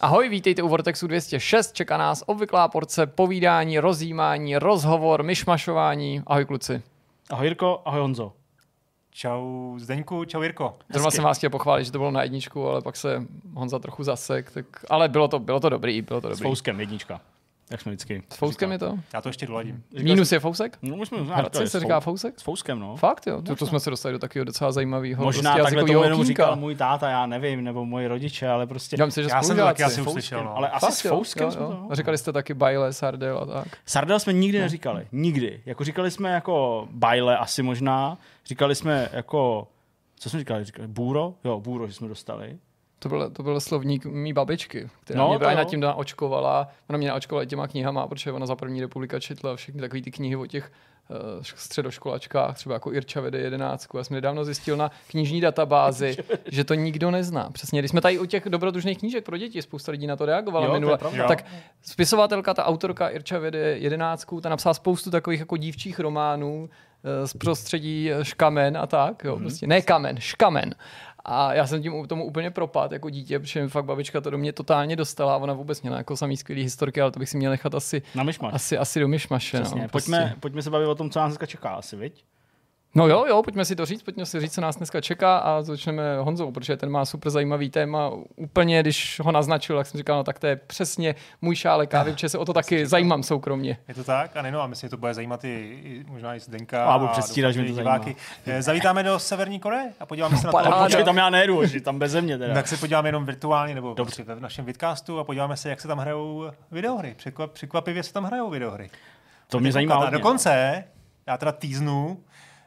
Ahoj, vítejte u Vortexu 206, čeká nás obvyklá porce povídání, rozjímání, rozhovor, myšmašování. Ahoj kluci. Ahoj Jirko, ahoj Honzo. Čau Zdeňku, čau Jirko. Zrovna jsem vás chtěl pochválit, že to bylo na jedničku, ale pak se Honza trochu zasek, tak... ale bylo to dobrý. S fouskem jednička. Jak jsme vždycky. S fouskem je to? Já to ještě doladím. Minus je fousek? No, my jsme Hradci se říká fousek? S fouskem, no. Fakt jo? To jsme se dostali do takového docela zajímavého. Možná prostě takhle to jenom okýnka. říkal můj táta, já nevím, nebo moji rodiče, ale prostě... Já jsem to taky asi uslyšel, no. Ale asi Fakt, s fouskem jsme jo. to... A říkali jste taky bajle, sardel a tak. Sardel jsme nikdy neříkali. Nikdy. Jako říkali jsme jako bajle asi možná. Říkali jsme jako... Co jsme říkali? Bůro? Jo, bůro, že jsme dostali. To byl slovník mý babičky, která mě právě nad tím naočkovala. Ona mě naočkovala těma knihama, protože ona za první republika četla všechny takové ty knihy o těch středoškolačkách, třeba jako Irča vede 11. Já jsem nedávno zjistil na knižní databázi, že to nikdo nezná. Přesně, když jsme tady u těch dobrodružných knížek pro děti, spousta lidí na to reagovala minule, tak spisovatelka, ta autorka Irča vede 11. ta napsala spoustu takových jako dívčích románů z prostředí Škamen a tak, jo, prostě ne kamen, Škamen. A já jsem tím tomu úplně propad jako dítě, protože fakt babička to do mě totálně dostala a ona vůbec měla jako samý skvělý historky, ale to bych si měl nechat asi do myšmaše. Přesně, no, pojďme se bavit o tom, co nás dneska čeká asi, viď? No jo, pojďme si říct, co nás dneska čeká a začneme Honzou, protože ten má super zajímavý téma. Úplně, když ho naznačil, tak jsem říkal, no tak to je přesně můj šálek kávy, protože se o to taky zajímám soukromně. Je to tak? A myslím, že to bude zajímat i možná i Zdenka. A budu předstírat, že mi to zajímá. Zavítáme do Severní Koreje a podíváme se na to. Počkej, tam já nejedu, že tam beze mě teda. Tak se podíváme jenom virtuálně nebo v našem vidcastu a podíváme se, jak se tam hrajou videohry. Překvapivě se tam hrajou videohry. To mě zajímá. A dokonce, já teda týznu,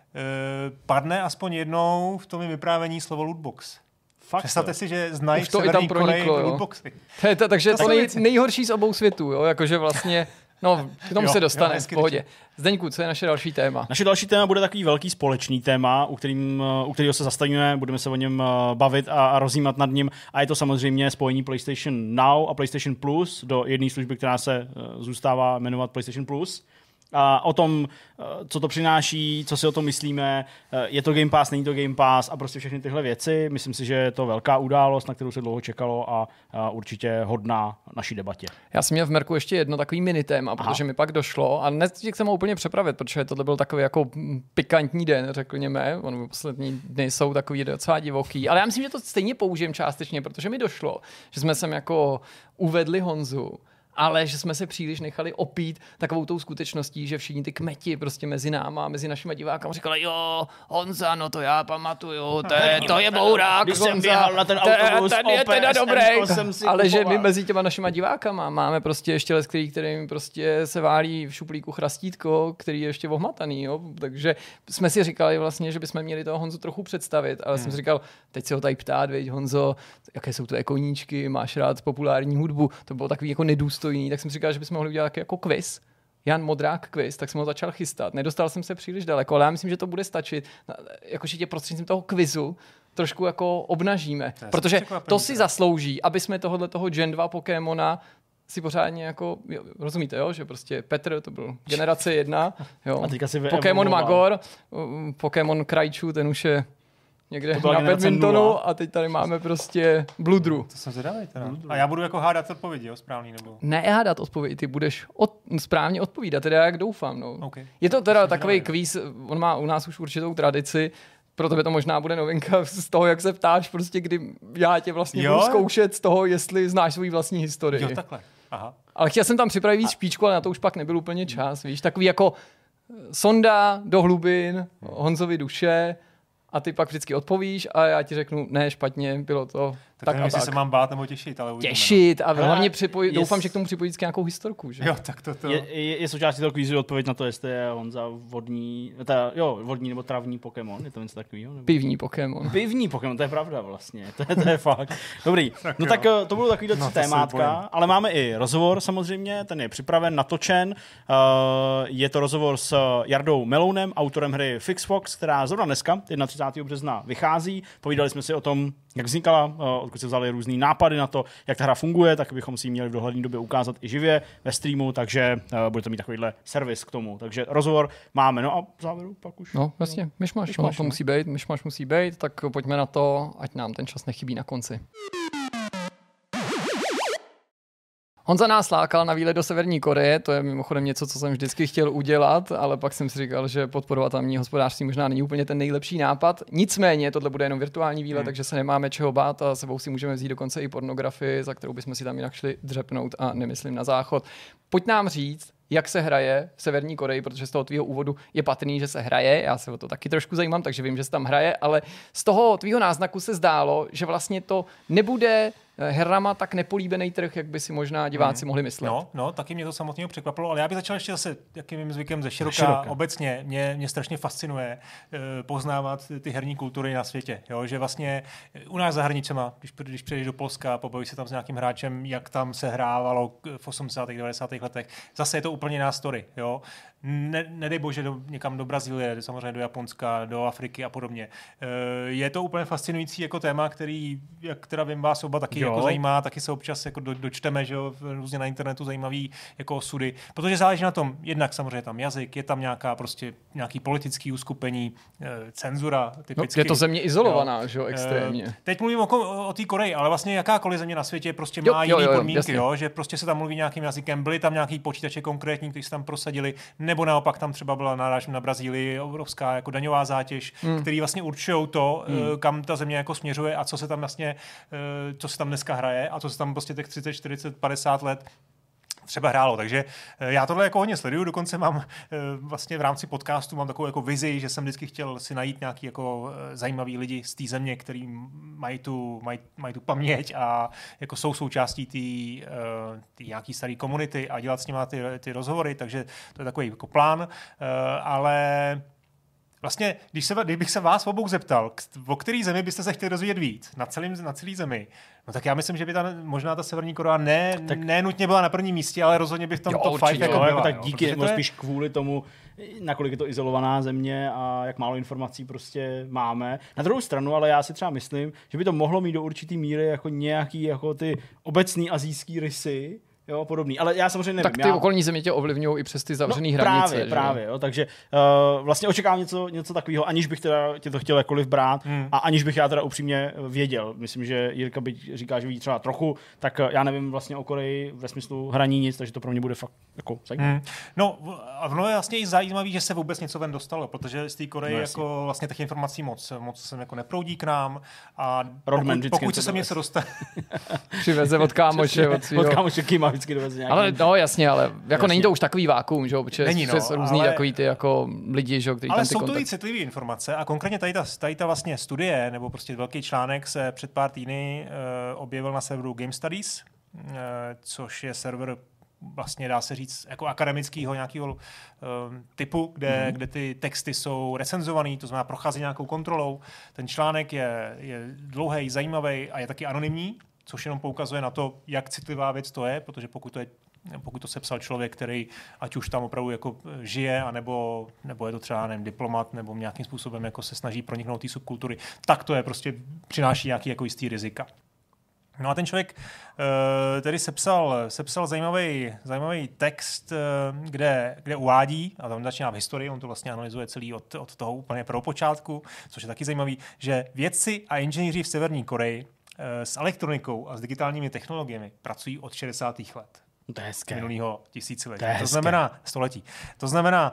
padne aspoň jednou v tom vyprávění slovo lootbox. Fakt, představte si, že znají v Severní Koreji lootboxy. Takže to nejhorší z obou světů, jo? Jakože vlastně, no, k tomu se dostane v pohodě. Zdeňku, co je naše další téma? Naše další téma bude takový velký společný téma, u kterého se zastavíme, budeme se o něm bavit a rozjímat nad ním. A je to samozřejmě spojení PlayStation Now a PlayStation Plus do jedné služby, která se zůstává jmenovat PlayStation Plus. A o tom, co to přináší, co si o tom myslíme, je to Game Pass, není to Game Pass a prostě všechny tyhle věci. Myslím si, že je to velká událost, na kterou se dlouho čekalo a určitě hodná naší debatě. Já jsem měl v merku ještě jedno takový mini téma, protože mi pak došlo a nechci se ho úplně přepravit, protože tohle byl takový jako pikantní den, řekněme. Poslední dny jsou takový docela divoký, ale já myslím, že to stejně použijem částečně, protože mi došlo, že jsme sem jako uvedli Honzu, ale že jsme se příliš nechali opít takovou tou skutečností, že všichni ty kmeti prostě mezi náma a mezi našimi divákama říkali, jo, Honza, no to já pamatuju, to je bourák, Honza, ten je teda dobrý. Ale že my mezi těma našima divákama máme prostě ještě les, kterým prostě se válí v šuplíku chrastítko, který je ještě ohmataný, jo, takže jsme si říkali vlastně, že bychom měli toho Honzu trochu představit, ale jsem si říkal, teď se ho tady ptát, veď Honzo, jaké jsou tvoje koníčky, máš rád populární hudbu, to bylo takový jako nedůstojný. Tak jsem říkal, že bychom mohli udělat jako quiz. Jan Modrák quiz, tak jsem ho začal chystat. Nedostal jsem se příliš daleko, ale já myslím, že to bude stačit. Jakože tě prostřednictvím toho quizu trošku jako obnažíme. Protože to si zaslouží, aby jsme toho Gen 2 Pokémona si pořádně jako, rozumíte, jo? Že prostě Petr, to byl generace 1, jo. Pokémon Magor, Pokémon Krajču, ten už je někde na badmintonu a teď tady máme prostě Bludru. To jsem zvědavý teda. A já budu jako hádat odpovědi, jo, správný nebo? Ne hádat odpovědi, ty budeš správně odpovídat, teda jak doufám, no. Okay. Je to teda takový kvíz, on má u nás už určitou tradici, pro tebe to možná bude novinka z toho, jak se ptáš, prostě kdy já tě vlastně budu zkoušet z toho, jestli znáš svou vlastní historii. Jo, takhle. Aha. Ale chtěl jsem tam připravit víc špičku, ale na to už pak nebyl úplně čas, víš, takový jako sonda do hlubin, Honzovi duše, a ty pak vždycky odpovíš a já ti řeknu, ne, špatně, bylo to tak nevím, jestli se mám bát nebo těšit, ale uvidíme. Těšit a hlavně doufám, že k tomu připojit nějakou historku, že? Jo, tak to. Je součástí toho kvízu odpověď na to, jestli je Honza vodní nebo travní Pokémon, je to něco takového? Nebo... Pivní Pokémon. Pivní Pokémon, to je pravda vlastně, to je fakt. Dobrý, no tak to bylo takový témátka, ale máme i rozhovor samozřejmě, ten je připraven, natočen. Je to rozhovor s Jardou Melounem, autorem hry Fix Fox, která zrovna dneska, 31. března, vychází. Povídali jsme si o tom, jak vznikala, odkud se vzaly různý nápady na to, jak ta hra funguje, tak bychom si ji měli v dohledné době ukázat i živě ve streamu, takže budete mít takovýhle servis k tomu. Takže rozhovor máme, no a v závěru pak už. No, jasně, myšmaš, to musí být, tak pojďme na to, ať nám ten čas nechybí na konci. Honza nás lákal na výlet do Severní Koreje, to je mimochodem něco, co jsem vždycky chtěl udělat, ale pak jsem si říkal, že podporovat tamní hospodářství možná není úplně ten nejlepší nápad. Nicméně, tohle bude jenom virtuální výlet, takže se nemáme čeho bát a sebou si můžeme vzít dokonce i pornografii, za kterou bychom si tam jinak šli dřepnout a nemyslím na záchod. Pojď nám říct, jak se hraje v Severní Koreji, protože z toho tvýho úvodu je patrný, že se hraje, já se o to taky trošku zajímám, takže vím, že se tam hraje, ale z toho tvýho náznaku se zdálo, že vlastně to nebude herama tak nepolíbený trh, jak by si možná diváci mohli myslet. No, taky mě to samotného překvapilo, ale já bych začal ještě zase jakým mým zvykem ze široka. Obecně mě strašně fascinuje poznávat ty herní kultury na světě. Jo? Že vlastně u nás za hraničema, když přijdeš do Polska, pobavíš se tam s nějakým hráčem, jak tam se hrávalo v 80. 90. letech, zase je to úplně jiná story. Jo? Nedej bože někam do Brazílie, samozřejmě do Japonska, do Afriky a podobně. Je to úplně fascinující jako téma, který, jak teda vím, vás oba taky jako zajímá, taky se občas jako dočteme, že jo, různě na internetu zajímavý jako osudy, protože záleží na tom, jednak samozřejmě tam jazyk, je tam nějaký politický uskupení, cenzura typicky. Je to země izolovaná, že jo, extrémně. Teď mluvím o té Koreji, ale vlastně jakákoliv země na světě prostě má jiný podmínky, jo, že prostě se tam mluví nějakým jazykem, byly tam nějaký počítače konkrétní, kteří se tam prosadili, nebo naopak tam třeba byla narážka na Brazílii obrovská jako daňová zátěž, který vlastně určují to, kam ta země jako směřuje a co se tam vlastně co se tam dneska hraje a co se tam prostě těch 30, 40, 50 let třeba hrálo. Takže já tohle jako hodně sleduju, dokonce mám vlastně v rámci podcastu mám takovou jako vizi, že jsem vždycky chtěl si najít nějaký jako zajímavý lidi z té země, který mají tu paměť a jako jsou součástí té nějaký staré komunity a dělat s nimi ty rozhovory, takže to je takový jako plán, ale vlastně, kdybych se vás obou zeptal, o který zemi byste se chtěli dozvědět víc, na celý zemi, no tak já myslím, že by možná ta Severní Korea ne nutně byla na prvním místě, ale rozhodně by v tom top 5 jako byla. Tak díky, spíš kvůli tomu, nakolik je to izolovaná země a jak málo informací prostě máme. Na druhou stranu, ale já si třeba myslím, že by to mohlo mít do určitý míry jako nějaký jako ty obecný asijský rysy, jo, podobný. Ale já samozřejmě nevím. Tak ty okolní země tě ovlivňují i přes ty zavřený hranice. Právě, jo. Takže vlastně očekávám něco takového, aniž bych teda tě to chtěl jakkoliv brát a aniž bych já teda upřímně věděl. Myslím, že Jirka byť říká, že ví třeba trochu, tak já nevím vlastně o Koreji ve smyslu hraní nic, takže to pro mě bude fakt jako zajímavé. No a ono je vlastně i zajímavé, že se vůbec něco ven dostalo, protože z té Koreje jako vlastně těch informací moc sem jako neproudí k nám a pokud se sem něco dostane. Přiveze od kámoše, od kámoše Kima vždycky doveze nějaký. Ale no jasně, ale jako jasně. Není to už takový vákuum, že jo, protože přes různý takový ty jako lidi, že jo, kteří tam ty ale jsou to i citlivé informace a konkrétně tady ta vlastně studie nebo prostě velký článek se před pár týdny objevil na serveru Game Studies, což je server vlastně dá se říct jako akademického nějakého typu, kde ty texty jsou recenzovaný, to znamená prochází nějakou kontrolou. Ten článek je dlouhý, zajímavý a je taky anonymní, což jenom poukazuje na to, jak citlivá věc to je, protože pokud to sepsal člověk, který ať už tam opravdu jako žije, anebo je to třeba nevím, diplomat, nebo nějakým způsobem jako se snaží proniknout té subkultury, tak to je prostě přináší nějaký jako jistý rizika. No a ten člověk tedy sepsal zajímavý text, kde uvádí, a tam začíná v historii, on to vlastně analyzuje celý od toho úplně prvopočátku, což je taky zajímavý, že vědci a inženýři v Severní Koreji s elektronikou a s digitálními technologiemi pracují od 60. let. To je hezké. Minulého tisíciletí. To znamená století. To znamená,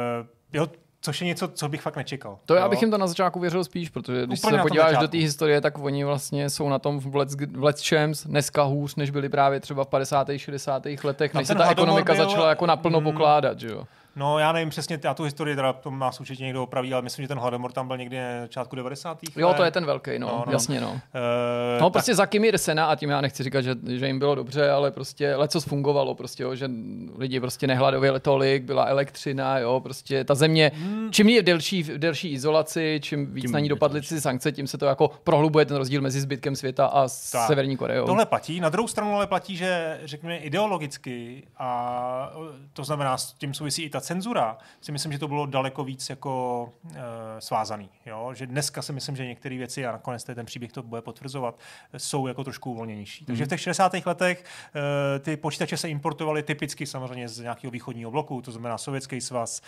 což je něco, co bych fakt nečekal. To já bych jim to na začátku věřil spíš, protože když se podíváš do té historie, tak oni vlastně jsou na tom v Let's Champs dneska hůř, než byli právě třeba v 50. 60. letech, než se ta ekonomika začala jako naplno pokládat, že jo. No, já nevím přesně, já tu historii, teda to nás určitě někdo opraví, ale myslím, že ten hladomor tam byl někdy na začátku 90. Jo, to je ten velký, no. Jasně, no. No, prostě za Kim Il-sena, a tím já nechci říkat, že jim bylo dobře, ale prostě lecos fungovalo, prostě, jo, že lidi prostě nehladověli tolik, byla elektřina, jo, prostě ta země, čím je v delší izolaci, čím víc na ní dopadly ty sankce, tím se to jako prohlubuje ten rozdíl mezi zbytkem světa a Severní Koreou. Tohle platí, na druhou stranu ale platí, že řekněme ideologicky, a to znamená, s tím souvisí i ta cenzura, si myslím, že to bylo daleko víc jako svázaný. Jo? Že dneska si myslím, že některé věci, a nakonec ten příběh to bude potvrzovat, jsou jako trošku uvolněnější. Takže v těch 60. letech ty počítače se importovaly typicky samozřejmě z nějakého východního bloku, to znamená Sovětský svaz,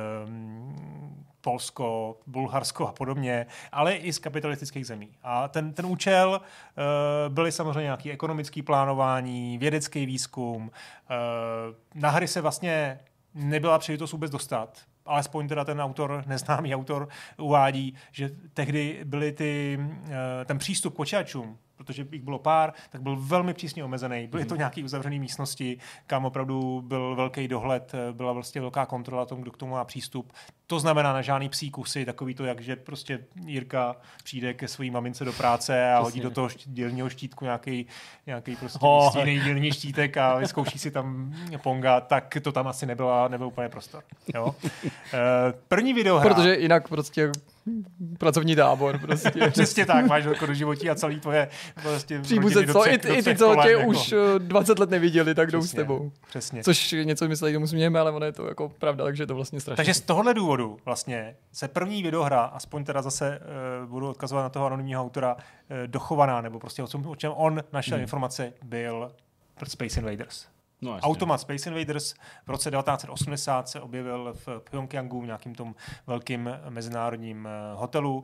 Polsko, Bulharsko a podobně, ale i z kapitalistických zemí. A ten účel byly samozřejmě nějaké ekonomické plánování, vědecký výzkum. Na hry se vlastně nebyla příležitost vůbec dostat. Alespoň teda ten autor, neznámý autor, uvádí, že tehdy byly ten přístup k počítačům, protože jich bylo pár, tak byl velmi přísně omezený. Byly to nějaké uzavřené místnosti, kam opravdu byl velký dohled, byla vlastně velká kontrola tomu, kdo k tomu má přístup. To znamená na žádný psí kusy, takový to, jak že prostě Jirka přijde ke své mamince do práce a hodí do toho dělního štítku nějaký prostě stínej dělní štítek a vyzkouší si tam ponga, tak to tam asi nebyl úplně prostor. Jo? První videohra. Protože jinak prostě pracovní tábor prostě. Přesně tak, máš jako do životí a celý tvoje prostě příbuzce, i ty, co tě už 20 let neviděli, tak jdou s tebou. Přesně. Což něco mysleli, tomu smějeme, ale ono je to jako pravda, takže je to vlastně strašné. Takže z tohohle důvodu vlastně se první videohra, aspoň teda zase budu odkazovat na toho anonymního autora, dochovaná, nebo prostě o čem on našel informace, byl Space Invaders. No, Automat Space Invaders v roce 1980 se objevil v Pyongyangu v nějakým tom velkým mezinárodním hotelu,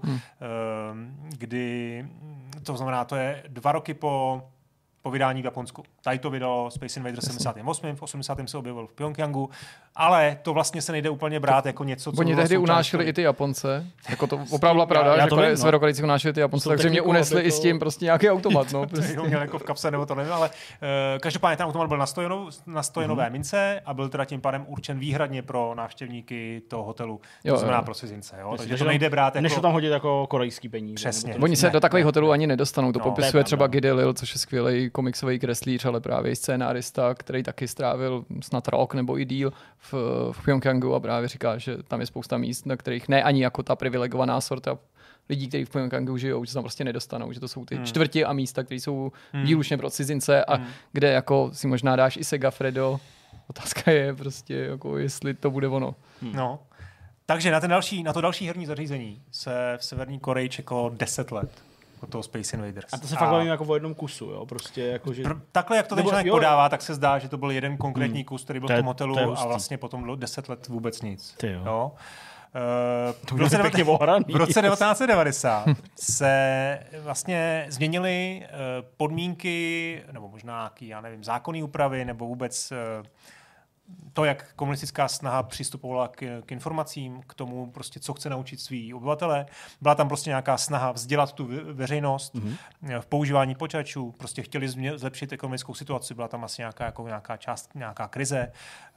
kdy, to znamená, to je 2 roky po vydání v Japonsku. Tady to vydalo Space Invaders 78. V 80. se objevil v Pyongyangu, ale to vlastně se nejde úplně brát jako něco, co... Oni tehdy unášeli i ty Japonce. Jako to opravdu byla pravda, že Severokojci unášeli ty Japonce, takže mě unesli i s tím prostě nějaký automat. No, prostě. To měl jako v kapse, nebo to nevím, ale každopádně ten automat byl na 100 jenové mince a byl teda tím pádem určen výhradně pro návštěvníky toho hotelu. To znamená pro cizince. Takže to nejde brát jako... Než to tam hodit jako korejský peníze. Přesně. Oni se do takových hotelů ani nedostanou. To popisuje třeba Gidilil, což je skvělý komiksový kreslíř, ale právě i scénárista, který taky strávil snad rok nebo i díl v Pyongyangu a právě říká, že tam je spousta míst, na kterých ne ani jako ta privilegovaná sorta lidí, kteří v Pyongyangu žijou, že se tam prostě nedostanou, že to jsou ty čtvrti a místa, které jsou výlučně pro cizince a kde jako si možná dáš i Segafredo. Otázka je prostě, jako jestli to bude ono. No. Takže na to další herní zařízení se v Severní Koreji čekalo 10 let. Od toho Space Invaders. A to se fakt bavím jako o jednom kusu, jo? Prostě jako, že... Takhle, jak to ten člověk podává, tak se zdá, že to byl jeden konkrétní kus, který byl v tom hotelu a vlastně potom 10 let vůbec nic. Jo. V roce 1990 se vlastně změnily podmínky, nebo možná nějaký, já nevím, zákonné úpravy, nebo vůbec to, jak komunistická snaha přistupovala k informacím, k tomu, prostě, co chce naučit svý obyvatele. Byla tam prostě nějaká snaha vzdělat tu veřejnost v používání počítačů, prostě chtěli zlepšit ekonomickou situaci, byla tam asi nějaká krize.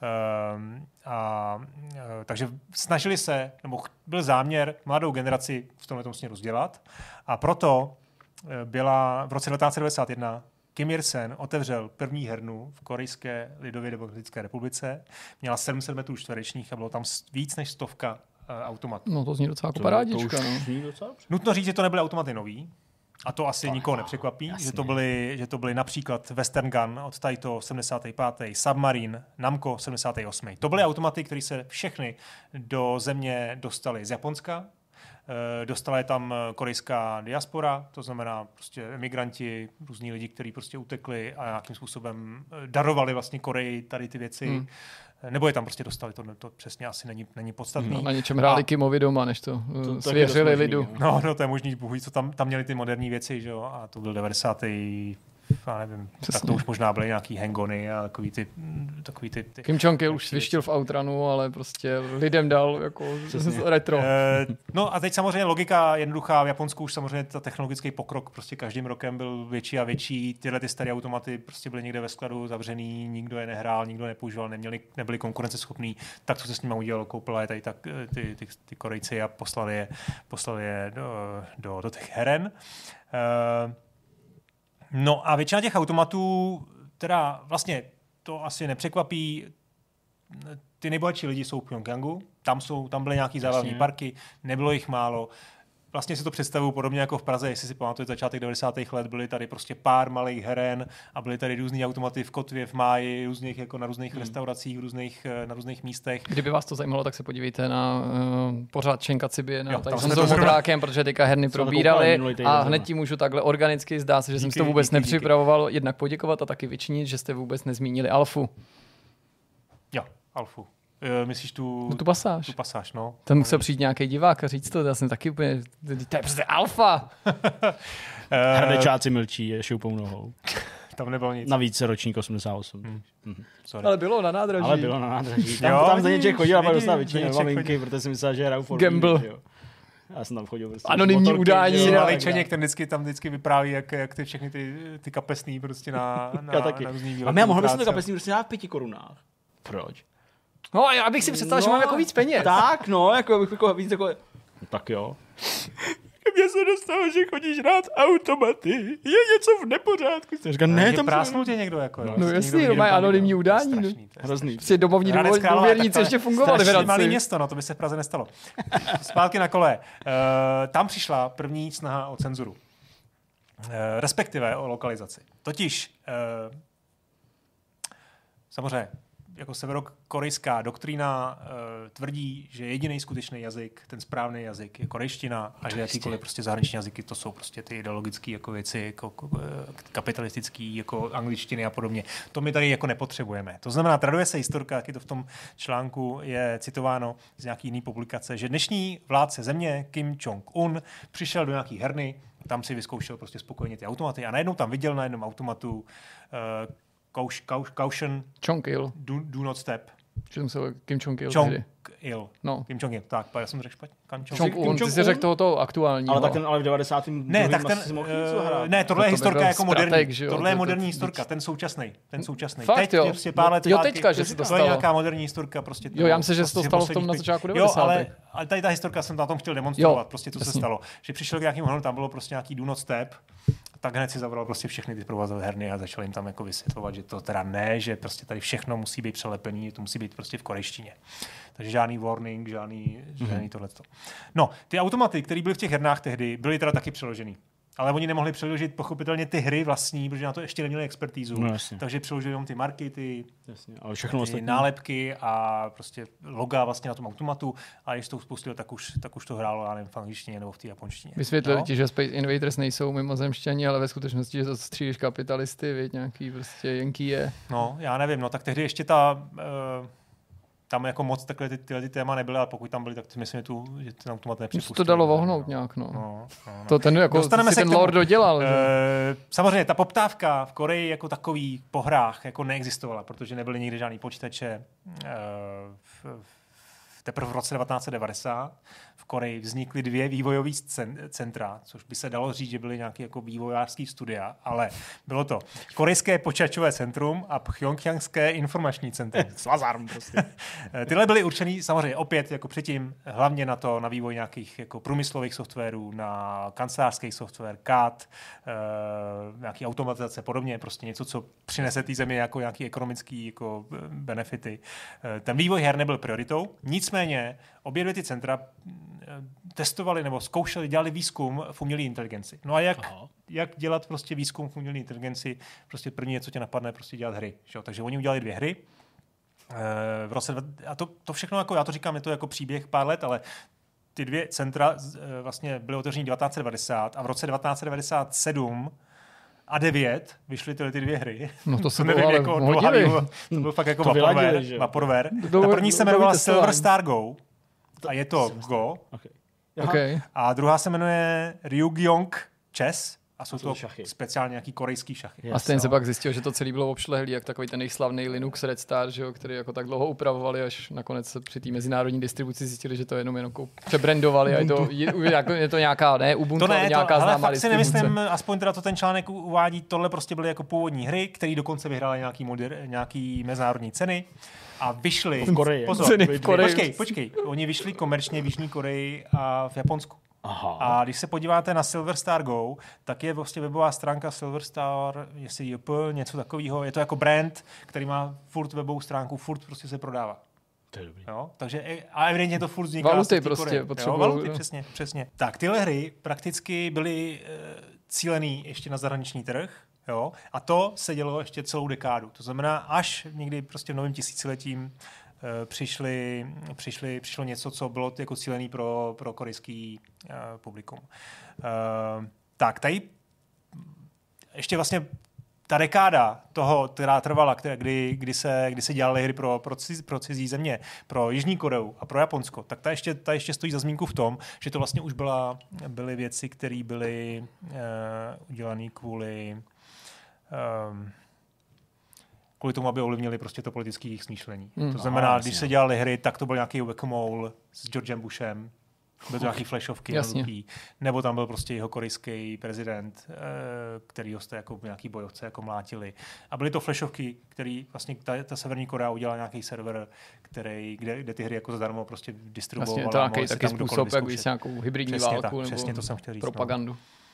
Takže snažili se, nebo byl záměr mladou generaci v tomhle směru rozdělat a proto byla v roce 1991 Kim Il-sen otevřel první hernu v Korejské lidově demokratické republice. Měla 700 metrů čtverečních a bylo tam víc než 100 automatů. No to zní docela jako parádička. Nutno říct, že to nebyly automaty nový. A to asi nikoho nepřekvapí, že to byly například Western Gun od Taito 75. Submarine, Namco 78. To byly automaty, které se všechny do země dostaly z Japonska. Dostala je tam korejská diaspora, to znamená prostě emigranti, různí lidi, kteří prostě utekli a nějakým způsobem darovali vlastně Koreji tady ty věci. Nebo je tam prostě dostali, to přesně asi není podstatný. No, na něčem hráli Kimovi doma, než to svěřili lidu. No, to je možný, bohu, co tam měli ty moderní věci, že jo, a to byl 90. Já nevím, tak to už možná byly nějaký hangony a takový ty... Kim Jong-il už svištil v Outrunu, ale prostě lidem dal jako retro. No a teď samozřejmě logika jednoduchá. V Japonsku už samozřejmě ta technologický pokrok prostě každým rokem byl větší a větší. Tyhle ty staré automaty prostě byly někde ve skladu zavřený, nikdo je nehrál, nikdo nepoužíval, nebyli konkurenceschopní. Tak co se s nimi udělalo, koupila je tady tak ty Korejci a poslali je do těch heren. No a většina těch automatů, teda vlastně to asi nepřekvapí, ty nejbohatší lidi jsou v Pyongyangu, tam byly nějaký zábavní parky, nebylo jich málo. vlastně si to představuju podobně jako v Praze, jestli si pamatujete začátek 90. let, byly tady prostě pár malých heren a byly tady různý automaty v Kotvě, v Máji, různých jako na různých restauracích, na různých místech. Kdyby vás to zajímalo, tak se podívejte na pořád Čenka Cibie, tady jsem s Modrákem, protože teďka herny probírali a hned tím můžu takhle organicky, zdá se, že jsem si to vůbec nepřipravoval, jednak poděkovat a taky vyčinit, že jste vůbec nezmínili Alfu. Jo, Alfu. Myslíš tu pasáž? Tu pasáž, no. Tam musel přijít nějaký divák a říct to, já jsem taky úplně, to je prostě Alfa. Hrdečáci mlčí, je šoupou nohou. Tam nebylo nic. Navíc ročník 88. Ale bylo na nádraží. Tam za něček chodil a pak dostal většině maminky, protože si myslel, že hraju Formule. Gamble. Já jsem tam chodil prostě. Anonymní udání. Malejčeněk, ten vždycky vypráví, jak ty všechny ty kapesný prostě na různý výlety. A mohl bych si to kapesný prostě dát v 5 korunách. Proč? No, já bych si představil, že mám jako víc peněz. Tak, no, jako bych jako víc jako... No, tak jo. Mně se dostalo, že chodíš rád automaty. Je něco v nepořádku. Jsi říkal, ne, tam prásnul tě někdo jako. No jasný, mají anonymní udání. Hrozný. Prostě domovní důvěrníci ještě fungovaly v Hradci. Malý město, no, to by se v Praze nestalo. Zpátky na kole. Tam přišla první snaha o cenzuru. Respektive o lokalizaci. Totiž samozřejmě jako severokorejská doktrína tvrdí, že jediný skutečný jazyk, ten správný jazyk je korejština a že jakýkoliv prostě zahraniční jazyky, to jsou prostě ty ideologické jako věci, jako kapitalistický, jako angličtiny a podobně. To my tady jako nepotřebujeme. To znamená, traduje se historka, jak je to v tom článku je citováno z nějaký jiný publikace, že dnešní vládce země Kim Jong-un přišel do nějaký herny, tam si vyzkoušel prostě spokojeně ty automaty a najednou tam viděl na jednom automatu caution, Chong-il. Do not step. Že jsem se Kim Jong-il. Chong-il. No. Kim Jong-il. Tak, já jsem řekl špatně. Chong-un, ty jsi řekl toho aktuálního. Ale v 90. Ne, tak ten, ne, tohle je historka jako moderní. Tohle je moderní historka, ten současný. Fakt, teď, jo. Prostě pár let jo, teďka, že se to stalo. To je nějaká moderní historka. Prostě jo, já myslím, že se to stalo v tom na začátku 90. Jo, ale tady ta historka jsem na tom chtěl demonstrovat, prostě co se stalo. Že přišel k nějakým hodnotám, tam bylo prostě nějaký do not step, tak hned si zavolal prostě všechny ty provozovatele herny a začal jim tam jako vysvětlovat, že to teda ne, že prostě tady všechno musí být přelepený, že to musí být prostě v korejštině. Takže žádný warning, žádný tohleto. No, ty automaty, které byly v těch hernách tehdy, byly teda taky přeložený. Ale oni nemohli přeložit pochopitelně ty hry vlastní, protože na to ještě neměli expertízu. No, takže přeložili jenom ty marky, ty všechno nálepky a prostě loga vlastně na tom automatu. A když to spustil, tak už to hrálo, já nevím, v angličtině nebo v té japonštině. Vysvětlili ti, že Space Invaders nejsou mimozemšťani, ale ve skutečnosti, že to střílíš kapitalisty, věď, nějaký prostě jenký je. No, já nevím, no tak tehdy ještě tam jako moc takhle ty téma nebyly, ale pokud tam byly, tak myslím, že ten automat nepřipustil. To dalo vohnout nějak, no. To ten jako dostaneme si ten lore dodělal. Samozřejmě, ta poptávka v Koreji jako takový po hrách jako neexistovala, protože nebyly nikdy žádný počítače. Teprve v roce 1990 v Koreji vznikly 2 vývojové centra, což by se dalo říct, že byly nějaké jako vývojářský studia, ale bylo to Korejské počítačové centrum a Pchjongjangské informační centrum. Svazarm prostě. Tyhle byly určený samozřejmě opět jako předtím hlavně na vývoj nějakých jako průmyslových softwarů, na kancelářský software, CAD, nějaký automatizace podobně, prostě něco, co přinese té zemi jako nějaký ekonomický jako benefity. Ten vývoj her nebyl prioritou, nicméně obě 2 ty centra testovali nebo zkoušeli, dělali výzkum v umělé inteligenci. No a jak dělat prostě výzkum v umělé inteligenci? Prostě první, co tě napadne, prostě dělat hry. Že? Takže oni udělali 2 hry. V roce, a to všechno, jako já to říkám, je to jako příběh pár let, ale ty 2 centra vlastně byly otevřeny 1990 a v roce 1997 a 9 vyšly ty 2 hry. No to se bylo ale hodili. To byl fakt jako vaporware. Ta první se jmenovala Silver Star Go a je to Go. Okay. A druhá se jmenuje Ryugyong Chess a jsou to speciálně nějaký korejský šachy. A stejně se pak zjistil, že to celý bylo obšlehlý, jak takový ten nejslavný Linux Red Star, že jo, který jako tak dlouho upravovali, až nakonec se při té mezinárodní distribuci zjistili, že to jenom jako přebrandovali a je to nějaká, ne Ubuntu, to ne, nějaká známá distribuce. Si nemyslím, aspoň teda to ten článek uvádí, tohle prostě byly jako původní hry, které dokonce vyhrály nějaký mezinárodní ceny. A vyšli v Koreji. Počkej. Oni vyšli komerčně v Jižní Koreji a v Japonsku. Aha. A když se podíváte na Silver Star Go, tak je vlastně webová stránka Silver Star, jestli JP, něco takového. Je to jako brand, který má furt webovou stránku, furt prostě se prodává. To je dobrý. Jo? Takže a evidentně to furt vzniká. Valuty prostě potřebují. Valuty, přesně. Tak tyhle hry prakticky byly cílený ještě na zahraniční trh. Jo? A to se dělo ještě celou dekádu. To znamená, až někdy prostě v novém tisíciletím přišlo něco, co bylo jako cílený pro korejský publikum. Tak tady ještě vlastně ta dekáda toho, která trvala, kdy se dělaly hry pro cizí země, pro Jižní Koreu a pro Japonsko, tak ta ještě stojí za zmínku v tom, že to vlastně už byly věci, které byly udělané kvůli tomu, aby ovlivnili prostě to politické jejich smýšlení. To znamená, když se dělaly hry, tak to byl nějaký whack-a-mole s Georgem Bushem, byly to nějaký flashovky, nebo tam byl prostě jeho korejský prezident, kterýho jste jako nějaký bojovce jako mlátili. A byly to flashovky, který vlastně ta Severní Korea udělala nějaký server, kde ty hry jako zadarmo prostě distribuovala. Vlastně to nějaký taky způsob, jak víš nějakou hybridní válku přesně to jsem chtěl říct, propagandu.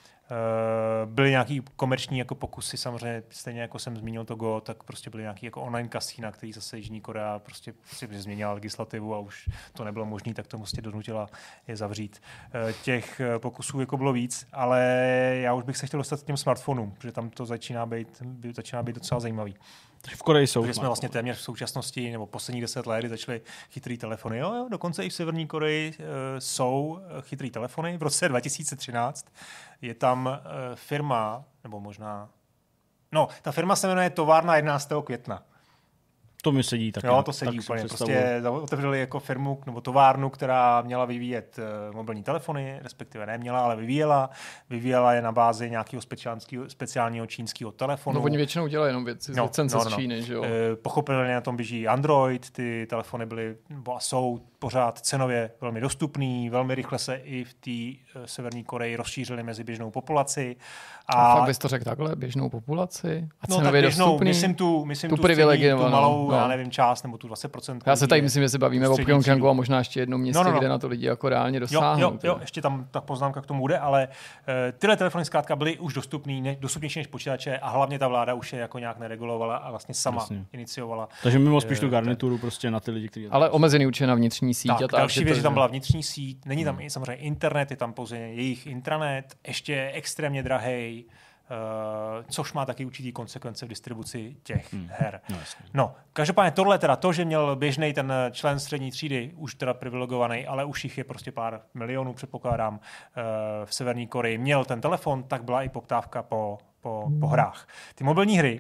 Byly nějaký komerční jako pokusy, samozřejmě stejně jako jsem zmínil to Go, tak prostě byly nějaký jako online kasína, který zase Jižní Korea prostě změnila legislativu a už to nebylo možné, tak to prostě donutila je zavřít. Těch pokusů jako bylo víc, ale já už bych se chtěl dostat k těm smartphonům, protože tam to začíná být docela zajímavý. V Koreji jsou. Protože jsme vlastně téměř v současnosti, nebo posledních 10 let, kdy začaly chytrý telefony. Jo, dokonce i v Severní Koreji jsou chytrý telefony. V roce 2013 je tam firma, nebo možná... No, ta firma se jmenuje Továrna 11. května. To mi sedí taky. Jo, to sedí úplně. Prostě otevřeli jako firmu nebo továrnu, která měla vyvíjet mobilní telefony, respektive neměla, ale vyvíjela je na bázi nějakého speciálního čínského telefonu. No oni většinou dělají jenom věci z licence z Číny, že jo? Pochopitelně na tom běží Android, ty telefony byly a jsou pořád cenově velmi dostupný, velmi rychle se i v té Severní Koreji rozšířily mezi běžnou populaci. A fakt bys to řekl takhle, běžnou populaci? A no tak běžnou, dostupný, myslím tu privilegovanou, tu malou, já nevím, část, nebo tu 20%. Já se tady myslím, že se bavíme o Pyeongchangu a možná ještě jednom městě, kde na to lidi jako reálně dosáhnou. Jo, ještě tam ta poznámka k tomu bude, ale tyhle telefony zkrátka byly už dostupnější než počítače a hlavně ta vláda už je jako nějak neregulovala a vlastně sama iniciovala. Takže mimo spíš tu garnituru prostě na ty lidi, kteří... Ale omezený určitě na vnitřní síť. Tak, další věc, že tam byla vnitřní síť, není tam samozřejmě internet, je tam pouze jejich intranet, ještě extrémně drahej, což má taky určitý konsekvence v distribuci těch her. No, každopádně tohle teda to, že měl běžný ten člen střední třídy, už teda privilegovaný, ale už jich je prostě pár milionů, předpokládám, v Severní Koreji, měl ten telefon, tak byla i poptávka po hrách. Ty mobilní hry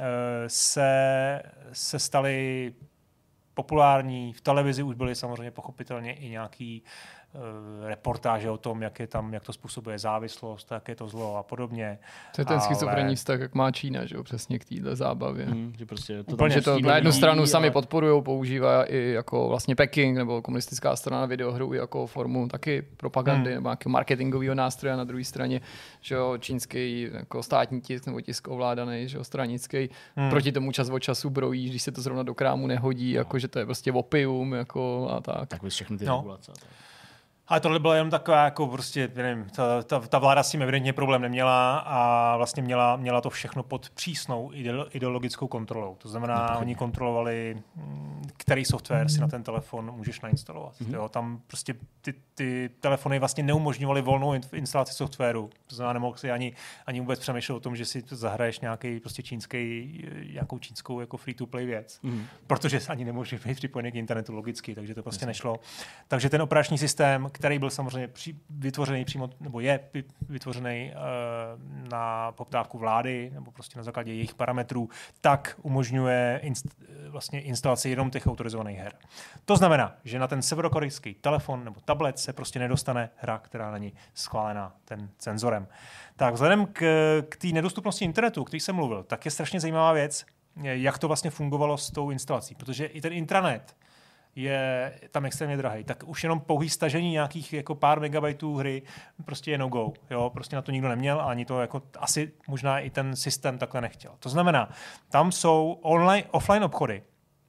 se staly populární, v televizi už byly samozřejmě pochopitelně i nějaký reportáže o tom, jak to způsobuje závislost, jak je to zlo a podobně. To je ten schizofrenní vztah, jak má Čína, že jo, přesně k téhle zábavě. Že prostě to na jednu stranu sami podporujou, používá i jako vlastně Peking nebo komunistická strana videohru jako formu taky propagandy nebo nějakého marketingového nástroje, a na druhé straně, že jo, čínský jako státní tisk nebo tisk ovládaný, že jo, stranický, proti tomu čas od času brojí, když se to zrovna do krámu nehodí, jako že to je prostě opium jako a tak. Tak všechny ty regulace. Ale tohle byla jenom taková, jako prostě, nevím, ta vláda s tím evidentně problém neměla a vlastně měla to všechno pod přísnou ideologickou kontrolou. To znamená, oni kontrolovali, který software si na ten telefon můžeš nainstalovat. Jo, tam prostě ty telefony vlastně neumožňovaly volnou instalaci softwaru. To znamená, nemohl si ani vůbec přemýšlet o tom, že si zahraješ nějakou čínskou jako free-to-play věc. Protože ani nemůže být připojený k internetu logicky, takže to prostě nešlo. Takže ten operační systém, který byl samozřejmě vytvořený přímo, nebo je vytvořený na poptávku vlády, nebo prostě na základě jejich parametrů, tak umožňuje vlastně instalaci jenom těch autorizovaných her. To znamená, že na ten severokorejský telefon nebo tablet se prostě nedostane hra, která není schválená ten cenzorem. Tak vzhledem k té nedostupnosti internetu, o který jsem mluvil, tak je strašně zajímavá věc, jak to vlastně fungovalo s tou instalací, protože i ten intranet je tam extrémně drahý, tak už jenom pouhý stažení nějakých jako pár megabajtů hry prostě je no-go. Jo? Prostě na to nikdo neměl a ani to jako asi možná i ten systém takhle nechtěl. To znamená, tam jsou offline obchody,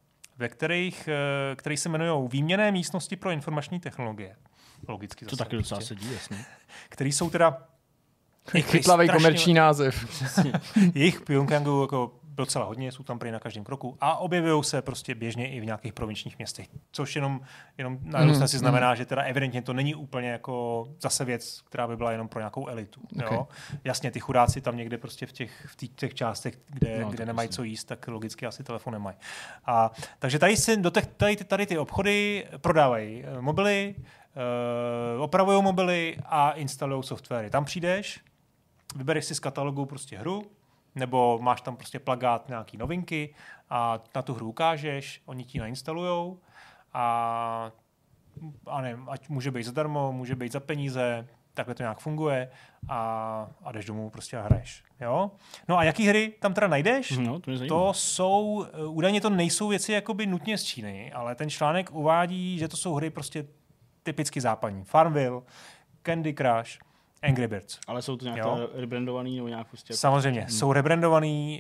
které se jmenují výměnné místnosti pro informační technologie. Logicky to taky docela sedí, jasně. Který jsou teda chytlavý komerční název. Jejich Pyeongchangu jako docela hodně, jsou tam prý na každém kroku a objevují se prostě běžně i v nějakých provinčních městech, což jenom na jednu stranu si znamená, že teda evidentně to není úplně jako zase věc, která by byla jenom pro nějakou elitu. Okay. Jo? Jasně, ty chudáci tam někde prostě v těch částech, kde nemají co jíst, tak logicky asi telefon nemají. Takže tady ty obchody prodávají mobily, opravují mobily a instalují softwary. Tam přijdeš, vybereš si z katalogu prostě hru, nebo máš tam prostě plagát nějaký novinky a na tu hru ukážeš, oni ti nainstalujou a nevím, ať může být zadarmo, může být za peníze, takhle to nějak funguje a jdeš domů prostě a hraješ. Jo? No a jaký hry tam teda najdeš? No, to jsou, údajně to nejsou věci jakoby nutně z Číny, ale ten článek uvádí, že to jsou hry prostě typicky západní. Farmville, Candy Crush, Angry Birds. Ale jsou to nějak rebrandovaný nebo nějak prostě... Samozřejmě, jsou rebrandovaný,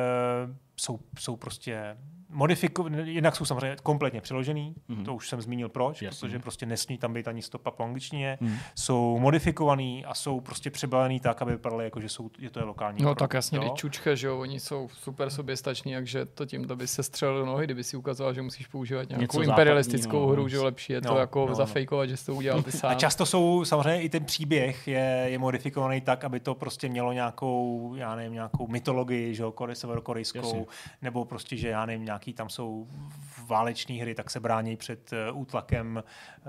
jsou prostě jinak jsou samozřejmě kompletně přeložený, to už jsem zmínil proč, protože prostě nesmí tam být ani stopa po angličtině, jsou modifikovaný a jsou prostě přebalený tak, aby vypadaly jako, že to je lokální. No tak jasně, ty čučche, že jo, oni jsou super soběstační, takže to tímto by se střelil nohy, kdyby si ukazoval, že musíš používat nějakou imperialistickou hru, že lepší je to jako zafejkovat, že jsi to udělal ty sám. A často jsou samozřejmě i ten příběh je modifikovaný tak, aby to prostě mělo nějakou, já nevím, nějakou mytologii, že jo, severokorejskou, nebo prostě, že já nevím, nějaký tam jsou váleční hry, tak se brání před útlakem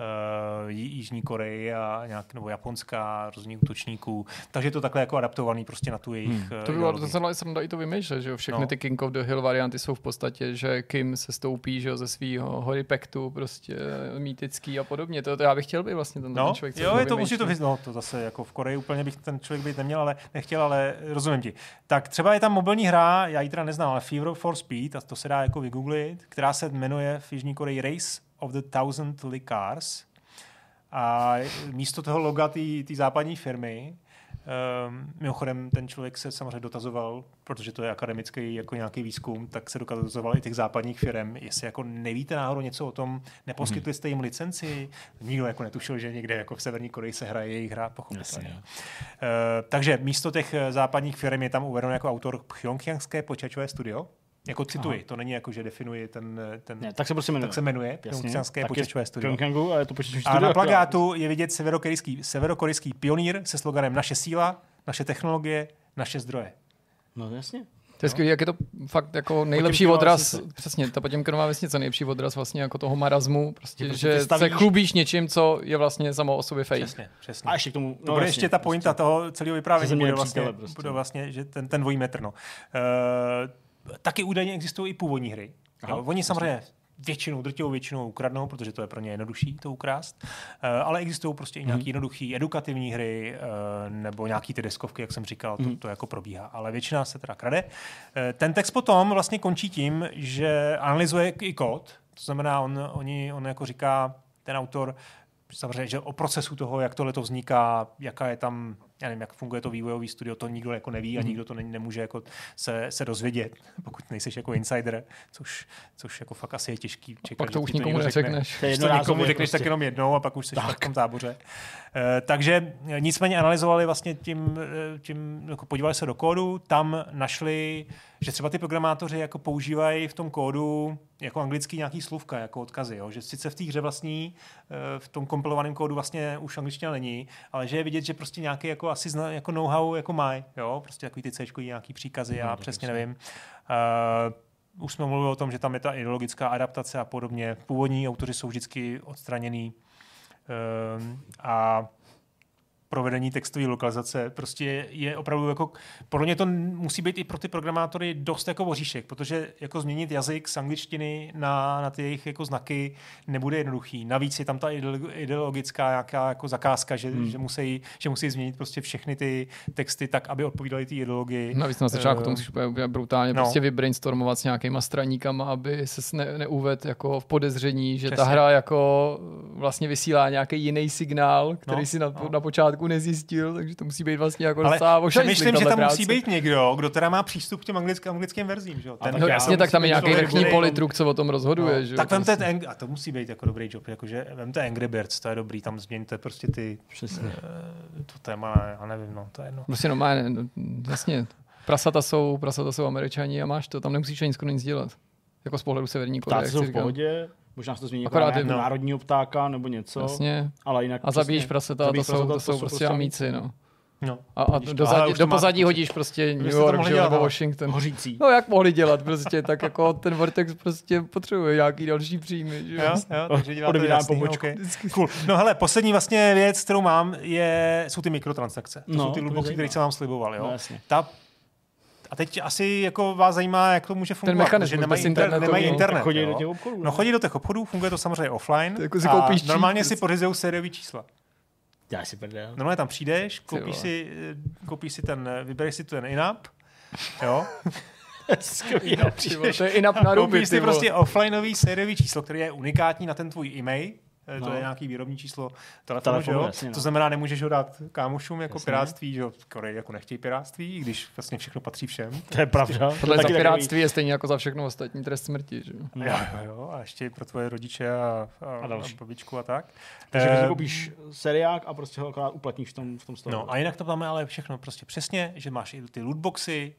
Jižní Koreji a nebo Japonska, různých útočníků. Takže je to takhle jako adaptovaný prostě na tu jejich to by bylo docela sranda i to vymýšlet, že jo? Všechny ty King of the Hill varianty jsou v podstatě, že Kim se stoupí, že jo, ze svýho horipektu, prostě mýtický a podobně. To já bych chtěl být vlastně ten člověk. Jo, je to musí to zase jako v Koreji úplně bych ten člověk být neměl, ale nechtěl, ale rozumím ti. Tak třeba je tam mobilní hra, já ji teda neznám, ale Fever for Speed, a to se dá jako vygooglit, která se jmenuje v Jižní Koreji Race of the Thousand Cars. A místo toho loga té západní firmy, mimochodem ten člověk se samozřejmě dotazoval, protože to je akademický jako nějaký výzkum, tak se dotazoval i těch západních firm, jestli jako nevíte náhodou něco o tom, neposkytli jste jim licenci, nikdo jako netušil, že někde jako v Severní Koreji se hraje jejich hra, pochopitelně. Takže místo těch západních firm je tam uvedeno jako autor Pchjongjangské počítačové studio. Jako cituji, to není jako, že definuji ten ne, tak se prostě jmenuje. Tak se jmenuje Pchjongjangské počítačové studio. A je to počítačové studio. A na plakátu je vidět severokorejský pionýr se sloganem naše síla, naše technologie, naše zdroje. No jasně. To je skvělý, jak je to fakt jako nejlepší odraz, přesně, ta Potěmkinová vesnice, nejlepší odraz vlastně jako toho marazmu, prostě, že se chlubíš něčím, co je vlastně samo o sobě fake. Přesně. A ještě k tomu, to bude ještě ta pointa toho celého vyprávění, bude vlastně, že ten dvojí metr, taky údajně existují i původní hry. Oni samozřejmě drtivou většinou ukradnou, protože to je pro ně jednodušší to ukrást, ale existují prostě i nějaké jednoduché edukativní hry nebo nějaké ty deskovky, jak jsem říkal, to jako probíhá, ale většina se teda krade. Ten text potom vlastně končí tím, že analyzuje i kód, to znamená, on jako říká ten autor, samozřejmě, že o procesu toho, jak tohle to vzniká, jaká je tam, já nevím, jak funguje to vývojový studio, to nikdo jako neví a nikdo to nemůže jako se dozvědět, pokud nejseš jako insider, což jako fakt asi je těžký čekat. Pak to už nikomu neřekneš. To nikomu řekneš tak jenom jednou a pak už seš v tom táboře. Takže nicméně analyzovali vlastně tím jako podívali se do kódu, tam našli, že třeba ty programátoři jako používají v tom kódu jako anglický nějaký slůvka, jako odkazy, jo? Že sice v té hře vlastní, v tom kompilovaném kódu vlastně už angličtina není, ale že je vidět, že prostě nějaký jako asi jako know-how jako mají, jo? Prostě takový ty C-čkový nějaký příkazy, já přesně nevím. Už jsme mluvili o tom, že tam je ta ideologická adaptace a podobně. Původní autoři jsou vždycky odstraněný a provedení textové lokalizace prostě je opravdu jako, podle mě to musí být i pro ty programátory dost jako oříšek, protože jako změnit jazyk z angličtiny na ty jejich jako znaky nebude jednoduchý. Navíc je tam ta ideologická nějaká jako zakázka, že musí změnit prostě všechny ty texty tak, aby odpovídaly té ideologii. Navíc na začátku to musíš úplně brutálně prostě vybrainstormovat s nějakýma straníkama, aby se neuvedl jako v podezření, že ta hra jako vlastně vysílá nějaký jiný signál, který si na počátku nezjistil, takže to musí být vlastně jako docela ošajslý. Myslím, že tam musí být někdo, kdo teda má přístup k těm anglickým verzím. Že? Jasně, tak tam je nějaký vrchní politruk, co o tom rozhoduje. Že? Tak vemte, a to musí být jako dobrý job, jakože vemte Angry Birds, to je dobrý, tam změníte prostě to téma, já nevím, to je jedno. Prostě jasně, Prasata jsou Američani a máš to, tam nemusíš ani skoro nic dělat. Jako z pohledu Severní Koreje. Ptáci jsou v pohodě, možná se to změní jako národního ptáka nebo něco. Jasně. Ale jinak a zabíjíš prasata, to jsou prostě amíci, no. No. A do pozadí hodíš prostě New York, nebo Washington. Hořící. No jak mohli dělat prostě, tak jako ten Vortex prostě potřebuje nějaký další příjmy. Že? Jo, takže děláte jasný, okay. Cool. No hele, poslední vlastně věc, kterou mám, jsou ty mikrotransakce. To jsou ty lootboxy, které jsem vám sliboval. Jo? No, a teď asi jako vás zajímá, jak to může fungovat, protože nemají internet. Chodí do těch obchodů. No chodí do těch obchodů, funguje to samozřejmě offline. Jako si koupíš normálně si pořizujou sériový čísla. Já si prdel. Normálně tam přijdeš, koupíš si vybereš si ten in-app, jo? To je in-app na ruby. Koupíš si prostě offlineový sériový číslo, který je unikátní na ten tvůj e-mail. To je nějaký výrobní číslo telefonu, že jo? Jasně, no. To znamená, nemůžeš ho dát kámošům jako pirátství, že jo? Koreji jako nechtějí pirátství, i když vlastně všechno patří všem. To je pravda. Tohle za pirátství je stejně jako za všechno ostatní trest smrti, že jo? Jo, a ještě pro tvoje rodiče a babičku a tak. Takže když koupíš seriák a prostě ho akorát uplatníš v tom stavu. No a jinak to máme ale všechno prostě přesně, že máš i ty lootboxy,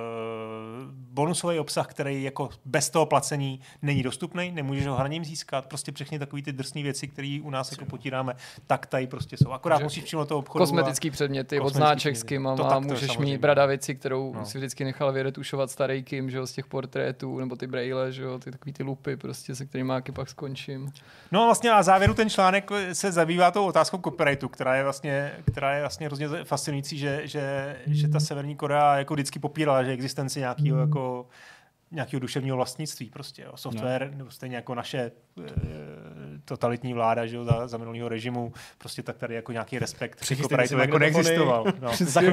bonusový obsah, který jako bez toho placení není dostupný, nemůžeš ho hraním získat, prostě všechny takový ty drsné věci, které u nás jako potíráme, tak tady prostě jsou. Akorát musíš přímo toho obchodu. Kosmetický předměty, od značek s Kimama, můžeš mít bradavici, kterou si vždycky nechal vyretušovat starý Kim, že jo, z těch portrétů, nebo ty braille, že jo, ty takový ty lupy prostě, se kterými pak skončím. No vlastně a závěru ten článek se zabývá tou otázkou copyrightu, která je vlastně hrozně fascinující, že ta Severní Korea jako vždycky popírala, že existenci nějakého duševního vlastnictví prostě, jo. Software, nebo stejně jako naše totalitní vláda, že jo, za minulého režimu, prostě tak tady jako nějaký respekt copyrightu jako neexistoval. No. Za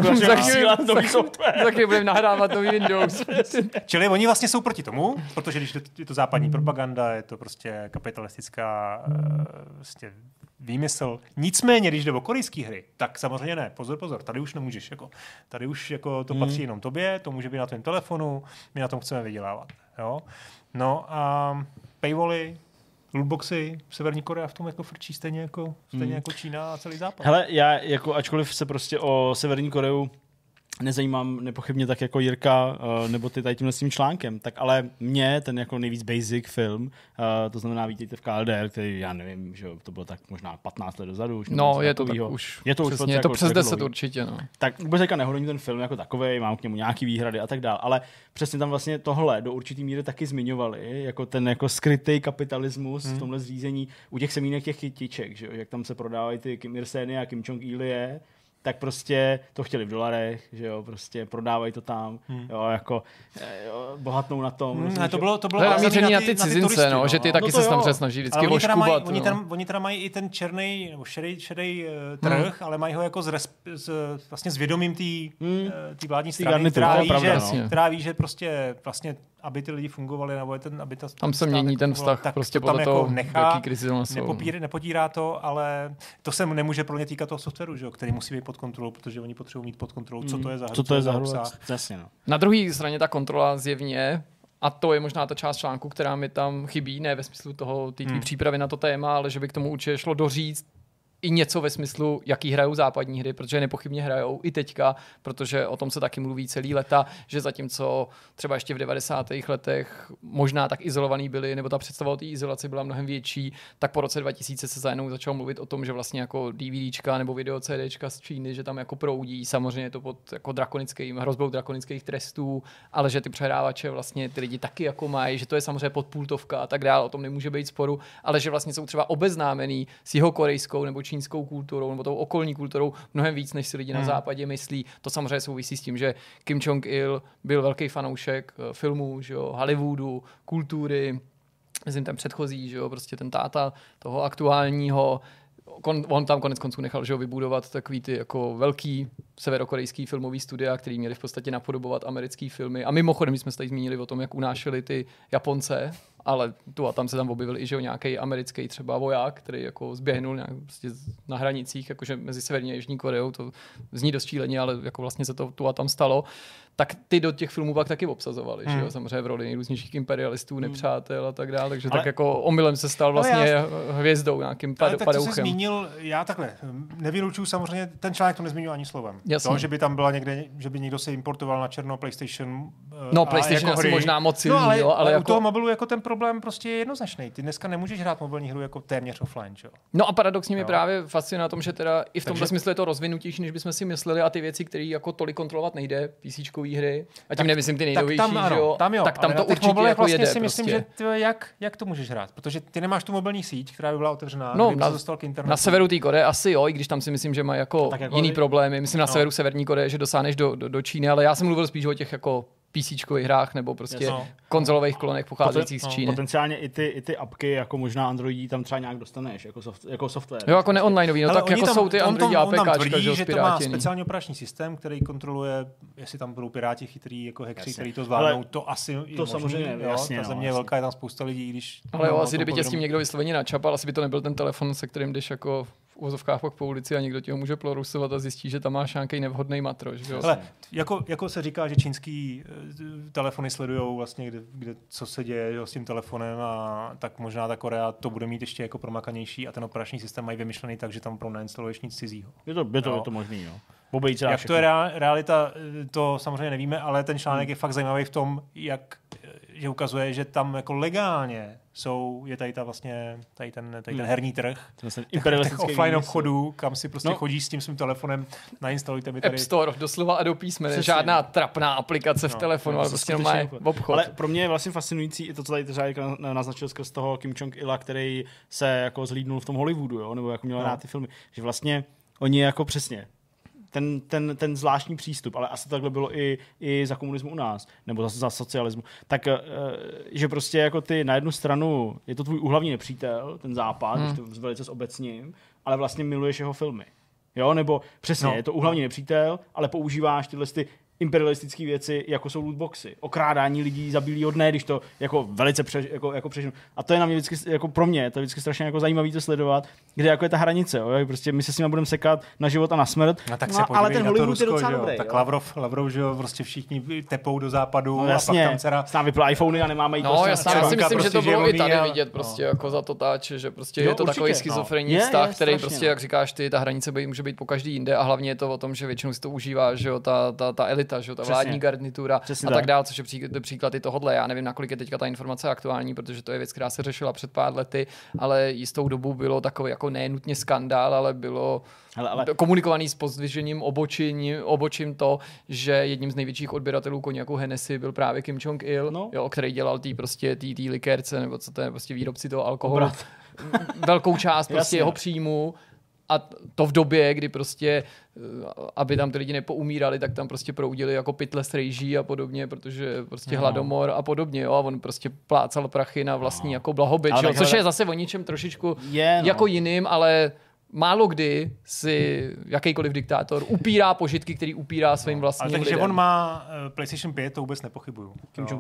chvíli budeme nahrávat nový Windows. Čili oni vlastně jsou proti tomu, protože když je to západní propaganda, je to prostě kapitalistická prostě výmysl. Nicméně, když jde o korejské hry, tak samozřejmě ne. Pozor, tady už nemůžeš. Tady už to patří jenom tobě, to může být na tvém telefonu, my na tom chceme vydělávat. Jo? No a paywally, lootboxy, Severní Korea v tom jako frčí stejně jako Čína a celý západ. Hele, já jako ačkoliv se prostě o Severní Koreu nezajímám nepochybně tak jako Jirka nebo ty tady tímhle s tím článkem, tak ale mě ten jako nejvíc basic film, to znamená Vítejte v KLDR, který já nevím, že to bylo tak možná 15 let dozadu. Už no, je to tak už. Je to už přesně, je to přes 10 určitě. No. Tak vůbec teďka nehodnotím ten film jako takovej, mám k němu nějaký výhrady a tak dál, ale přesně tam vlastně tohle do určitý míry taky zmiňovali, jako ten jako skrytý kapitalismus v tomhle zřízení u těch semínek těch kytiček, že jak tam se prodávají ty Kim Ir-seny a Kim Jong-ilie, tak prostě to chtěli v dolarech, že jo, prostě prodávají to tam, jo, jako bohatnou na tom. To bylo namířený na ty cizince, no, že ty taky se tam snaží vždycky oškubat. Oni teda mají i ten černý nebo šedej trh, ale mají ho jako vlastně s vědomím té vládní strany, která ví, že prostě vlastně aby ty lidi fungovali, nebo aby ta tam se mění ten vztah, tak prostě podle toho, jako nechá, nepotírá to, ale to se nemůže pro ně týkat toho softwaru, že jo, který musí být pod kontrolou, protože oni potřebují mít pod kontrolou, co to je za hru, co to je za obsah. Na druhé straně ta kontrola zjevně, a to je možná ta část článku, která mi tam chybí, ne ve smyslu toho té přípravy na to téma, ale že by k tomu určitě šlo doříct i něco ve smyslu, jaký hrajou západní hry, protože nepochybně hrajou i teďka, protože o tom se taky mluví celý léta, že zatímco třeba ještě v 90. letech možná tak izolovaný byli, nebo ta představa o té izolaci byla mnohem větší, tak po roce 2000 se zajednou začalo mluvit o tom, že vlastně jako DVDčka nebo video CDčka z Číny, že tam jako proudí, samozřejmě to pod jako hrozbou drakonických trestů, ale že ty přehrávače vlastně ty lidi taky jako mají, že to je samozřejmě podpultovka a tak dále, o tom nemůže být sporu, ale že vlastně jsou třeba obeznámený s jihokorejskou nebo čínskou kulturou nebo tou okolní kulturou mnohem víc, než si lidi na západě myslí. To samozřejmě souvisí s tím, že Kim Jong-il byl velký fanoušek filmů, že jo, Hollywoodu, kultury, myslím ten předchozí, že jo, prostě ten táta toho aktuálního. On tam konec konců nechal, že ho vybudovat takový ty jako velký severokorejský filmový studia, který měli v podstatě napodobovat americký filmy. A mimochodem, my jsme se tady zmínili o tom, jak unášeli ty Japonce ale tu a tam se tam objevil i že nějaký americký třeba voják, který jako zběhnul nějak prostě na hranicích, jakože mezi Severní a Jižní Koreou, to zní dost šíleně, ale jako vlastně se to tu a tam stalo. Tak ty do těch filmů pak taky obsazovali, že jo, samozřejmě v roli nejrůznějších imperialistů, nepřátel a tak dále, takže tak jako omylem se stal vlastně hvězdou, nějakým padouchem. Tak, co jsi zmínil, já takhle, nevylučuju samozřejmě, ten článek to nezmínil ani slovem. Jasně. To, že by tam byla někde, že by někdo se importoval na černo PlayStation. No, PlayStation jako asi možná moc silný, ale jako... u toho mobilu jako ten problém prostě je jednoznačný. Ty dneska nemůžeš hrát mobilní hru jako téměř offline, jo. No a paradoxně mě právě fascinuje na tom, že teda i v tomhle smyslu je to rozvinutější, než bychom si mysleli a ty věci, které jako tolik kontrolovat nejde, PCčkový hry. A tím nemyslím ty nejnovější, že jo. Tak tam to určitě jako vlastně jede. Si myslím, prostě. že jak to můžeš hrát, protože ty nemáš tu mobilní síť, která by byla otevřená, no, na severu té Koreje asi jo, i když tam si myslím, že má jako jiný problémy. Myslím na severu Severní Koreje, že dosáhneš do Číny, ale já jsem mluvil spíš o těch jako PCčkových hrách nebo prostě konzolových klonech pocházejících z Číny. Potenciálně i ty apky, jako možná Androidí, tam třeba nějak dostaneš, jako software. Jo, jako neonlineový, no tak jako tam, jsou ty Androidí APKčka, tvrdí, že to má speciální operační systém, který kontroluje, jestli tam budou piráti chytrý, jako hackři, který to zvládnou, to asi je to samozřejmě, jasně, ta země je velká, je tam spousta lidí, když... Ale jo, asi kdyby tě s tím někdo vysloveně načapal, asi by to nebyl ten telefon, se kterým jdeš jako v uvozovkách pak po ulici a někdo ti ho může plorusovat a zjistí, že tam máš nějaký nevhodný matroš. Ale jako se říká, že čínský telefony sledujou vlastně, kde co se děje s tím telefonem, a tak možná ta Korea to bude mít ještě jako promakanější a ten operační systém mají vymyšlený tak, že tam pro neinstaluješ nic cizího. Je to možný, jo. Jak to je realita, to samozřejmě nevíme, ale ten článek je fakt zajímavý v tom, že ukazuje, že tam jako legálně je tady ten herní trh, těch offline obchodů, kam si prostě chodíš s tím svým telefonem, nainstalujte mi tady. App Store, doslova a do písmene, žádná trapná aplikace v telefonu, ale prostě má obchod. Ale pro mě je vlastně fascinující i to, co tady naznačil skrz toho Kim Jong-ila, který se jako zhlídnul v tom Hollywoodu, jo, nebo jako měl rád ty filmy, že vlastně oni jako přesně ten zvláštní přístup, ale asi takhle bylo i za komunismu u nás, nebo za socialismu, tak že prostě jako ty na jednu stranu je to tvůj úhlavní nepřítel, ten západ, když to velice zobecním, ale vlastně miluješ jeho filmy. Jo, nebo přesně, je to úhlavní nepřítel, ale používáš tyhle imperialistické věci, jako jsou lootboxy, okrádání lidí za bílýho dne, když to jako velice jako přeženu. A to je na mě vždycky, jako pro mě, to je vždycky strašně jako zajímavý to sledovat, kde jako je ta hranice, jo? Prostě my se s nimi budeme sekat na život a na smrt. No, tak se ale ten Hollywood je docela dobrý. Tak Lavrov, že jo, prostě všichni tepou do západu, no, jasně, a pak tam dcera... S nám vyply iPhony a nemáme jí no, já si myslím, že to bylo i tady vidět prostě jako za to táče, že prostě je to takový schizofrenní vztah, který prostě, jak říkáš ty, ta hranice může být po každý jinde a hlavně je to o tom, že většinou si to užívá, že jo, ta elita, že jo, ta vládní garnitura a tak dále, což je příklad i tohodle. Já nevím, nakolik je teďka ta informace aktuální, protože to je věc, která se řešila před pár lety, ale jistou dobu bylo takový jako nenutně skandál, ale bylo komunikovaný s pozdvižením obočím to, že jedním z největších odběratelů koněku Hennessy byl právě Kim Jong-il, jo, který dělal tý likérce, nebo co to je, prostě výrobci toho alkoholu. Velkou část prostě jeho příjmu. A to v době, kdy prostě, aby tam ty lidi nepoumírali, tak tam prostě proudili jako pytle s rejží a podobně, protože prostě hladomor a podobně, jo, a on prostě plácal prachy na vlastní jako blahobyt, jo, což je zase o ničem trošičku jako jiným, ale málo kdy si jakýkoliv diktátor upírá požitky, který upírá svým vlastním lidem. Takže on má PlayStation 5, to vůbec nepochybuju.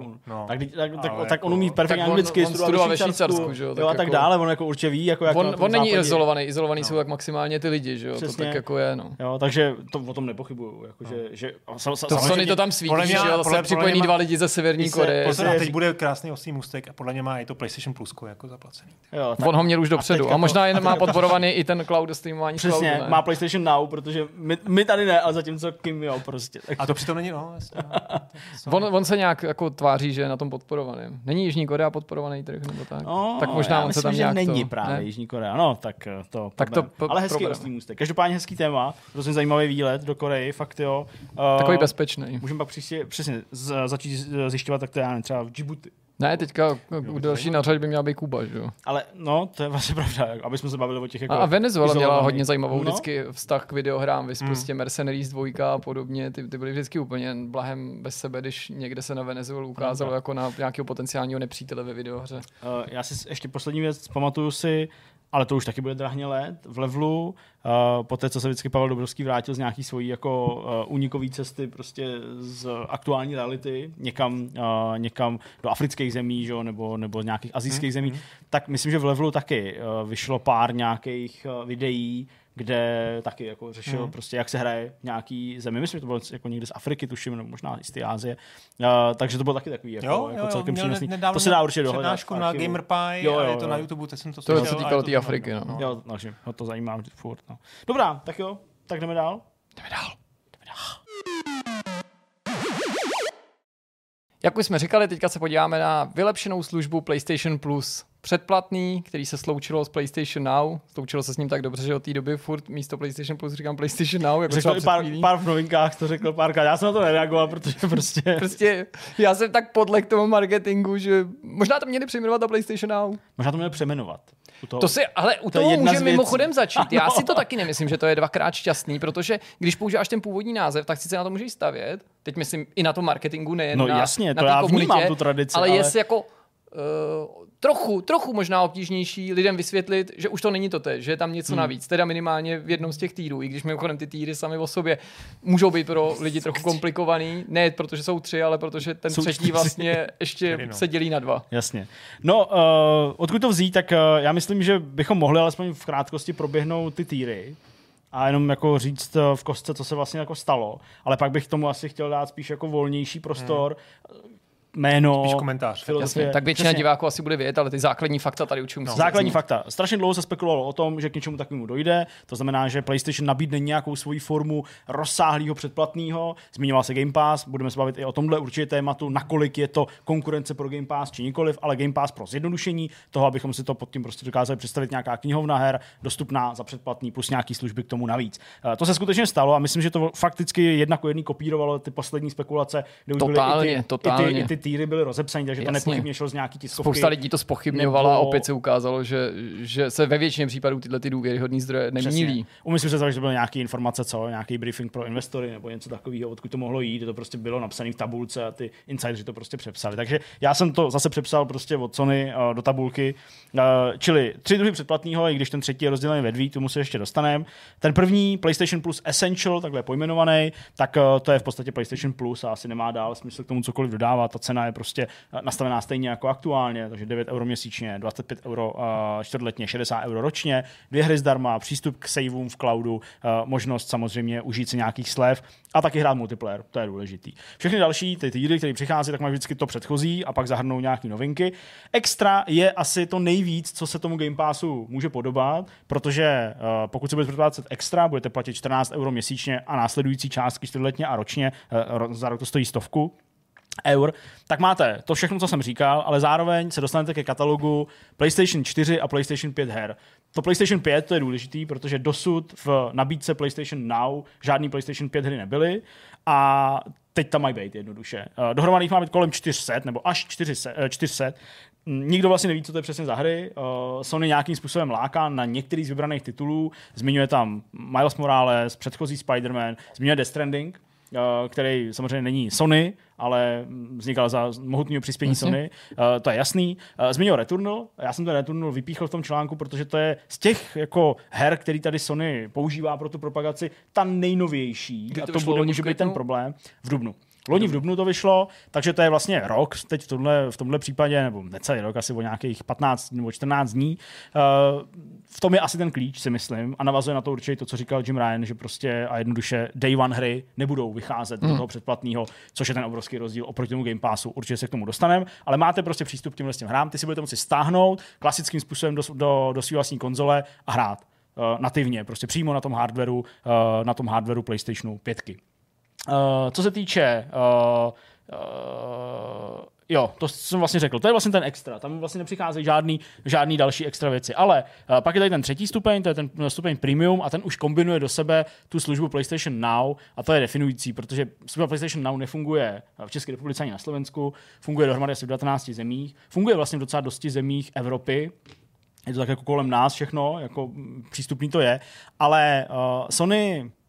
Tak on umí perfektně anglicky, studoval ve Švýcarsku, že jo, a tak dále, on jako určitě ví, jako on není izolovaný jsou jak maximálně ty lidi, že jo, to tak jako je, no. Jo, takže to o tom nepochybuju, že Sony to tam svítí, že jo, zase připojený 2 lidi ze Severní Koreje. Teď bude krásný osmý můstek a podle mě má i to PlayStation Plusko jako zaplacený. On ho měl už dopředu a možná jen má podporovaný i ten cloud streamování. Přesně, cloudu, má PlayStation Now, protože my tady ne, a zatímco Kim jo, prostě. A to přitom není, no. On se nějak jako tváří, že je na tom podporovaný. Není Jižní Korea podporovaný trh, nebo tak? Tak možná on se tam nějak není právě Jižní Korea. No, tak to ale hezký ostý můstek. Každopádně hezký téma, hrozně zajímavý výlet do Koreji, fakt jo. Takový bezpečný. Můžeme pak přesně začít zjišťovat, tak to já třeba v Djibouti. Ne, teďka další na řadě by měla být Kuba, že jo? Ale no, to je vlastně pravda, aby jsme se bavili o těch jako a Venezuela měla hodně zajímavou vždycky vztah k videohrám, prostě Mercenaries 2 a podobně, ty byly vždycky úplně blahem bez sebe, když někde se na Venezuelu ukázalo jako na nějakého potenciálního nepřítele ve videohře. Já si ještě poslední věc, pamatuju si, ale to už taky bude drahně let v levelu. Poté, co se vždycky Pavel Dobrovský vrátil z nějaký svojí jako únikové cesty prostě z aktuální reality někam do afrických zemí, že? Nebo nějakých asijských zemí, tak myslím, že v levelu taky vyšlo pár nějakých videí, kde taky jako řešil prostě, jak se hraje v nějaký zemi. Myslím, že to bylo jako někde z Afriky, tuším, nebo možná i z té Asie. Takže to bylo taky takový jako celkem přínosný. To se dá určitě dohledat. Přednášku na GamerPie a je to na YouTube, teď jsem to slyšel. To se týkalo té Afriky, no. Jo, takže ho to zajímá furt. No. Dobrá, tak jo, tak jdeme dál. Jdeme dál. Jak už jsme říkali, teďka se podíváme na vylepšenou službu PlayStation Plus. Předplatný, který se sloučilo s PlayStation Now. Sloučilo se s ním tak dobře, že od té doby furt místo PlayStation Plus říkám PlayStation Now. Jako řekl pár v novinkách, to řekl párkrát. Já jsem na to nereagoval, protože prostě já jsem tak podle k tomu marketingu, že možná to měli přejmenovat na PlayStation Now. Možná to měli přeměnovat. U toho může mimochodem začít. Já si to taky nemyslím, že to je dvakrát šťastný, protože když používáš ten původní název, tak sice na to můžeš stavět. Teď myslím i na tom marketingu, nejen na jasně, to já komunitě, vnímám tu tradici, ale jestli jako trochu možná obtížnější lidem vysvětlit, že už to není to že je tam něco navíc, teda minimálně v jednom z těch týrů, i když mimochodem ty týry sami o sobě můžou být pro lidi trochu komplikovaný, ne protože jsou 3, ale protože ten třetí vlastně ještě se dělí na 2. Jasně. No, odkud to vzít, tak já myslím, že bychom mohli alespoň v krátkosti proběhnout ty týry a jenom jako říct v kostce, co se vlastně jako stalo, ale pak bych tomu asi chtěl dát spíš jako volnější prostor, jméno, spíš komentář. Jasně, tak většina diváků asi bude vědět, ale ty základní fakta tady určitě musí základní fakta. Strašně dlouho se spekulovalo o tom, že k něčemu takovému dojde. To znamená, že PlayStation nabídne nějakou svoji formu rozsáhlého předplatného. Zmiňoval se Game Pass, budeme se bavit i o tomhle určitě tématu, nakolik je to konkurence pro Game Pass či nikoliv, ale Game Pass pro zjednodušení toho, abychom si to pod tím prostě dokázali představit, nějaká knihovna her dostupná za předplatný plus nějaký služby k tomu navíc. To se skutečně stalo a myslím, že to fakticky 1:1 kopírovalo ty poslední spekulace, kde už totálně. ty týry byly rozepsaný, takže to nepochybně šlo z nějaký tiskovky. Spousta lidí to zpochybňovala a opět se ukázalo, že se ve většině případů tyhle ty důvěryhodný zdroje nemílí. Umyslím se, že to byly nějaké informace, nějaký briefing pro investory nebo něco takového, odkud to mohlo jít, to prostě bylo napsané v tabulce a ty insideri to prostě přepsali. Takže já jsem to zase přepsal prostě od Sony do tabulky, čili 3 druhy předplatného, i když ten třetí je rozdělený ve 2, tomu se ještě dostaneme. Ten první PlayStation Plus Essential, takhle pojmenovaný, tak to je v podstatě PlayStation Plus a asi nemá dál smysl k tomu cokoliv dodávat. Ta cena je prostě nastavená stejně jako aktuálně, takže 9 € měsíčně, 25 € čtvrtletně, 60 € ročně, 2 hry zdarma, přístup k saveům v cloudu, možnost samozřejmě užít si nějakých slev a taky hrát multiplayer, to je důležitý. Všechny další ty týdy, které přichází, tak mají vždycky to předchozí a pak zahrnou nějaké novinky. Extra je asi to nejvíc, co se tomu Game Passu může podobat, protože pokud se budete předplácet extra, budete platit 14 € měsíčně a následující částky čtvrtletně a ročně, za rok to stojí 100 €, tak máte to všechno, co jsem říkal, ale zároveň se dostanete ke katalogu PlayStation 4 a PlayStation 5 her. To PlayStation 5 to je důležitý, protože dosud v nabídce PlayStation Now žádný PlayStation 5 hry nebyly a teď tam mají být jednoduše. Dohromady jich má být kolem 400 nebo až 400. Nikdo vlastně neví, co to je přesně za hry. Sony nějakým způsobem láká na některý z vybraných titulů. Zmiňuje tam Miles Morales, předchozí Spider-Man, zmiňuje Death Stranding, který samozřejmě není Sony, ale vznikal za mohutného přispění Sony, to je jasný. Zmiňoval Returnal, já jsem ten Returnal vypíchl v tom článku, protože to je z těch jako her, který tady Sony používá pro tu propagaci, ta nejnovější. A to může být ten problém v dubnu. Loni v dubnu to vyšlo, takže to je vlastně rok, teď v tomhle případě, nebo necelý rok, asi o nějakých 15 nebo 14 dní. V tom je asi ten klíč, si myslím, a navazuje na to určitě to, co říkal Jim Ryan, že prostě a jednoduše day one hry nebudou vycházet do toho předplatného, což je ten obrovský rozdíl oproti tomu Game Passu. Určitě se k tomu dostaneme, ale máte prostě přístup k těmhle hrám, ty si budete moci stáhnout klasickým způsobem do své vlastní konzole a hrát nativně, prostě přímo na tom hardwareu PlayStationu 5. Co se týče jo, to jsem vlastně řekl, to je vlastně ten extra, tam vlastně nepřicházejí žádný další extra věci, ale pak je tady ten třetí stupeň, to je ten stupeň premium a ten už kombinuje do sebe tu službu PlayStation Now a to je definující, protože služba PlayStation Now nefunguje v České republice ani na Slovensku, funguje dohromady asi v 19 zemích, funguje vlastně v docela dosti zemích Evropy, je to tak jako kolem nás všechno, jako přístupný to je, ale Sony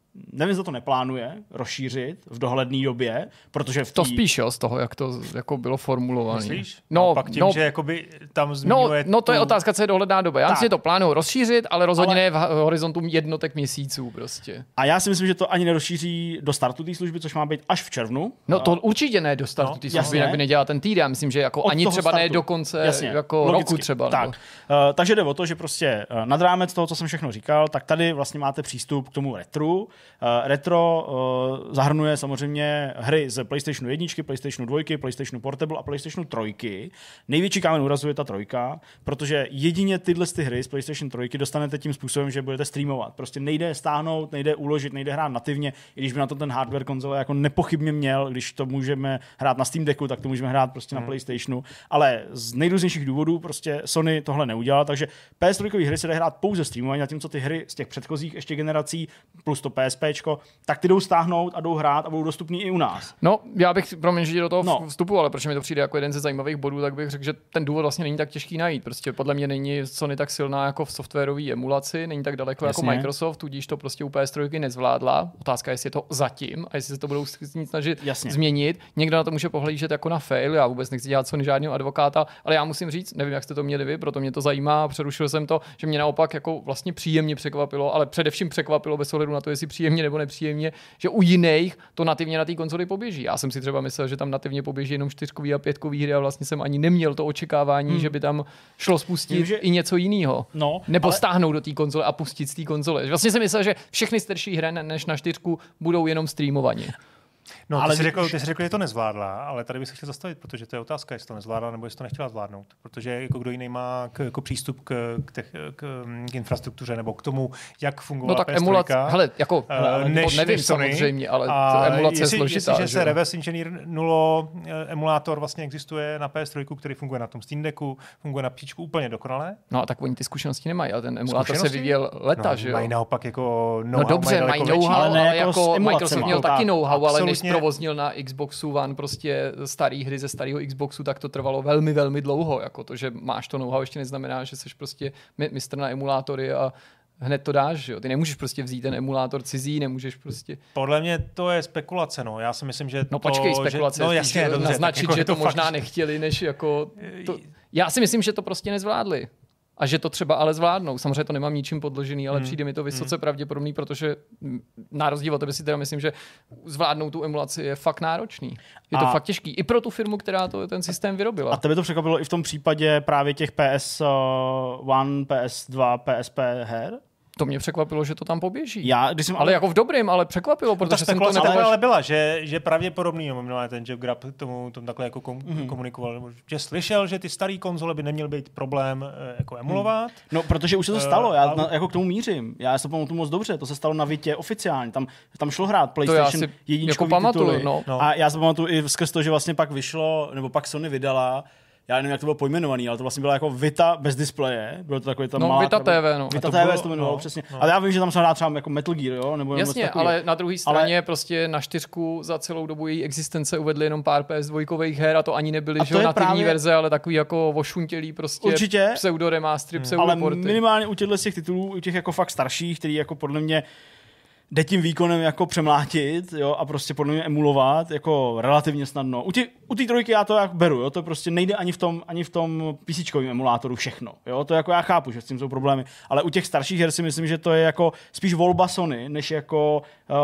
nevím, zda to neplánuje rozšířit v dohledné době, protože to spíš, jo, z toho, jak to jako bylo formulované. Myslíš? No, a pak tím, že jakoby tam zmiňuje no to je otázka, co je dohledná doba. Já myslím, že to plánuju rozšířit, ale rozhodně ne v horizontu jednotek měsíců prostě. A já si myslím, že to ani nerozšíří do startu té služby, což má být až v červnu. No to určitě ne do startu té služby, jinak by nedělal ten týden. Já myslím, že jako ani třeba startu. Ne do konce jako roku třeba. Tak. Takže jde o to, že prostě nad rámec toho, co jsem všechno říkal, tak tady vlastně máte přístup k tomu retru. Retro zahrnuje samozřejmě hry z PlayStationu 1, PlayStationu 2, PlayStationu Portable a PlayStationu 3. Největší kámen úrazu je ta 3, protože jedině tyhle hry z PlayStation 3 dostanete tím způsobem, že budete streamovat. Prostě nejde stáhnout, nejde uložit, nejde hrát nativně, i když by na to ten hardware konzole jako nepochybně měl, když to můžeme hrát na Steam Decku, tak to můžeme hrát prostě na PlayStationu, ale z nejrůznějších důvodů prostě Sony tohle neudělala, takže PS3 hry se dá hrát pouze streamování, zatímco ty hry z těch předchozích ještě generací plus to PSPčko, tak ty jdou stáhnout a jdou hrát a budou dostupný i u nás. No, já bych, promiň, že do toho vstupu, ale protože mi to přijde jako jeden ze zajímavých bodů, tak bych řekl, že ten důvod vlastně není tak těžký najít. Prostě podle mě není Sony tak silná jako v softwarové emulaci, není tak daleko jako Microsoft, tudíž to prostě u PS3 nezvládla. Otázka je, jestli je to zatím a jestli se to budou snažit změnit. Někdo na to může pohlížet jako na fail, já vůbec nechci dělat Sony žádného advokáta, ale já musím říct, nevím, jak jste to měli vy, proto mě to zajímá, přerušil jsem to, že mě naopak jako vlastně příjemně překvapilo, ale především překvapilo bez ohledu na to, jestli příjemně nebo nepříjemně, že u jiných to nativně na té konzoli poběží. Já jsem si třeba myslel, že tam nativně poběží jenom 4 a 5 hry a vlastně jsem ani neměl to očekávání, že by tam šlo spustit i něco jiného. No, nebo stáhnout do té konzole a pustit z té konzole. Vlastně jsem myslel, že všechny starší hry než na 4 budou jenom streamovaní. No, ale ty jsi řekl, že to nezvládla, ale tady bych se chtěl zastavit, protože to je otázka, jestli to nezvládla nebo jestli to nechtěla zvládnout. Protože jako kdo jiný má jako přístup k infrastruktuře nebo k tomu, jak fungovala PS3. No tak emulace, nevím samozřejmě, ale emulace je složitá. Jestliže se reverse engineer nulo emulátor vlastně existuje na PS3, který funguje na tom Steam Decku, funguje na píčku úplně dokonale. No a tak oni ty zkušenosti nemají, ale ten emulátor se vyvíjel leta, že jo? Mají naopak jako know-how. No dobře, mají know-how, ale jako Microsoft měl taky know-how, ale než provoznil na Xboxu One prostě starý hry ze starého Xboxu, tak to trvalo velmi, velmi dlouho. Jako to, že máš to know-how, ještě neznamená, že jsi prostě mistr na emulátory a hned to dáš, jo. Ty nemůžeš prostě vzít ten emulátor cizí, nemůžeš prostě... Podle mě to je spekulace, no. Já si myslím, že no počkej, spekulace. No jasně, dobře, naznačit, jako že to možná fakt, nechtěli, než jako... Já si myslím, že to prostě nezvládli. A že to třeba ale zvládnou. Samozřejmě to nemám ničím podložený, ale přijde mi to vysoce pravděpodobný, protože na rozdíl od tebe si teda myslím, že zvládnout tu emulaci je fakt náročný. Je to fakt těžký. I pro tu firmu, která ten systém vyrobila. A tebe to překvapilo i v tom případě právě těch PS1, PS2, PSP her? To mě překvapilo, že to tam poběží. Ale jako v dobrým, ale překvapilo, protože jsem to nevěděl. Ale byla, že pravděpodobný, minulé ten Jeff Grubb tomu takhle jako komunikoval, že slyšel, že ty staré konzole by neměl být problém jako emulovat. No, protože už se to stalo, já jako k tomu mířím. Já se pamatuju moc dobře, to se stalo na Vitě oficiálně. Tam šlo hrát PlayStation jedničkový jako tituly. No. A já se pamatuju i skrz to, že vlastně pak vyšlo, nebo pak Sony vydala, já nevím, jak to bylo pojmenovaný, ale to vlastně byla jako Vita bez displeje. Bylo to takový tam malá... Vita TV, no. Vita TV se to jmenovalo, přesně. No. Ale já vím, že tam se hrát třeba jako Metal Gear, jo? Nebo jasně, ale na druhé straně prostě na 4 za celou dobu její existence uvedli jenom pár PS2 her a to ani nebyly že nativní verze, ale takový jako vošuntělý prostě pseudo-remastery, pseudo-porty. Ale minimálně u těchto těch titulů, u těch jako fakt starších, který jako podle mě jde tím výkonem jako přemlátit, jo, a prostě podle mě emulovat jako relativně snadno. U té trojky já to jak beru, jo, to prostě nejde ani v tom PCčkovém emulátoru všechno, jo, to jako já chápu, že s tím jsou problémy, ale u těch starších her si myslím, že to je jako spíš volba Sony, než jako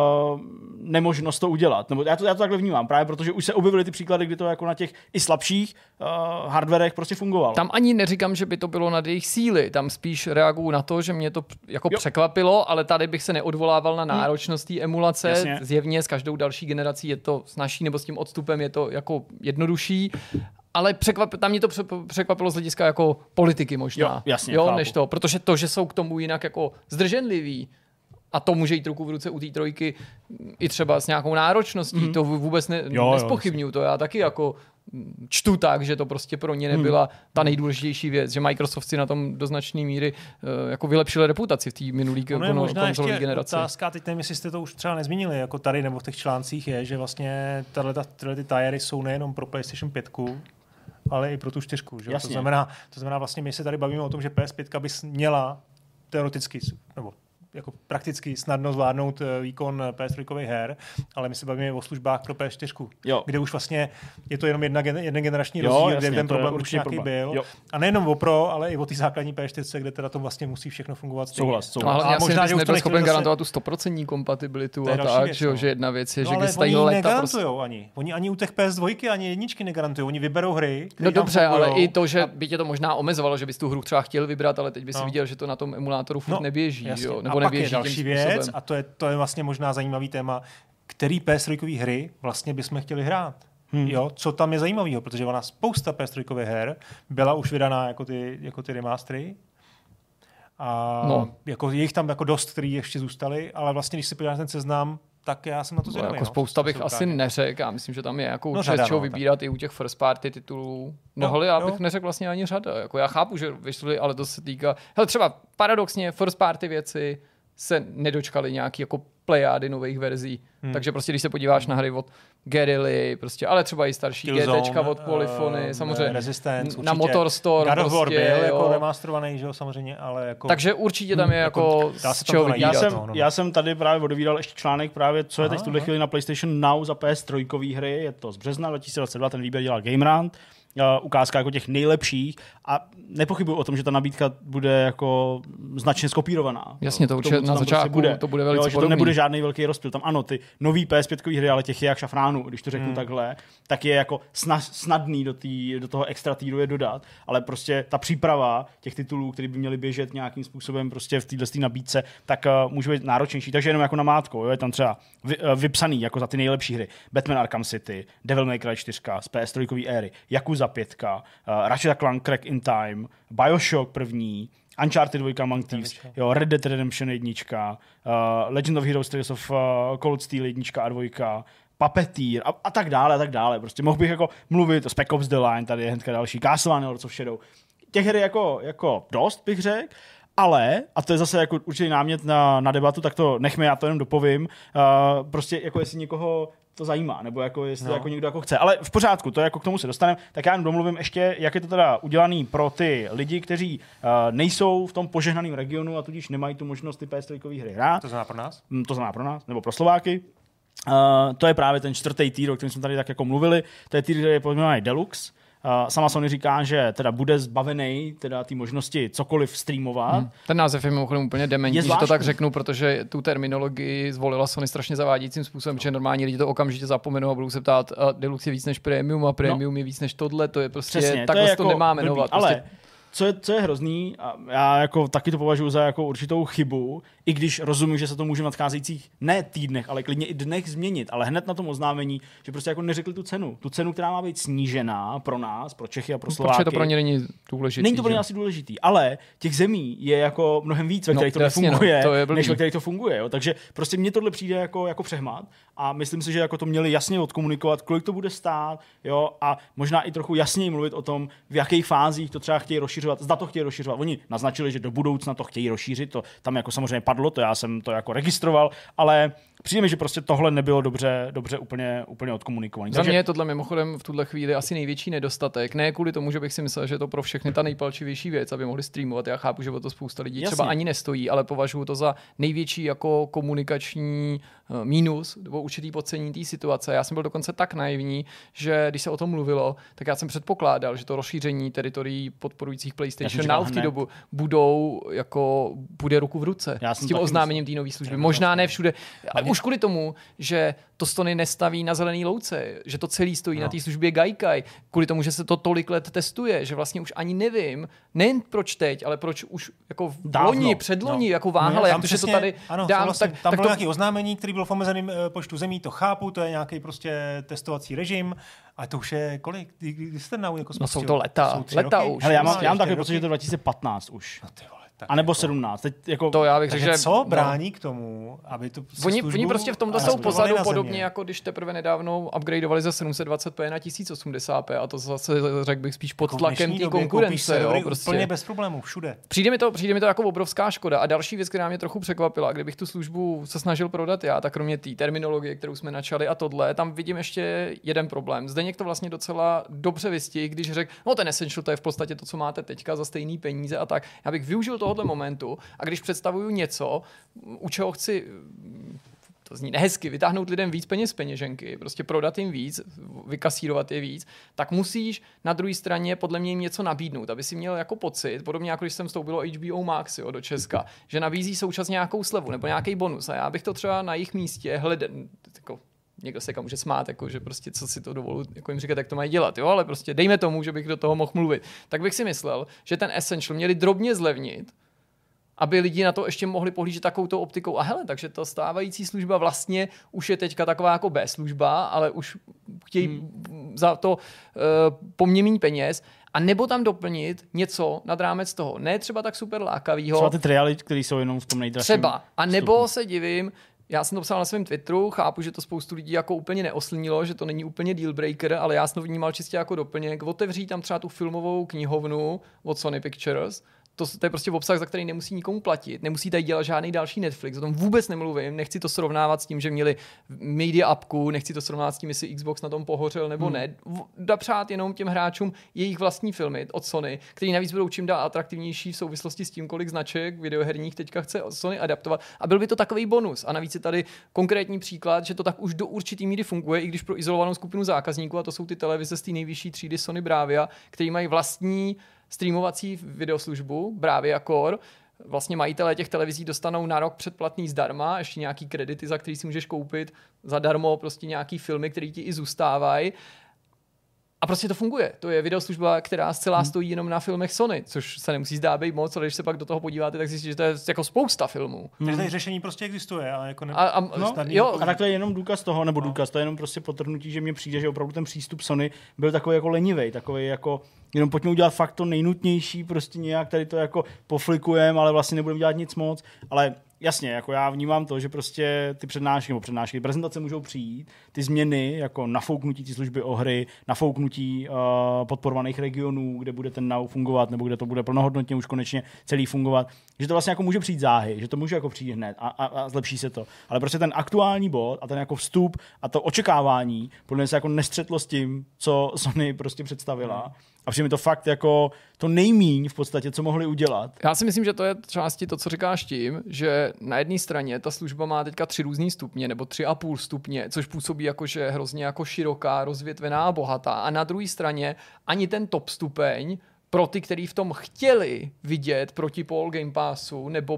nemožnost to udělat. Nebo já to takhle vnímám, právě protože už se objevily ty příklady, kdy to jako na těch i slabších hardwarech prostě fungovalo. Tam ani neříkám, že by to bylo nad jejich síly, tam spíš reaguju na to, že mě to jako překvapilo, ale tady bych se neodvolával na náročnost té emulace. Jasně. Zjevně s každou další generací je to snazší, nebo s tím odstupem je to jako jednodušší. Ale tam mě to překvapilo z hlediska jako politiky možná. Jo, jasně, než to, protože to, že jsou k tomu jinak jako zdrženliví, a to může jít ruku v ruce u té trojky i třeba s nějakou náročností, to vůbec nezpochybnuju, to já taky jako čtu tak, že to prostě pro ně nebyla ta nejdůležitější věc, že Microsoft si na tom do značné míry jako vylepšil reputaci v té minulé konzolové generaci. Otázka, teď nevím, jestli jste to už třeba nezmínili, jako tady nebo v těch článcích je, že vlastně tyhle ty tajery jsou nejenom pro PlayStation 5, ale i pro tu 4. Že? To znamená vlastně my se tady bavíme o tom, že PS5 by měla teoreticky, nebo jako prakticky snadno zvládnout výkon PS3 her, ale my se bavíme o službách pro PS4, kde už vlastně je to jenom jeden generační rozdíl, kde ten problém už nějaký byl. Jo. A nejenom o Pro, ale i o té základní PS4, kde teda to vlastně musí všechno fungovat stejně. Souhlas. Ale možná, že nebyl schopen garantovat tu 100% kompatibilitu a tak, že jedna věc je, že když tady leta negarantujou ani. Oni ani u těch PS2 ani jedničky negarantují. Oni vyberou hry. No dobře, ale i to, že by tě to možná omezovalo, že bys tu hru třeba chtěl vybrat, ale teď bys viděl, že to na tom emulátoru furt neběží, jo? Nebo a neběží pak je další věc, a to je vlastně možná zajímavý téma, který PS3 hry vlastně bychom chtěli hrát. Jo, co tam je zajímavého, protože ona spousta PS3 her byla už vydaná jako ty remastery. A jako je jich tam jako dost, který ještě zůstaly, ale vlastně, když si podíváš ten seznam, tak já jsem na to zvědavý. Jako spousta bych asi neřekl, já myslím, že tam je jako čeho vybírat i u těch first party titulů. Já bych neřekl vlastně ani řada. Jako já chápu, že vyšly, ale to se týká... Hele, třeba paradoxně first party věci se nedočkaly nějaký jako plejády nových verzí. Takže prostě, když se podíváš na hry od Guerrilla, prostě, ale třeba i starší GTčka od Polyphony, samozřejmě Resistance, na Motorstorm. God of War byl jako remasterovaný, že jo, samozřejmě, ale jako... Takže určitě tam je jako z čeho vybírat. Já jsem tady právě odevídal ještě článek právě, co je teď v tuhle chvíli na PlayStation Now za PS3 hry, je to z března 2022, ten výběr dělal GameRant. Ukázka jako těch nejlepších a nepochybuji o tom, že ta nabídka bude jako značně skopírovaná. Jasně, to určitě na začátku to bude velice že to nebude žádný velký rozptyl. Tam ano, ty nový PS5 hry, ale těch je jak šafránu, když to řeknu takhle, tak je jako snadný do toho extra týru je dodat, ale prostě ta příprava těch titulů, které by měly běžet nějakým způsobem prostě v této nabídce, tak může být náročnější. Takže jenom jako namátkou, je tam třeba vypsaný jako za ty nejlepší hry Batman Arkham City, Devil May Cry 4 z PS3 éry, Yakuza 5, Ratchet & Clank Crack in Time, BioShock první, Uncharted 2 Among Thieves, Red Dead Redemption 1, Legend of Heroes Tales of Cold Steel 1 a 2, Puppeteer a tak dále. Prostě mohl bych jako mluvit o Spec Ops The Line, tady je hnedka další, Castlevania Lords of Shadow. Těch her jako dost, bych řekl. Ale, a to je zase jako určitý námět na debatu, tak to nechme, já to jenom dopovím, prostě jako jestli někoho to zajímá, nebo jako jestli to jako někdo jako chce. Ale v pořádku, to jako k tomu se dostaneme, tak já jenom domluvím ještě, jak je to teda udělaný pro ty lidi, kteří nejsou v tom požehnaném regionu a tudíž nemají tu možnost ty PS3 hry hrát. To znamená pro nás? To znamená pro nás, nebo pro Slováky. To je právě ten 4. tier, o kterém jsme tady tak jako mluvili. To je tier, který je pojmenovaný Deluxe. Sama Sony říká, že teda bude zbavený teda ty možnosti cokoliv streamovat. Ten název je mimochodem úplně dementní, že to tak řeknu, protože tu terminologii zvolila Sony strašně zavádějícím způsobem, že normální lidi to okamžitě zapomenou a budou se ptát, Deluxe je víc než Premium a Premium je víc než tohle, to je prostě přesně, takhle to, jako to nemá jmenovat. Ale co je hrozný, a já jako taky to považuji za jako určitou chybu, i když rozumím, že se to může v nadcházejících ne týdnech, ale klidně i dnech změnit, ale hned na tom oznámení, že prostě jako neřekli tu cenu, která má být snížená pro nás, pro Čechy a pro Slováky. Protože to pro ně není důležitý. Není to pro ně asi důležitý, ale těch zemí je jako mnohem víc, ve kterých to nefunguje, než ve kterých to funguje. Jo? Takže prostě mně tohle přijde jako přehmat a myslím si, že jako to měli jasně odkomunikovat, kolik to bude stát, jo? A možná i trochu jasněji mluvit o tom, v jakých fázích to třeba chtějí rozšiřovat, zda to chtějí rozšiřovat. Oni naznačili, že do budoucna to chtějí rozšířit, to tam jako samozřejmě padlo, to já jsem to jako registroval, ale přijde mi, že prostě tohle nebylo dobře úplně odkomunikované. Za mě je tohle mimochodem v tuhle chvíli asi největší nedostatek. Ne kvůli tomu, že bych si myslel, že je to pro všechny ta nejpalčivější věc, aby mohli streamovat. Já chápu, že o to spousta lidí třeba ani nestojí, ale považuji to za největší jako komunikační mínus nebo určitý podcenění té situace. Já jsem byl dokonce tak naivní, že když se o tom mluvilo, tak já jsem předpokládal, že to rozšíření teritorií podporujících PlayStation Now v té dobu bude ruku v ruce s tím oznámením té nové služby. Možná ne všude. Už kvůli tomu, že to Sony nestaví na zelený louce, že to celý stojí na té službě Gaikai, kvůli tomu, že se to tolik let testuje, že vlastně už ani nevím, nejen proč teď, ale proč už jako předloni jako váhali, jak to, že to tady dám. Tam bylo nějaké oznámení, který byl v omezeném počtu zemí, to chápu, to je nějaký prostě testovací režim, ale to už je kolik? Kdy jste na jako jsou to leta už. Hele, já mám takový pocit, že to 2015 už. A nebo 17. Teď jako to já bych řekl, že co brání k tomu, aby to Oni prostě v tomto jsou pozadu podobně, jako když teprve nedávno upgradeovali ze 720p na 1080p a to zase řekl bych spíš pod tlakem té konkurence. Prostě. Úplně bez problémů, všude. Přijde mi to jako obrovská škoda. A další věc, která mě trochu překvapila, kdybych tu službu se snažil prodat já, tak kromě té terminologie, kterou jsme načali a tohle, tam vidím ještě jeden problém. Zdeněk to vlastně docela dobře vystihl, když řekl, no ten Essential, to je v podstatě to, co máte teďka za stejný peníze a tak. Já bych využil tohohle momentu a když představuju něco, u čeho chci, to zní nehezky, vytáhnout lidem víc peněz z peněženky, prostě prodat jim víc, vykasírovat je víc, tak musíš na druhé straně podle mě jim něco nabídnout, aby si měl jako pocit, podobně jako když jsem vstoupilo HBO Max do Česka, že nabízí současně nějakou slevu nebo nějaký bonus a já bych to třeba na jejich místě hledal, jako někdo se může smát, jako, že prostě co si to dovolu jako jim říkat, jak to mají dělat, jo, ale prostě dejme tomu, že bych do toho mohl mluvit. Tak bych si myslel, že ten Essential měli drobně zlevnit, aby lidi na to ještě mohli pohlížet takovouto optikou. A hele, takže ta stávající služba vlastně už je teďka taková jako B služba, ale už chtějí za to poměrně méně peněz. A nebo tam doplnit něco nad rámec toho. Ne třeba tak super lákavýho. Třeba ty triály, které jsou jenom v tom nejdražším. Třeba. A nebo se divím, já jsem to psal na svém Twitteru, chápu, že to spoustu lidí jako úplně neoslnilo, že to není úplně deal breaker, ale já jsem to vnímal čistě jako doplněk. Otevří tam třeba tu filmovou knihovnu od Sony Pictures. To je prostě obsah, za který nemusí nikomu platit, nemusí tady dělat žádný další Netflix, o tom vůbec nemluvím, nechci to srovnávat s tím, že měli media appku, nechci to srovnávat s tím, jestli Xbox na tom pohořel nebo ne. Dopřát jenom těm hráčům jejich vlastní filmy od Sony, který navíc budou čím dál atraktivnější v souvislosti s tím, kolik značek videoherních teďka chce Sony adaptovat. A byl by to takový bonus. A navíc je tady konkrétní příklad, že to tak už do určitý míry funguje, i když pro izolovanou skupinu zákazníků, a to jsou ty televize z té nejvyšší třídy Sony Bravia, který mají vlastní streamovací videoslužbu Bravia Core. Vlastně majitelé těch televizí dostanou na rok předplatný zdarma, ještě nějaký kredity, za který si můžeš koupit zadarmo, prostě nějaký filmy, které ti i zůstávají. A prostě to funguje. To je videoslužba, která zcela stojí jenom na filmech Sony, což se nemusí zdát být moc, ale když se pak do toho podíváte, tak zjistíte, že to je jako spousta filmů. Takže tady řešení prostě existuje, ale jako a tak to je jenom důkaz toho, nebo důkaz, to je jenom prostě podtrhnutí, že mně přijde, že opravdu ten přístup Sony byl takový jako lenivej, takový jako jenom pojďme udělat fakt to nejnutnější, prostě nějak tady to jako poflikujeme, ale vlastně nebudeme dělat nic moc, ale jasně, jako já vnímám to, že prostě ty přednášky, prezentace můžou přijít, ty změny, jako nafouknutí ty služby o hry, nafouknutí podporovaných regionů, kde bude ten now fungovat, nebo kde to bude plnohodnotně už konečně celý fungovat, že to vlastně jako může přijít záhy, že to může jako přijít hned a zlepší se to. Ale prostě ten aktuální bod a ten jako vstup a to očekávání podle mě se jako nestřetlo s tím, co Sony prostě představila. A přijde mi to fakt jako to nejmíň v podstatě, co mohli udělat. Já si myslím, že to je části to, co říkáš tím, že na jedné straně ta služba má teďka 3 různý stupně nebo 3,5 stupně, což působí jako, že je hrozně jako široká, rozvětvená a bohatá. A na druhé straně ani ten top stupeň pro ty, kteří v tom chtěli vidět protipol Game Passu nebo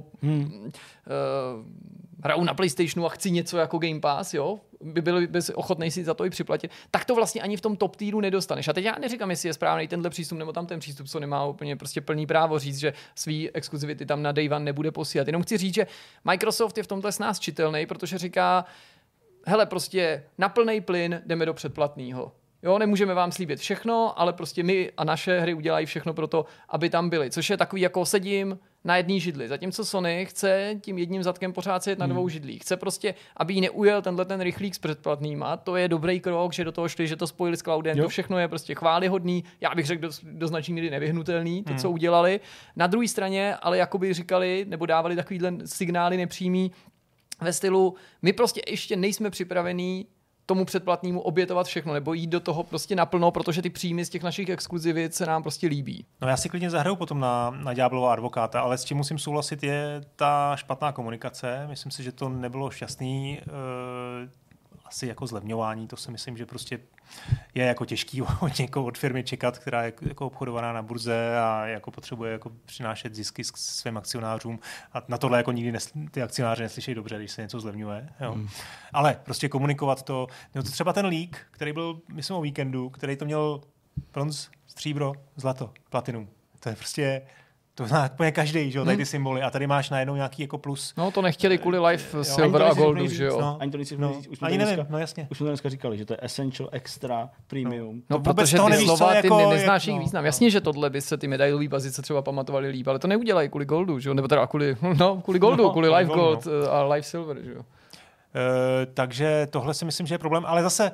hraju na PlayStationu a chci něco jako Game Pass, jo, by byli ochotný si za to i připlatit, tak to vlastně ani v tom top týru nedostaneš. A teď já neříkám, jestli je správný tenhle přístup nebo tam ten přístup, co nemá úplně prostě plný právo říct, že svý exkluzivity tam na Day One nebude posílat. Jenom chci říct, že Microsoft je v tomhle s nás čitelný, protože říká, hele, prostě na plnej plyn jdeme do předplatného. Jo, nemůžeme vám slíbit všechno, ale prostě my a naše hry udělají všechno pro to, aby tam byly. Což je takový, jako sedím na jedné židli. Zatímco Sony chce tím jedním zadkem pořád sedět na 2 židlích. Chce prostě, aby jí neujel ten rychlík s předplatnýma. To je dobrý krok, že do toho šli, že to spojili s cloudem. To všechno je prostě chvályhodný. Já bych řekl do značné míry nevyhnutelný, to, co udělali. Na druhé straně, ale jakoby říkali, nebo dávali takovýhle signály nepřímý ve stylu, my prostě ještě nejsme připravení tomu předplatnému obětovat všechno, nebo jít do toho prostě naplno, protože ty příjmy z těch našich exkluzivit se nám prostě líbí. No já si klidně zahraju potom na Ďáblova advokáta, ale s čím musím souhlasit je ta špatná komunikace. Myslím si, že to nebylo šťastný, asi jako zlevňování, to si myslím, že prostě je jako těžký od někoho, od firmy čekat, která je jako obchodovaná na burze a jako potřebuje jako přinášet zisky svým akcionářům a na tohle jako nikdy ty akcionáři neslyší dobře, když se něco zlevňuje. Jo. Ale prostě komunikovat to, no to třeba ten leak, který byl, myslím, o víkendu, který to měl bronz, stříbro, zlato, platinum. To je prostě to zná úplně každý, že jo, tady ty symboly. A tady máš najednou nějaký jako plus. No to nechtěli kvůli live silver a goldu, že jo. No, ani to nejsi ani nevím, no jasně. Už jsme to dneska říkali, že to je essential, extra, premium. No protože ty slova, ty neznáš jejich význam. Jasně, že tohle by se ty medailový bazice třeba pamatovali líp, ale to neudělají kvůli goldu, že jo, nebo teda kvůli goldu, kvůli live gold a live silver, že jo. Takže tohle si myslím, že je problém, ale zase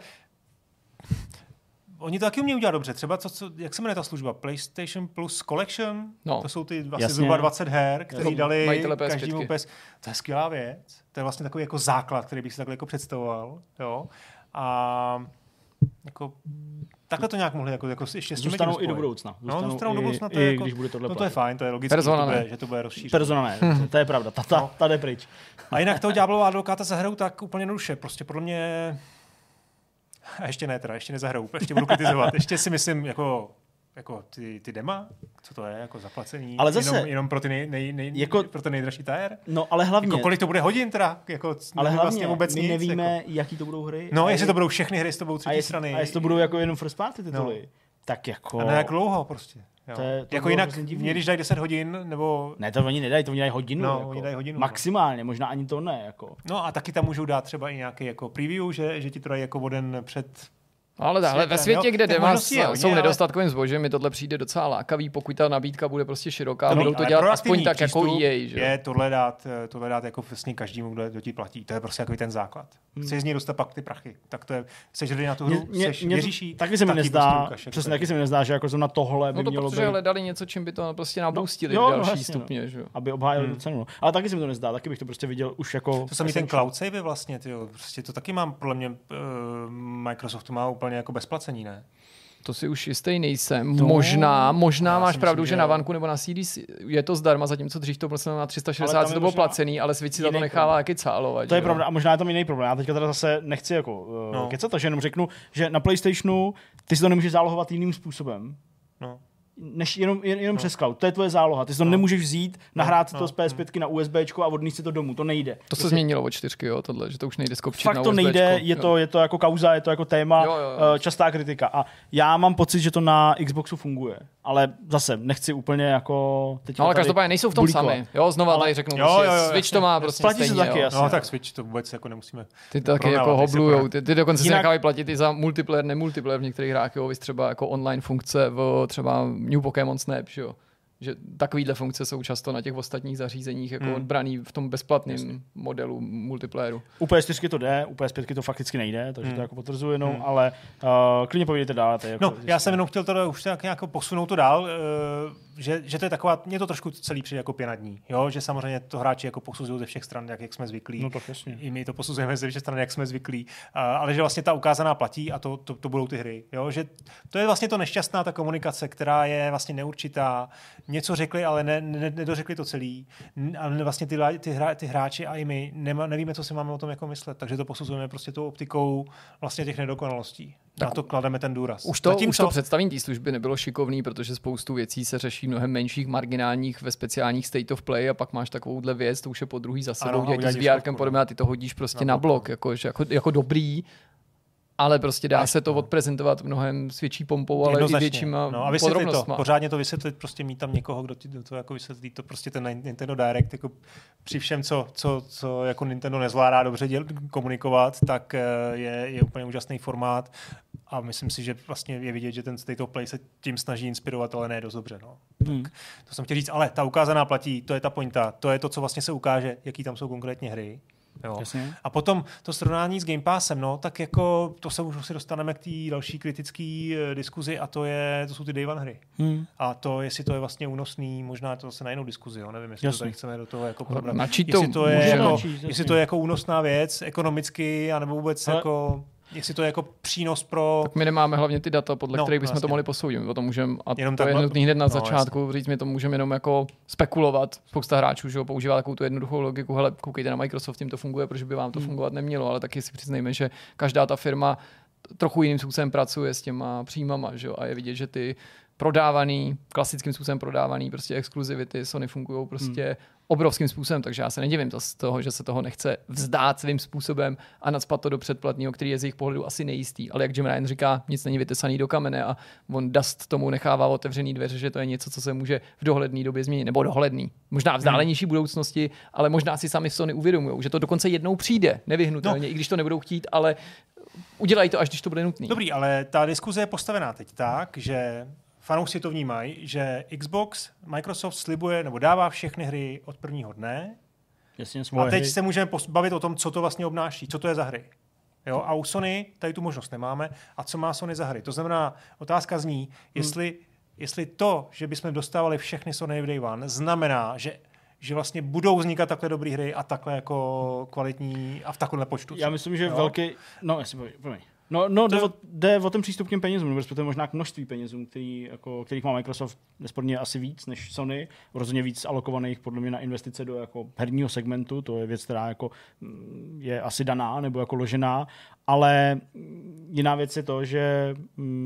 oni to taky umějí udělat dobře. Třeba, jak se jmenuje ta služba? PlayStation Plus Collection? No. To jsou ty vlastně zhruba 20 her, které dali každému PS. To je skvělá věc. To je vlastně takový jako základ, který bych si takhle jako představoval. Jo? A jako takhle to nějak mohli jako ještě s tím zůstanou i do budoucna. Zůstanou do budoucna, to je jako, když bude tohle to je fajn, to je logické, že to bude rozšířit. Persona ne, to je pravda, ta jde pryč. A jinak toho Ďáblova advokáta zahrajou tak úplně jednoduše, prostě podle mě a ještě nezahrajou, ještě budu kritizovat, ještě si myslím jako ty dema, co to je, jako zaplacení, ale zase, jenom pro ty pro ten nejdražší tier. No, ale hlavně jako kolik to bude hodin teda, jako ale hlavně vlastně vůbec my nic, nevíme, jako. jaký to budou hry. No, jestli to budou všechny hry, jestli to budou třetí strany. A jestli to budou jako jenom first party tituly. No. Tak jako a ne jak dlouho prostě. Jo. To jako jinak, mě když dají 10 hodin, nebo... Ne, to oni nedají, to oni dají hodinu. No, jako. oni dají hodinu. Maximálně, možná ani to ne. Jako. No a taky tam můžou dát třeba i nějaký jako preview, že ti to dají jako o den před... Ale ve světě, kde dema jsou nedostatkovým zbožím, mi tohle přijde docela lákavý, pokud ta nabídka bude prostě široká, budou to dělat aspoň tak jako EA. Že? Je tohle dát jako vlastně každému, kdo ti platí. To je prostě jako ten základ. Chceš z něj dostat pak ty prachy. Tak to je, sežili na tu hru, věříš. Taky se mi nezdá, přesně taky se mi nezdá, že jako na tohle by mělo být. Protože hledali něco, čím by to prostě naboostili další stupně. Že? Aby obhájili tu cenu. Ale taky se mi to nezdá, taky bych to prostě viděl už jako... To samý ten cloud save vlastně, prostě to taky mám, podle mě Microsoft má úplně jako bezplacení. Ne? To si už jistý nejsem. Možná máš pravdu, že na vanku nebo na CD je to zdarma, zatímco dřív to prostě na 360 to bylo placený, ale Switch si za to nechává taky cálovat. To je pravda a možná je tam jiný problém. Já teďka teda zase nechci jako kecat, takže jenom řeknu, že na PlayStationu ty si to nemůžeš zálohovat jiným způsobem. No. Než jenom přes cloud. To je tvoje záloha. Ty si to nemůžeš vzít, nahrát si to z PS5 na USBčko a odníst si to domů. To nejde. To se změnilo od 4, jo, tohle, že to už nejde skopčit fakt na to USBčko. Nejde, je to jako kauza, je to jako téma, častá kritika. A já mám pocit, že to na Xboxu funguje. Ale zase nechci úplně jako... No, ale každopádně nejsou v tom sami. Jo, znova tady řeknu. Switch to má prostě platí se taky, no, tak Switch to vůbec jako nemusíme. Ty taky jako hoblujou. Ty dokonce si nechávají platit i za multiplayer, nemultiplayer v některých hrách, jo, třeba jako online funkce v třeba New Pokémon Snap, jo. Že takovýhle funkce jsou často na těch ostatních zařízeních jako odbraný v tom bezplatném modelu multiplayeru. U PS4 to jde, u PS5 to fakticky nejde, takže to jako potvrzuji jenom, ale klidně povídejte dál. Jako já jsem jenom chtěl to už tak nějak posunout to dál, že to je taková, mě to trošku celý přijde jako pěna dní, jo? Že samozřejmě to hráči jako posuzují ze všech stran, jak jsme zvyklí. No to jasně. I my to posuzujeme ze všech stran, jak jsme zvyklí, ale že vlastně ta ukázaná platí a to budou ty hry, jo? Že to je vlastně to nešťastná ta komunikace, která je vlastně neurčitá. Něco řekli, ale nedořekli to celý. Ale vlastně ty hráči a i my nevíme, co si máme o tom jako myslet, takže to posuzujeme prostě tou optikou vlastně těch nedokonalostí. Na to klademe ten důraz. Už to představení té služby nebylo šikovný, protože spoustu věcí se řeší mnohem menších, marginálních ve speciálních state of play a pak máš takovouhle věc, to už je po druhý za sebou, dělají to s VRkem podobně a ty to hodíš prostě na blok, jako dobrý. Ale prostě dá se to odprezentovat mnohem s větší pompou, ale i většíma podrobnostma. Pořádně to vysvětlit, prostě mít tam někoho, kdo to jako vysvětlí, to prostě ten Nintendo Direct, jako při všem, co jako Nintendo nezvládá dobře komunikovat, tak je úplně úžasný formát a myslím si, že vlastně je vidět, že ten State of Play se tím snaží inspirovat, ale ne dost dobře. No. Tak to jsem chtěl říct, ale ta ukázaná platí, to je ta pointa, to je to, co vlastně se ukáže, jaký tam jsou konkrétně hry. Jo. A potom to srovnání s Game Passem, no, tak jako to se už si dostaneme k té další kritické diskuzi a to jsou ty Day One hry. A to, jestli to je vlastně únosný, možná to zase na jinou diskuzi, jo, nevím, jestli to tady chceme do toho jako probrat. Jestli to je jako únosná věc ekonomicky, anebo vůbec jako... Jestli to je jako přínos pro... Tak my nemáme hlavně ty data, podle kterých bychom to mohli posoudit. My o tom můžeme, a jenom to je nutný hned na začátku, říct, my to můžeme jenom jako spekulovat. Spousta hráčů, že používá takovou tu jednoduchou logiku, hele, koukejte na Microsoft, tím to funguje, protože by vám to fungovat nemělo, ale taky si přiznejme, že každá ta firma trochu jiným způsobem pracuje s těma příjmama, že jo? A je vidět, že ty klasickým způsobem prodávaný prostě exkluzivity Sony fungují prostě obrovským způsobem, takže já se nedivím z toho, že se toho nechce vzdát svým způsobem a nacpat to do předplatného, který je z jejich pohledu asi nejistý. Ale jak Jim Ryan říká, nic není vytesaný do kamene a on Dust tomu nechává otevřený dveře, že to je něco, co se může v dohledné době změnit, nebo dohledný. Možná vzdálenější budoucnosti, ale možná si sami Sony uvědomují, že to dokonce jednou přijde, nevyhnutelně, i když to nebudou chtít, ale udělají to, až když to bude nutné. Dobrý, ale ta diskuze je postavená teď tak, že fanoušci to vnímají, že Xbox, Microsoft slibuje nebo dává všechny hry od prvního dne. Jasně, a teď se můžeme bavit o tom, co to vlastně obnáší, co to je za hry. Jo? A u Sony tady tu možnost nemáme. A co má Sony za hry? To znamená, otázka zní, jestli to, že bychom dostávali všechny Sony v Day One, znamená, že vlastně budou vznikat takhle dobré hry a takhle jako kvalitní a v takovémhle počtu. Já myslím, že velký... No, No jde o ten přístup k těm penězům, respektive možná k množství penězům, kterých má Microsoft nesporně asi víc než Sony, rozhodně víc alokovaných podle mě na investice do jako herního segmentu, to je věc, která jako je asi daná nebo jako ložená, ale jiná věc je to, že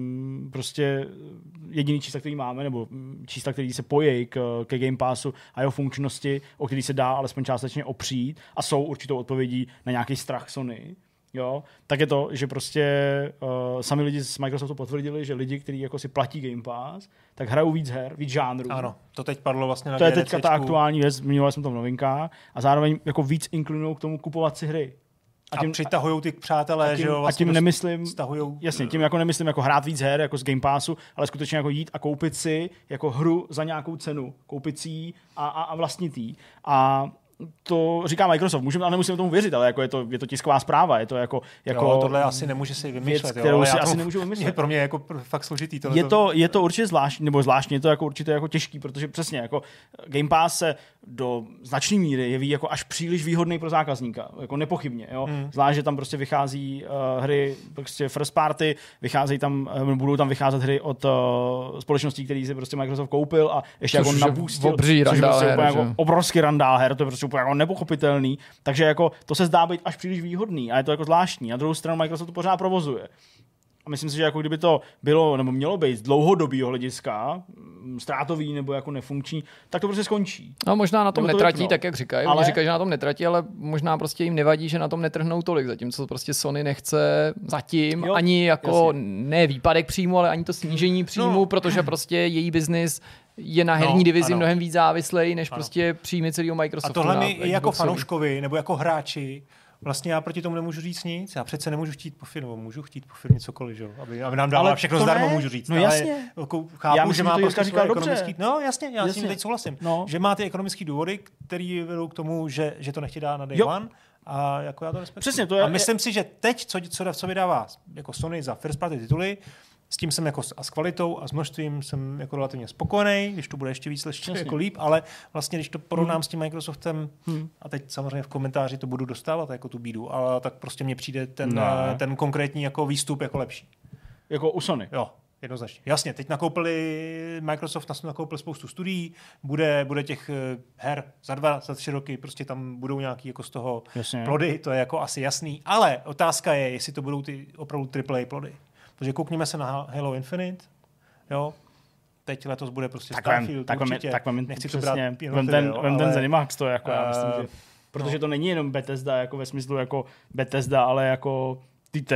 prostě jediný čísla, který máme, nebo čísla, který se pojejí ke Game Passu a jeho funkčnosti, o který se dá alespoň částečně opřít a jsou určitou odpovědí na nějaký strach Sony, jo, tak je to, že prostě sami lidi z Microsoftu potvrdili, že lidi, kteří jako si platí Game Pass, tak hrajou víc her, víc žánrů. Ano, to teď padlo vlastně na to je teďka ta aktuální věc, zmiňovali jsme to v novinkách, a zároveň jako víc inklinují k tomu kupovat si hry. A přitahujou ty přátelé, že jo, vlastně a tím nemyslím, stahujou. Jasně, tím jako nemyslím jako hrát víc her jako z Game Passu, ale skutečně jako jít a koupit si jako hru za nějakou cenu, koupit si ji a vlastnit ji. A to říká Microsoft, ale nemusíme tomu věřit, ale jako je to tisková zpráva, je to jako jo, tohle asi nemůže si vymýšlet, věc, kterou si asi nemůžu vymyslet. Je pro mě jako fakt složitý je to určitě zvláštní, je to jako určitě jako těžký, protože přesně jako Game Pass se do značné míry jeví jako až příliš výhodný pro zákazníka, jako nepochybně, jo. Zvlášť, že tam prostě vychází hry prostě first party, budou tam vycházet hry od společností, které si prostě Microsoft koupil a ještě což jako nabustil, což je prostě jako obrovský randál her, to je prostě úplně jako nepochopitelný, takže jako to se zdá být až příliš výhodný a je to jako zvláštní. Na druhou stranu Microsoft to pořád provozuje. A myslím si, že jako kdyby to bylo nebo mělo být z dlouhodobého hlediska ztrátový nebo jako nefunkční, tak to prostě skončí. No možná na tom netratí, tak jak říkají. Oni říkají, že na tom netratí, ale možná prostě jim nevadí, že na tom netrhnou tolik, zatímco prostě Sony nechce zatím ani jako ne výpadek příjmu, ale ani to snížení příjmu, protože prostě její biznis je na herní divizi mnohem víc závislej, než prostě příjmy celého Microsoftu. A tohle mi jako fanouškovi nebo jako hráči vlastně já proti tomu nemůžu říct nic. Já přece nemůžu chtít po firmě, můžu chtít po firmě cokoliv, že? Aby nám dala všechno zdarma, můžu říct. No jasně. Ale chápu, že má prostě říkal ekonomický. No jasně, já s tím teď souhlasím. No. Že má ty ekonomické důvody, které vedou k tomu, že to nechtějí dát na day one. A jako já to respektuji. Přesně, to je, a myslím si, že teď, co vydává jako Sony za first party tituly, s tím jsem jako a s kvalitou a s množstvím jsem jako relativně spokojený, když to bude ještě víc jako líp, ale vlastně když to porovnám s tím Microsoftem a teď samozřejmě v komentáři to budu dostávat jako tu bídu, ale tak prostě mně přijde ten konkrétní jako výstup jako lepší. Jako u Sony? Jo. Jednoznačně. Jasně, teď Microsoft nakoupil spoustu studií, bude těch her za 2, za 3 roky, prostě tam budou nějaký jako z toho plody, to je jako asi jasný, ale otázka je, jestli to budou ty opravdu AAA plody. Protože koukněme se na Halo Infinite, jo, teď letos bude prostě Starfield, určitě, nechci to brát ten Zenimax, to je jako, já myslím, že, protože to není jenom Bethesda, jako ve smyslu jako Bethesda, ale jako to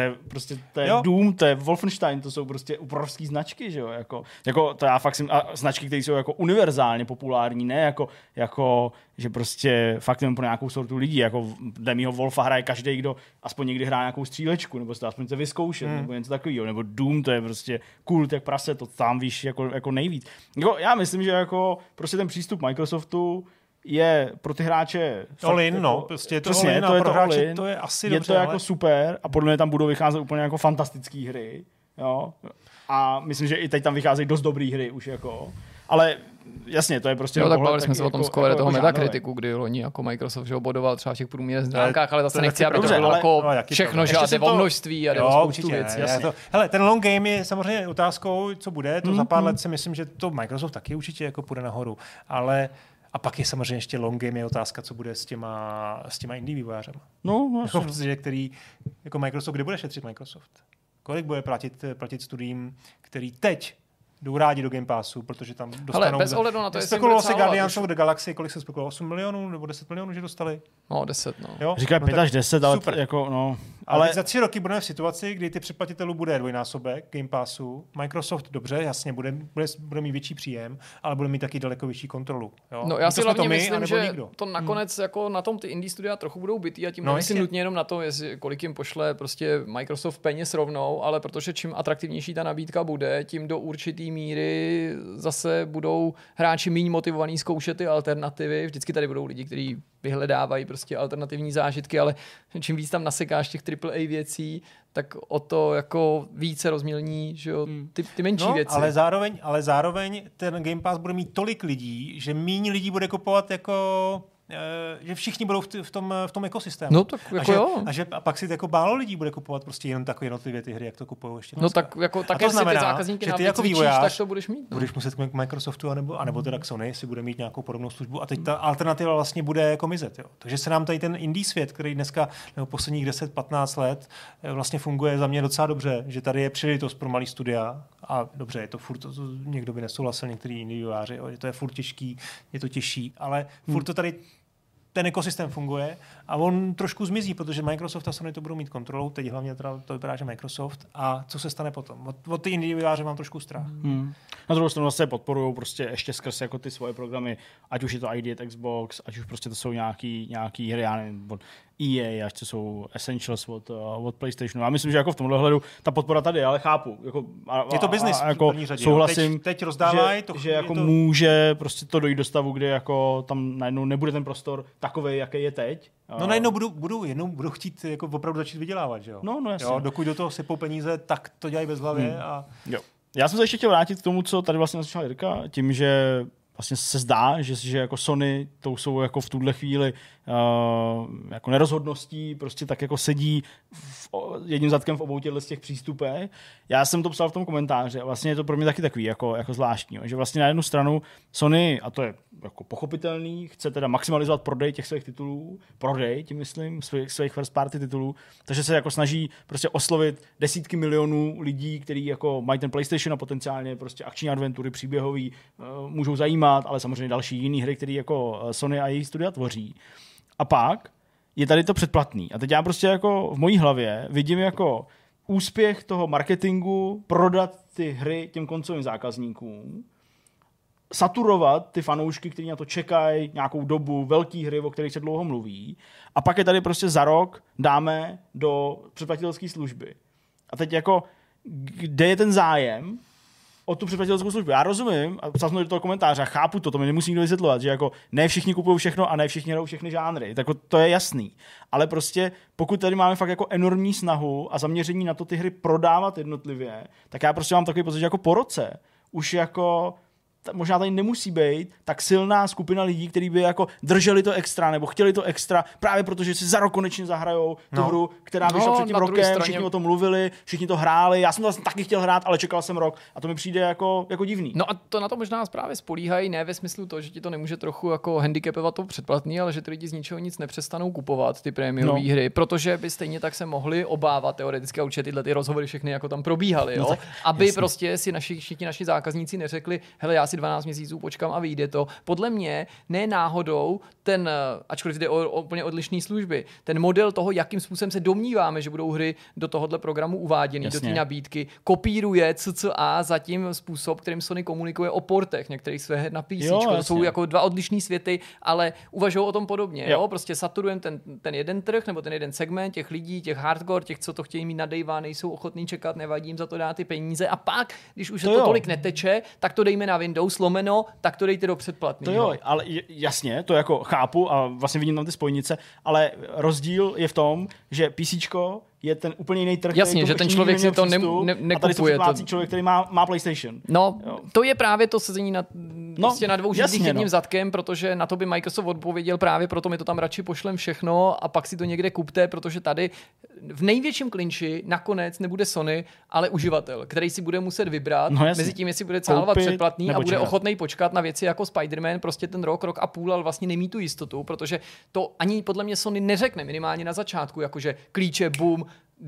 je Doom, to je Wolfenstein, to jsou prostě obrovský značky, že jo, jako to já fakt jsem, a značky, které jsou jako univerzálně populární, ne jako že prostě fakt jen pro nějakou sortu lidí, jako Demího Wolfa hraje každý, kdo aspoň někdy hrá nějakou střílečku, nebo to aspoň to vyzkoušet, nebo něco takového, nebo Doom, to je prostě kult jak prase, to tam víš jako nejvíc. Jako, já myslím, že jako prostě ten přístup Microsoftu je pro ty hráče all-in, no, prostě je to all-in a pro hráče to je asi dobře. Je to jako super a podle mě tam budou vycházet úplně jako fantastické hry, jo. A myslím, že i teď tam vycházejí dost dobrý hry už jako, ale jasně, to je prostě... Jo, tak bavili jsme se o tom skvěle toho Metakritiku, kdy loni jako Microsoft že bodoval třeba v těch průměrných stránkách, ale zase nechci, aby to bylo jako všechno, že jde o množství a jde o spoustu věcí. Hele, ten long game je samozřejmě otázkou, co bude, to za pár let si myslím, že to Microsoft taky určitě jako půjde nahoru, ale a pak je samozřejmě ještě long game, je otázka, co bude s těma indie vývojářem. No, jako protože který, jako Microsoft, kde bude šetřit Microsoft? Kolik bude platit studiím, který teď jdou rádi do Game Passu, protože tam dostanou... Ale bez ohledu na to, jestli spekulovalo se Guardians of the Galaxy, kolik se spekulovalo? 8 milionů nebo 10 milionů, že dostali? No, 10, no. Jo? Říkají 5 až 10, ale super. Jako, no. Ale za 3 roky budeme v situaci, kdy ty předplatitelů bude dvojnásobek Game Passu. Microsoft, dobře, jasně, bude mít větší příjem, ale bude mít taky daleko větší kontrolu. Jo? No, já si hlavně myslím, že to nakonec jako na tom ty indie studia trochu budou bitý a tím nemyslím nutně jenom na to, kolik jim pošle prostě Microsoft peněz rovnou, ale protože čím atraktivnější ta nabídka bude, tím do určitý míry zase budou hráči méně motivovaní zkoušet ty alternativy. Vždycky tady budou lidi, kteří vyhledávají prostě alternativní zážitky, ale čím víc tam nasekáš těch AAA věcí, tak o to jako více rozmělní, že jo, ty menší věci. Ale zároveň ten Game Pass bude mít tolik lidí, že méně lidí bude kupovat jako že všichni budou v tom ekosystému. No tak jako jo. A pak si jako málo lidí bude kupovat prostě jenom takové jednotlivě ty hry, jak to kupují ještě dneska. No tak jako také si ty zákazníky že ty jako vývojář, tak to budeš mít. No. Budeš muset k Microsoftu anebo teda k Sony, si bude mít nějakou podobnou službu a teď ta alternativa vlastně bude jako mizet. Jo. Takže se nám tady ten indie svět, který dneska nebo posledních 10-15 let vlastně funguje za mě docela dobře, že tady je příležitost pro malý studia a dobře, je to furt, někdo by nesouhlasil, některý jiný vývojáři, že to je furt těžký, je to těžší, ale furt to tady ten ekosystém funguje a on trošku zmizí, protože Microsoft a Sony to budou mít kontrolou, teď hlavně teda to vypadá, že Microsoft, a co se stane potom? Od ty indie vývojáře mám trošku strach. Na druhou stranu se podporují prostě ještě skrz jako ty svoje programy, ať už je to ID at Xbox, ať už prostě to jsou nějaký hry, já nevím, od EA, až to jsou Essentials od PlayStationu. Já myslím, že jako v tomhle hledu ta podpora tady, ale chápu. Jako, je to business jako v první řadě. Souhlasím, teď rozdávají, že jako může prostě to dojít do stavu, kde jako tam najednou nebude ten prostor takovej, jaký je teď. No najednou budou chtít jako opravdu začít vydělávat, že jo? No jasně. Jo, dokud do toho sypou peníze, tak to dělají bezhlavě. Jo. Já jsem se ještě chtěl vrátit k tomu, co tady vlastně naznačila Jirka, tím, že vlastně se zdá, že jako Sony to jsou jako v tuhle chvíli jako nerozhodností, prostě tak jako sedí jedním zadkem v obou z těch přístupech. Já jsem to psal v tom komentáři a vlastně je to pro mě taky takový jako zvláštní, že vlastně na jednu stranu Sony, a to je jako pochopitelný, chce teda maximalizovat prodej těch svých titulů, tím myslím, svých first party titulů, takže se jako snaží prostě oslovit desítky milionů lidí, kteří jako mají ten PlayStation a potenciálně prostě akční adventury, příběhový, můžou zajímat, ale samozřejmě další jiný hry, které jako Sony a její studia tvoří. A pak je tady to předplatný. A teď já prostě jako v mojí hlavě vidím jako úspěch toho marketingu prodat ty hry těm koncovým zákazníkům, saturovat ty fanoušky, kteří na to čekají nějakou dobu, velký hry, o kterých se dlouho mluví, a pak je tady prostě za rok dáme do předplatitelské služby. A teď jako, kde je ten zájem o tu předplatitelskou službu? Já rozumím, a psal jsem do toho komentáře, chápu to mi nemusí nikdo vysvětlovat, že jako ne všichni kupují všechno a ne všichni hrajou všechny žánry, tak to je jasný. Ale prostě pokud tady máme fakt jako enormní snahu a zaměření na to ty hry prodávat jednotlivě, tak já prostě mám takový pocit, že jako po roce už jako možná tady nemusí být tak silná skupina lidí, kteří by jako drželi to extra nebo chtěli to extra, právě protože si za rok konečně zahrajou tu hru, která vyšla před tím rokem, všichni o tom mluvili, všichni to hráli, já jsem to vlastně taky chtěl hrát, ale čekal jsem rok a to mi přijde jako divný. No a to na to možná právě spolíhají, ne ve smyslu to, že ti to nemůže trochu jako handicapovat to předplatný, ale že ty lidi z ničeho nic nepřestanou kupovat ty prémiové hry, protože by stejně tak se mohli obávat teoreticky a určitě tyhle ty rozhovory všechny jako tam probíhaly, jo? Aby jasný. Prostě si všichni naši zákazníci neřekli, hele, já si 12 měsíců počkám a vyjde to. Podle mě ne náhodou ten, ačkoliv jde o úplně odlišné služby, ten model toho, jakým způsobem se domníváme, že budou hry do tohohle programu uváděny, do té nabídky, kopíruje cca zatím způsob, kterým Sony komunikuje o portech některých svých her na PC. To jsou jako dva odlišný světy, ale uvažují o tom podobně. Jo? Prostě saturujeme ten jeden trh nebo ten jeden segment těch lidí, těch hardcore, těch, co to chtějí mít na day one, nejsou ochotní čekat, nevadí jim za to dát ty peníze a pak, když už to tolik neteče, tak to dejme na Windows, tak to dejte do předplatného. To jo, ale jasně, to jako chápu a vlastně vidím tam ty spojnice, ale rozdíl je v tom, že PCčko je ten úplně jiný trh. Jasně, že ten člověk si to nekupuje. A tady se připlácí člověk, který má PlayStation. No, to je právě to sezení na dvou židlích jedním zadkem, protože na to by Microsoft odpověděl právě, proto my to tam radši pošlem všechno a pak si to někde kupte, protože tady v největším klinči nakonec nebude Sony, ale uživatel, který si bude muset vybrat mezi tím, jestli bude cálovat předplatný a bude ochotný počkat na věci jako Spider-Man, prostě ten rok a půl, ale vlastně nemí tu jistotu, protože to ani podle mě Sony neřekne minimálně na začátku, jakože klíče, boom,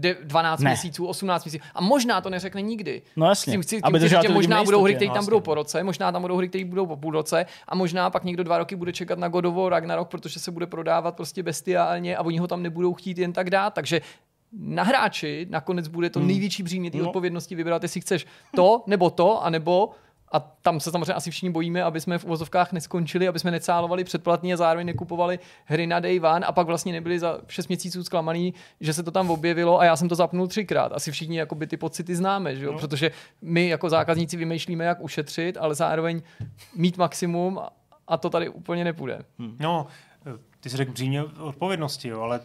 12 měsíců, 18 měsíců. A možná to neřekne nikdy. No jasně. Možná budou hry, které tam budou po roce, možná tam budou hry, které budou po půl roce a možná pak někdo 2 roky bude čekat na God of War Ragnarok, protože se bude prodávat prostě bestiálně a oni ho tam nebudou chtít jen tak dát. Takže na hráči nakonec bude to největší břímě té odpovědnosti vybrat, jestli chceš to, nebo to, anebo a tam se samozřejmě asi všichni bojíme, aby jsme v uvozovkách neskončili, aby jsme necálovali předplatný a zároveň nekupovali hry na day one a pak vlastně nebyli za 6 měsíců zklamaný, že se to tam objevilo a já jsem to zapnul 3krát. Asi všichni jakoby ty pocity známe, že jo? Protože my jako zákazníci vymýšlíme, jak ušetřit, ale zároveň mít maximum a to tady úplně nepůjde. No, ty jsi řekl břímě odpovědnosti, jo, ale tak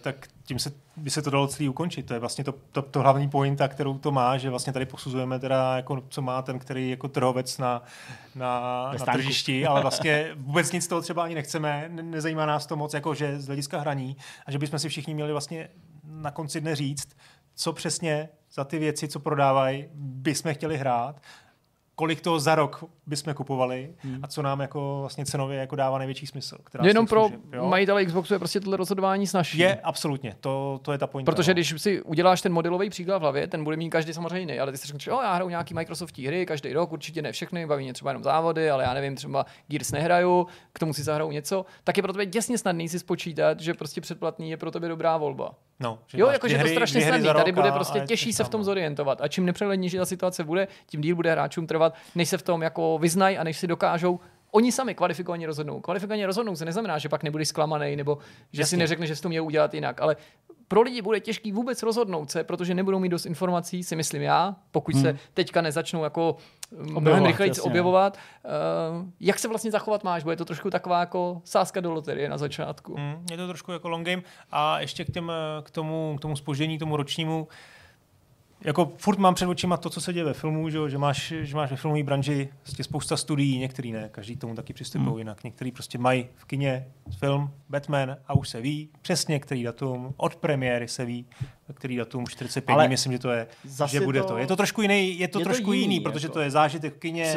tím by se to dalo celý ukončit. To je vlastně to hlavní pointa, kterou to má, že vlastně tady posuzujeme teda, jako, co má ten, který jako trhovec na tržišti, ale vlastně vůbec nic z toho třeba ani nechceme, nezajímá nás to moc, jako, že z hlediska hraní a že bychom si všichni měli vlastně na konci dne říct, co přesně za ty věci, co prodávají, bychom chtěli hrát, kolik toho za rok bychom kupovali a co nám jako vlastně cenově jako dává největší smysl. Jenom pro majitele Xboxu je prostě tohle rozhodování snažší. Je, absolutně. To je ta pointa. Protože když si uděláš ten modelový příklad v hlavě, ten bude mít každý samozřejmě jiný, ale ty si řekneš, já hraju nějaký Microsoftí hry každý rok, určitě ne všechny, baví mě třeba jenom závody, ale já nevím, třeba Gears nehraju, k tomu si zahraju něco, tak je pro tebe děsně snadný si spočítat, že prostě předplatný je pro tebe dobrá volba. No, jo, jakože to strašně snadný, tady bude prostě těžší se v tom zorientovat. A čím nepřehlednější ta situace bude, tím díl bude hráčům trvat, než se v tom jako vyznají a než si dokážou oni sami kvalifikovaně rozhodnou. Kvalifikovaně rozhodnou se neznamená, že pak nebudeš zklamaný nebo že si neřekneš, že jsi to měl udělat jinak, ale pro lidi bude těžký vůbec rozhodnout se, protože nebudou mít dost informací, si myslím já, pokud se teďka nezačnou jako mnohem rychleji objevovat. Jak se vlastně zachovat máš? Bude to trošku taková jako sázka do loterie na začátku. Je to trošku jako long game a ještě k tomu zpoždění, tomu ročnímu. Jako furt mám před očima to, co se děje ve filmu, že máš ve filmové branži spousta studií, některý ne, každý k tomu taky přistupují jinak. Některý prostě mají v kině film Batman a už se ví přesně, který datum, od premiéry se ví, který datum, 45 dní, myslím, že to je, že bude to. Je to trošku jiný, je to trošku jiný, protože jako to je zážitek v kině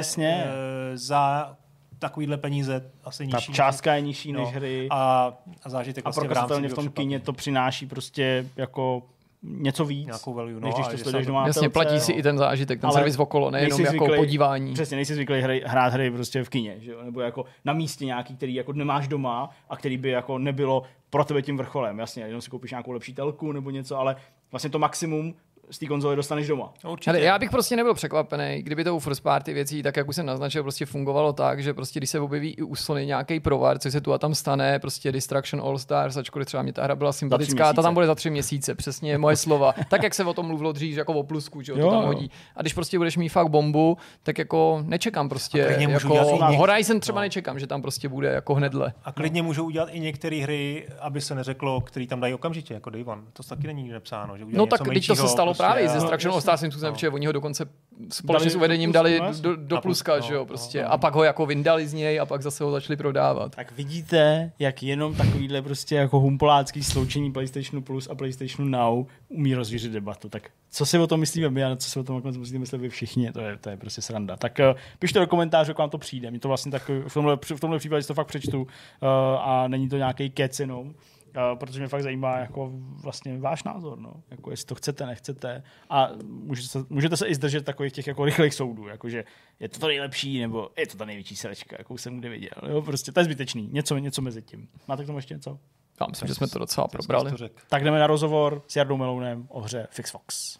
za takovýhle peníze asi nižší. Ta částka je nižší než hry. A zážitek vlastně v rámci v tom kině to přináší prostě jako něco víc, nějakou value, než když to sleduješ doma. Jasně, platí si i ten zážitek, ten servis okolo, nejenom jako podívání. Přesně, nejsi zvyklý hrát hry prostě v kině, že jo? Nebo jako na místě nějaký, který jako nemáš doma a který by jako nebylo pro tebe tím vrcholem. Jasně, jenom si koupíš nějakou lepší telku nebo něco, ale vlastně to maximum z té konzole dostaneš doma. Ale já bych prostě nebyl překvapený, kdyby to u first party věcí, tak jak už jsem naznačil, prostě fungovalo tak, že prostě když se objeví i u Sony nějaký provar, co se tu a tam stane, prostě Destruction All Stars, ačkoliv třeba mě ta hra byla sympatická, ta tam bude za 3 měsíce, přesně moje slova. Tak jak se o tom mluvilo dřív, jako o plusku, že jo, to tam hodí. A když prostě budeš mít fakt bombu, tak jako nečekám prostě jako Horizon třeba nečekám, že tam prostě bude jako hnedle. A klidně můžou udělat i některé hry, aby se neřeklo, který tam dají okamžitě, jako Day One. To taky není napsáno, že no tak když to se stalo právě s Destruction All Stars svým způsobem, protože oni ho dokonce společně s uvedením dali do pluska, že jo, prostě. A pak ho jako vyndali z něj a pak zase ho začali prodávat. Tak vidíte, jak jenom takovýhle prostě jako humpolácký sloučení PlayStationu Plus a PlayStationu Now umí rozvířit debatu. Tak co si o tom myslíme my a co si o tom musíte myslet vy všichni, to je prostě sranda. Tak pište do komentářů, jak vám to přijde. Mě to vlastně tak v tomhle případě si to fakt přečtu a není to nějaký kec jenom. Protože mě fakt zajímá jako vlastně váš názor, no. Jako jestli to chcete, nechcete a můžete se i zdržet takových těch jako rychlých soudů, jakože je to nejlepší nebo je to ta největší sračka, jakou jsem kde viděl. Jo, prostě to je zbytečný, něco mezi tím. Máte k tomu ještě něco? Já myslím, že jsme to docela probrali. Tak jdeme na rozhovor s Jardou Melounem o hře Fix Fox.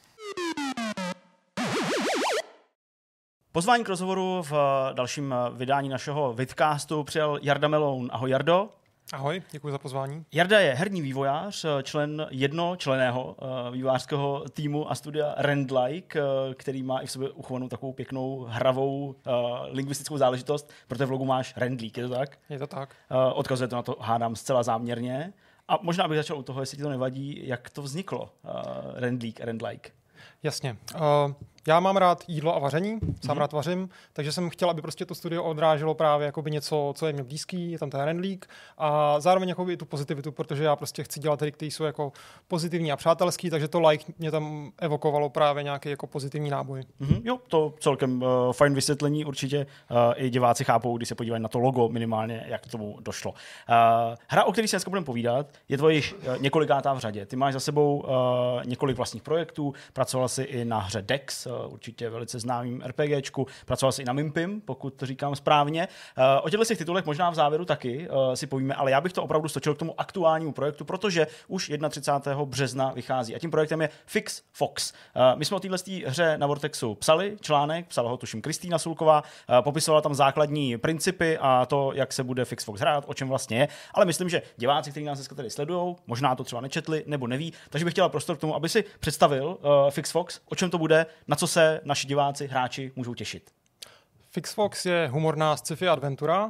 Pozvání k rozhovoru v dalším vydání našeho vidcastu přijal Jarda Meloun. Ahoj Jardo. Ahoj, děkuji za pozvání. Jarda je herní vývojář, člen jednočlenného vývojářského týmu a studia Randlike, který má i v sobě uchovanou takovou pěknou hravou lingvistickou záležitost, protože v logu máš Randlík, je to tak? Je to tak. Odkazuje to na to, hádám, zcela záměrně. A možná bych začal u toho, jestli ti to nevadí, jak to vzniklo, Randlík a Randlike. Jasně. Já mám rád jídlo a vaření, sám rád vařím, takže jsem chtěl, aby prostě to studio odráželo právě jakoby něco, co je mě blízký, je tam ten Randlík a zároveň jakoby i tu pozitivitu, protože já prostě chci dělat hry, které jsou jako pozitivní a přátelský, takže to like mě tam evokovalo právě nějaký jako pozitivní náboj. Jo, to celkem fajn vysvětlení, určitě i diváci chápou, když se podívají na to logo minimálně, jak k tomu došlo. Hra, o které si dneska budeme povídat, je tvoje již několikátá v řadě. Ty máš za sebou několik vlastních projektů, pracoval jsi i na hře Dex, určitě velice známým RPGčku. Pracoval jsi i na Mimpim, pokud to říkám správně. O těchto těch titulech možná v závěru taky si povíme, ale já bych to opravdu stočil k tomu aktuálnímu projektu, protože už 31. března vychází. A tím projektem je Fix Fox. My jsme o této hře na Vortexu psali článek, psala ho tuším Kristýna Sulková, popisovala tam základní principy a to, jak se bude Fix Fox hrát, o čem vlastně je. Ale myslím, že diváci, kteří nás dneska tady sledují, možná to třeba nečetli nebo neví, takže bych chtěla prostor k tomu, aby si představil Fix Fox, o čem to bude, na co se naši diváci, hráči můžou těšit. Fix Fox je humorná sci-fi adventura,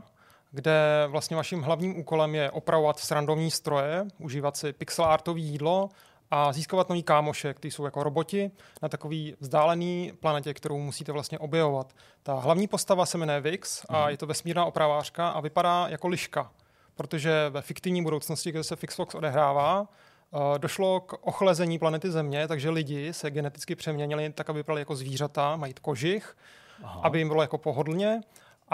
kde vlastně vaším hlavním úkolem je opravovat srandovní stroje, užívat si pixel artový jídlo a získávat nový kámoše, kteří jsou jako roboti na takový vzdálený planetě, kterou musíte vlastně objevovat. Ta hlavní postava se jmenuje Vix a je to vesmírná opravářka a vypadá jako liška, protože ve fiktivní budoucnosti, kde se Fixfox odehrává, došlo k ochlezení planety Země, takže lidi se geneticky přeměnili tak, aby vypadali jako zvířata, mají kožich, aby jim bylo jako pohodlně.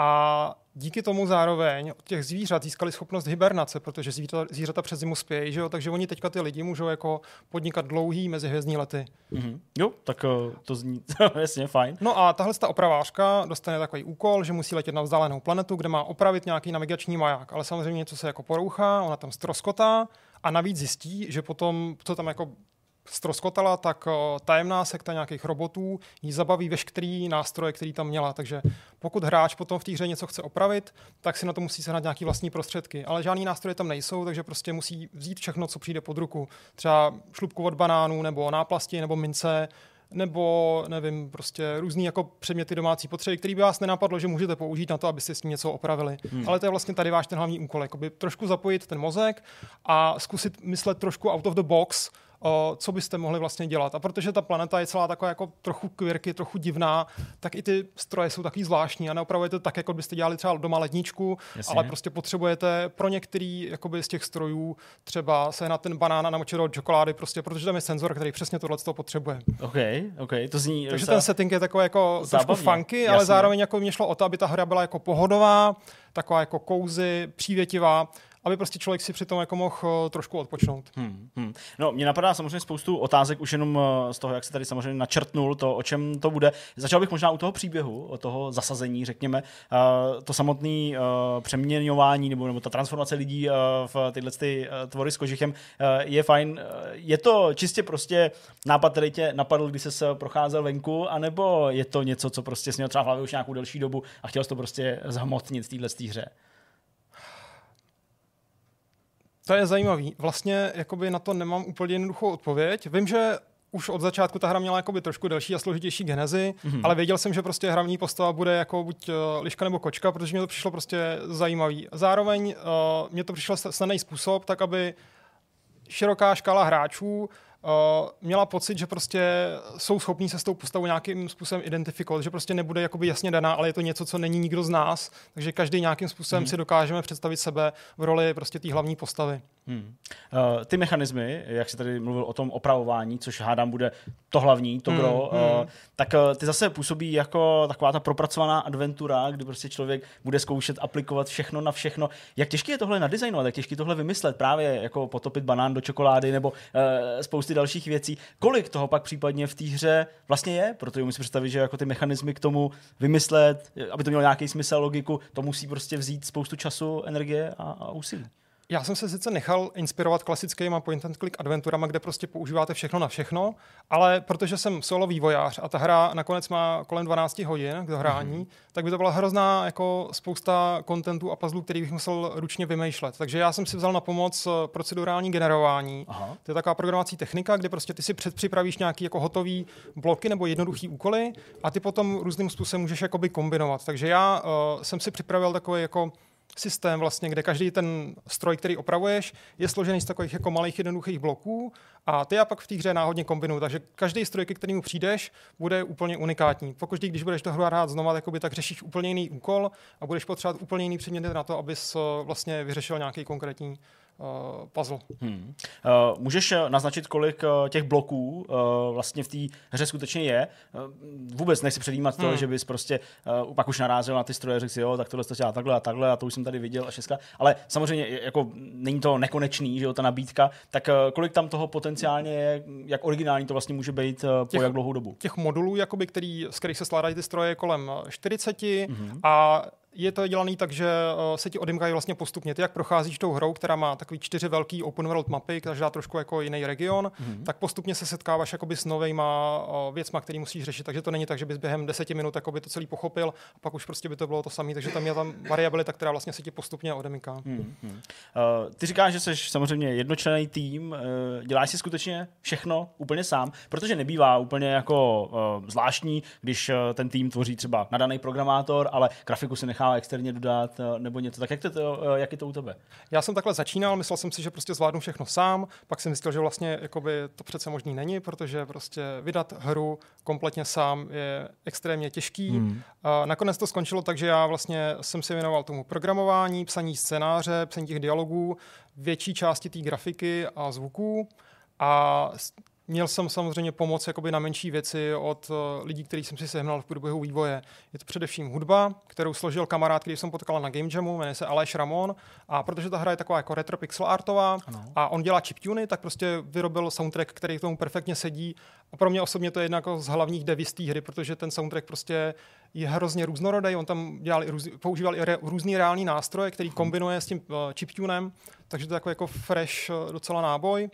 A díky tomu zároveň od těch zvířat získali schopnost hibernace, protože zvířata přes zimu spějí, že jo? Takže oni teďka ty lidi můžou jako podnikat dlouhý mezihvězdní lety. Jo, tak to zní jasně fajn. No a tahle ta opravářka dostane takový úkol, že musí letět na vzdálenou planetu, kde má opravit nějaký navigační maják, ale samozřejmě něco se jako porouchá, ona tam ztroskotá a navíc zjistí, že potom, co tam jako ztroskotala, tak tajemná sekta nějakých robotů jí zabaví veškerý nástroje, který tam měla. Takže pokud hráč potom v té hře něco chce opravit, tak si na to musí sehnat nějaký vlastní prostředky. Ale žádný nástroje tam nejsou, takže prostě musí vzít všechno, co přijde pod ruku. Třeba šlupku od banánů, nebo náplasti, nebo mince, nebo nevím, prostě různý jako předměty domácí potřeby, který by vás nenapadlo, že můžete použít na to, abyste s tím něco opravili. Ale to je vlastně tady váš ten hlavní úkol, jakoby trošku zapojit ten mozek a zkusit myslet trošku out of the box, co byste mohli vlastně dělat. A protože ta planeta je celá taková jako trochu quirky, trochu divná, tak i ty stroje jsou takový zvláštní a neopravujete tak, jako byste dělali třeba doma ledničku, ale prostě potřebujete pro některý jakoby z těch strojů třeba sehnat ten banán a namočit do čokolády, prostě, protože tam je senzor, který přesně tohle potřebuje. OK, to zní. Takže ten setting je takový jako trošku funky, jasně. ale zároveň jako mě šlo o to, aby ta hra byla jako pohodová, taková jako cozy, přívětivá, aby prostě člověk si přitom jako mohl trošku odpočnout. No, mě napadá samozřejmě spoustu otázek už jenom z toho, jak se tady samozřejmě načrtnul to, o čem to bude. Začal bych možná u toho příběhu, o toho zasazení, řekněme. To samotné přeměňování nebo ta transformace lidí v tyhle tvory s kožichem je fajn. Je to čistě prostě nápad, který tě napadl, když jsi procházel venku, anebo je to něco, co prostě jsi měl třeba v hlavě už nějakou delší dobu a chtěl jsi to prostě zhmotnit v téhle hře? To je zajímavý. Vlastně jakoby na to nemám úplně jednoduchou odpověď. Vím, že už od začátku ta hra měla jakoby trošku delší a složitější genezi, ale věděl jsem, že prostě hlavní postava bude jako buď liška nebo kočka, protože mi to přišlo prostě zajímavý. Zároveň mě to přišlo snadný způsob, tak aby široká škála hráčů měla pocit, že prostě jsou schopní se s tou postavou nějakým způsobem identifikovat, že prostě nebude jakoby jasně daná, ale je to něco, co není nikdo z nás, takže každý nějakým způsobem si dokážeme představit sebe v roli prostě té hlavní postavy. Ty mechanismy, jak jsi tady mluvil o tom opravování, což hádám bude to hlavní, to gro, tak ty zase působí jako taková ta propracovaná adventura, kdy prostě člověk bude zkoušet aplikovat všechno na všechno. Jak těžké je tohle nadizajnovat, jak těžké tohle vymyslet, právě jako potopit banán do čokolády nebo spousty dalších věcí. Kolik toho pak případně v té hře vlastně je? Protože musím představit, že jako ty mechanismy k tomu vymyslet, aby to mělo nějaký smysl, logiku, to musí prostě vzít spoustu času, energie a úsilí. Já jsem se sice nechal inspirovat klasickýma point-and-click adventurama, kde prostě používáte všechno na všechno, ale protože jsem solo vývojář a ta hra nakonec má kolem 12 hodin k dohrání, tak by to byla hrozná jako spousta kontentů a puzzlů, který bych musel ručně vymýšlet. Takže já jsem si vzal na pomoc procedurální generování. To je taková programovací technika, kde prostě ty si předpřipravíš nějaký jako hotový bloky nebo jednoduchý úkoly a ty potom různým způsobem můžeš jakoby kombinovat. Takže já jsem si připravil takový jako systém vlastně, kde každý ten stroj, který opravuješ, je složený z takových jako malých jednoduchých bloků a ty já pak v té hře náhodně kombinuju. Takže každý stroj, ke kterému přijdeš, bude úplně unikátní. Pokud když budeš to hru hrát znova, tak řešíš úplně jiný úkol a budeš potřebovat úplně jiný předmět na to, abys vlastně vyřešil nějaký konkrétní puzzle. Můžeš naznačit, kolik těch bloků vlastně v té hře skutečně je? Vůbec nechci předjímat to, že bys prostě pak už narážel na ty stroje, řekl si, jo, tak tohle to dělá takhle a to už jsem tady viděl a šestka. Ale samozřejmě jako není to nekonečný, že jo, ta nabídka, tak kolik tam toho potenciálně je, jak originální to vlastně může být po jak dlouhou dobu? Těch modulů, jakoby, z kterých se skládají ty stroje, je kolem 40 a je to dělaný tak, že se ti odemkají vlastně postupně. Ty, jak procházíš tou hrou, která má takový 4 velký open world mapy, každá trošku jako jiný region, tak postupně se setkáváš jakoby s novejma věcma, který musíš řešit. Takže to není tak, že bys během 10 minut jakoby to celý pochopil a pak už prostě by to bylo to samé. Takže tam je tam variabilita, která vlastně se ti postupně odemyká. Ty říkáš, že jsi samozřejmě jednočlenný tým, děláš si skutečně všechno úplně sám, protože nebývá úplně jako zvláštní, když ten tým tvoří třeba nadaný programátor, ale grafiku si nechá nechává externě dodat nebo něco. Tak jak je to u tebe? Já jsem takhle začínal, myslel jsem si, že prostě zvládnu všechno sám, pak jsem zjistil, že vlastně jakoby to přece možný není, protože prostě vydat hru kompletně sám je extrémně těžký. Nakonec to skončilo tak, že já vlastně jsem se věnoval tomu programování, psaní scénáře, psaní těch dialogů, větší části té grafiky a zvuků a měl jsem samozřejmě pomoc jakoby na menší věci od lidí, kterých jsem si sehnal v průběhu vývoje. Je to především hudba, kterou složil kamarád, který jsem potkal na Game Jamu, jmenuje se Aleš Ramon. A protože ta hra je taková jako retro pixel artová a on dělá chiptuny, tak prostě vyrobil soundtrack, který k tomu perfektně sedí. A pro mě osobně to je jedna jako z hlavních deviz té hry, protože ten soundtrack prostě je hrozně různorodý. On tam používal i různý reální nástroje, který kombinuje s tím chiptunem, takže to je jako fresh docela náboj.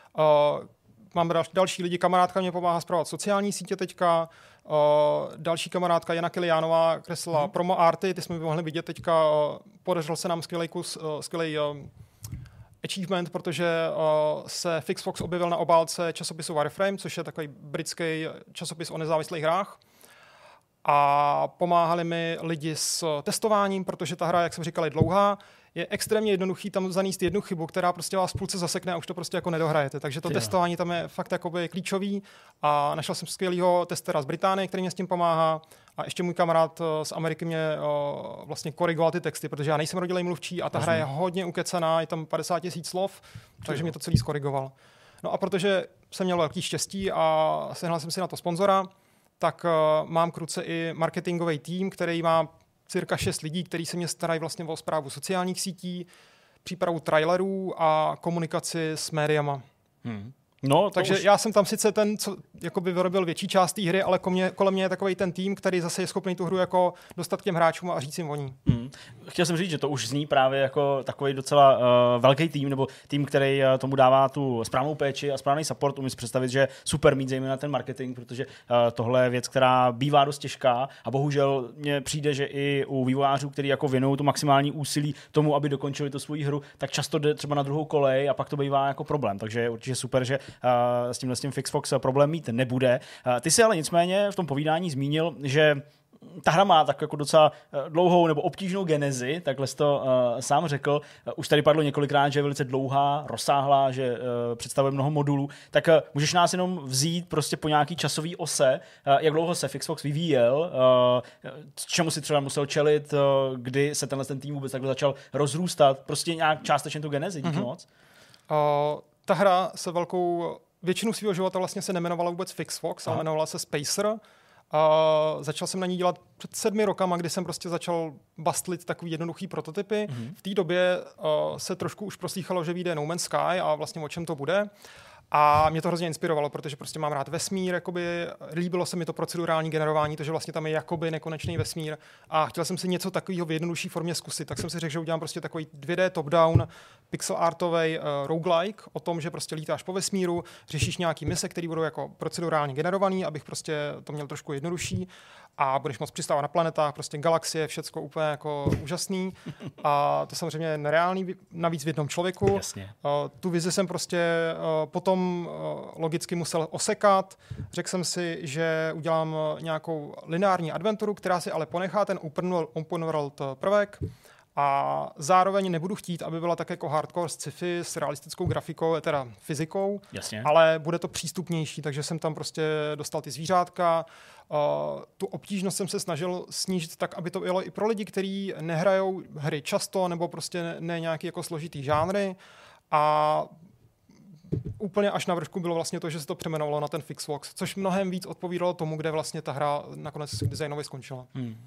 Mám další lidi, kamarádka mě pomáhá spravovat sociální sítě teďka, další kamarádka Jana Kiliánová kreslila promo arty, ty jsme mohli vidět teďka, podařil se nám skvělý achievement, protože se Fixfox objevil na obálce časopisu Warframe, což je takový britský časopis o nezávislých hrách. A pomáhali mi lidi s testováním, protože ta hra, jak jsem říkal, je dlouhá. Je extrémně jednoduchý tam zanést jednu chybu, která prostě vás v půlce zasekne a už to prostě jako nedohrajete. Takže to testování tam je fakt jakoby klíčový a našel jsem skvělýho testera z Británie, který mě s tím pomáhá a ještě můj kamarád z Ameriky mě vlastně korigoval ty texty, protože já nejsem rodilej mluvčí a ta hra je hodně ukecaná, je tam 50 000 slov, takže mě to celý skorigoval. No a protože jsem měl velký štěstí a sehnal jsem si na to sponzora, tak mám k ruce i marketingový tým, který má cirka 6 lidí, kteří se mě starají vlastně o správu sociálních sítí, přípravu trailerů a komunikaci s médiama. No, takže já jsem tam sice ten, co jakoby vyrobil větší část té hry, ale kolem mě je takový ten tým, který zase je schopný tu hru jako dostat k těm hráčům a říct jim o ní. Chtěl jsem říct, že to už zní právě jako takový docela velký tým, nebo tým, který tomu dává tu správnou péči a správný support. Umím si představit, že super mít zejména ten marketing, protože tohle je věc, která bývá dost těžká a bohužel mně přijde, že i u vývojářů, kteří jako věnují to maximální úsilí tomu, aby dokončili tu svoji hru, tak často jde třeba na druhou kolej a pak to bývá jako problém. Takže je určitě super, že s tím Fixfox problém mít nebude. Ty si ale nicméně v tom povídání zmínil, že ta hra má tak jako docela dlouhou nebo obtížnou genezi, takhle jsi to sám řekl. Už tady padlo několikrát, že je velice dlouhá, rozsáhlá, že představuje mnoho modulů. Tak můžeš nás jenom vzít prostě po nějaký časový ose, jak dlouho se Fixfox vyvíjel, čemu si třeba musel čelit, kdy se ten tým vůbec takhle začal rozrůstat, prostě nějak částečně tu genezi, díky moc. Ta hra se většinu svého života vlastně se nemenovala vůbec Fixfox, ale jmenovala se Spacer. Začal jsem na ní dělat před 7 rokama, kdy jsem prostě začal bastlit takový jednoduchý prototypy. V té době se trošku už proslýchalo, že vyjde No Man's Sky a vlastně o čem to bude. A mě to hrozně inspirovalo, protože prostě mám rád vesmír, jakoby, líbilo se mi to procedurální generování, to, že vlastně tam je jakoby nekonečný vesmír a chtěl jsem si něco takového v jednodušší formě zkusit, tak jsem si řekl, že udělám prostě takový 2D top-down pixel artový roguelike o tom, že prostě lítáš po vesmíru, řešíš nějaký mise, které budou jako procedurálně generovaný, abych prostě to měl trošku jednodušší a budeš moct přistávat na planetách, prostě galaxie, všecko úplně jako úžasný a to samozřejmě nereálný, navíc v jednom člověku. Tu vizi jsem prostě potom logicky musel osekat. Řekl jsem si, že udělám nějakou lineární adventuru, která si ale ponechá ten open world prvek a zároveň nebudu chtít, aby byla tak jako hardcore sci-fi s realistickou grafikou, teda fyzikou, ale bude to přístupnější, takže jsem tam prostě dostal ty zvířátka. Tu obtížnost jsem se snažil snížit tak, aby to bylo i pro lidi, kteří nehrajou hry často nebo prostě ne nějaký jako složitý žánry a úplně až na vršku bylo vlastně to, že se to přeměnovalo na ten Fixfox, což mnohem víc odpovídalo tomu, kde vlastně ta hra nakonec designově skončila.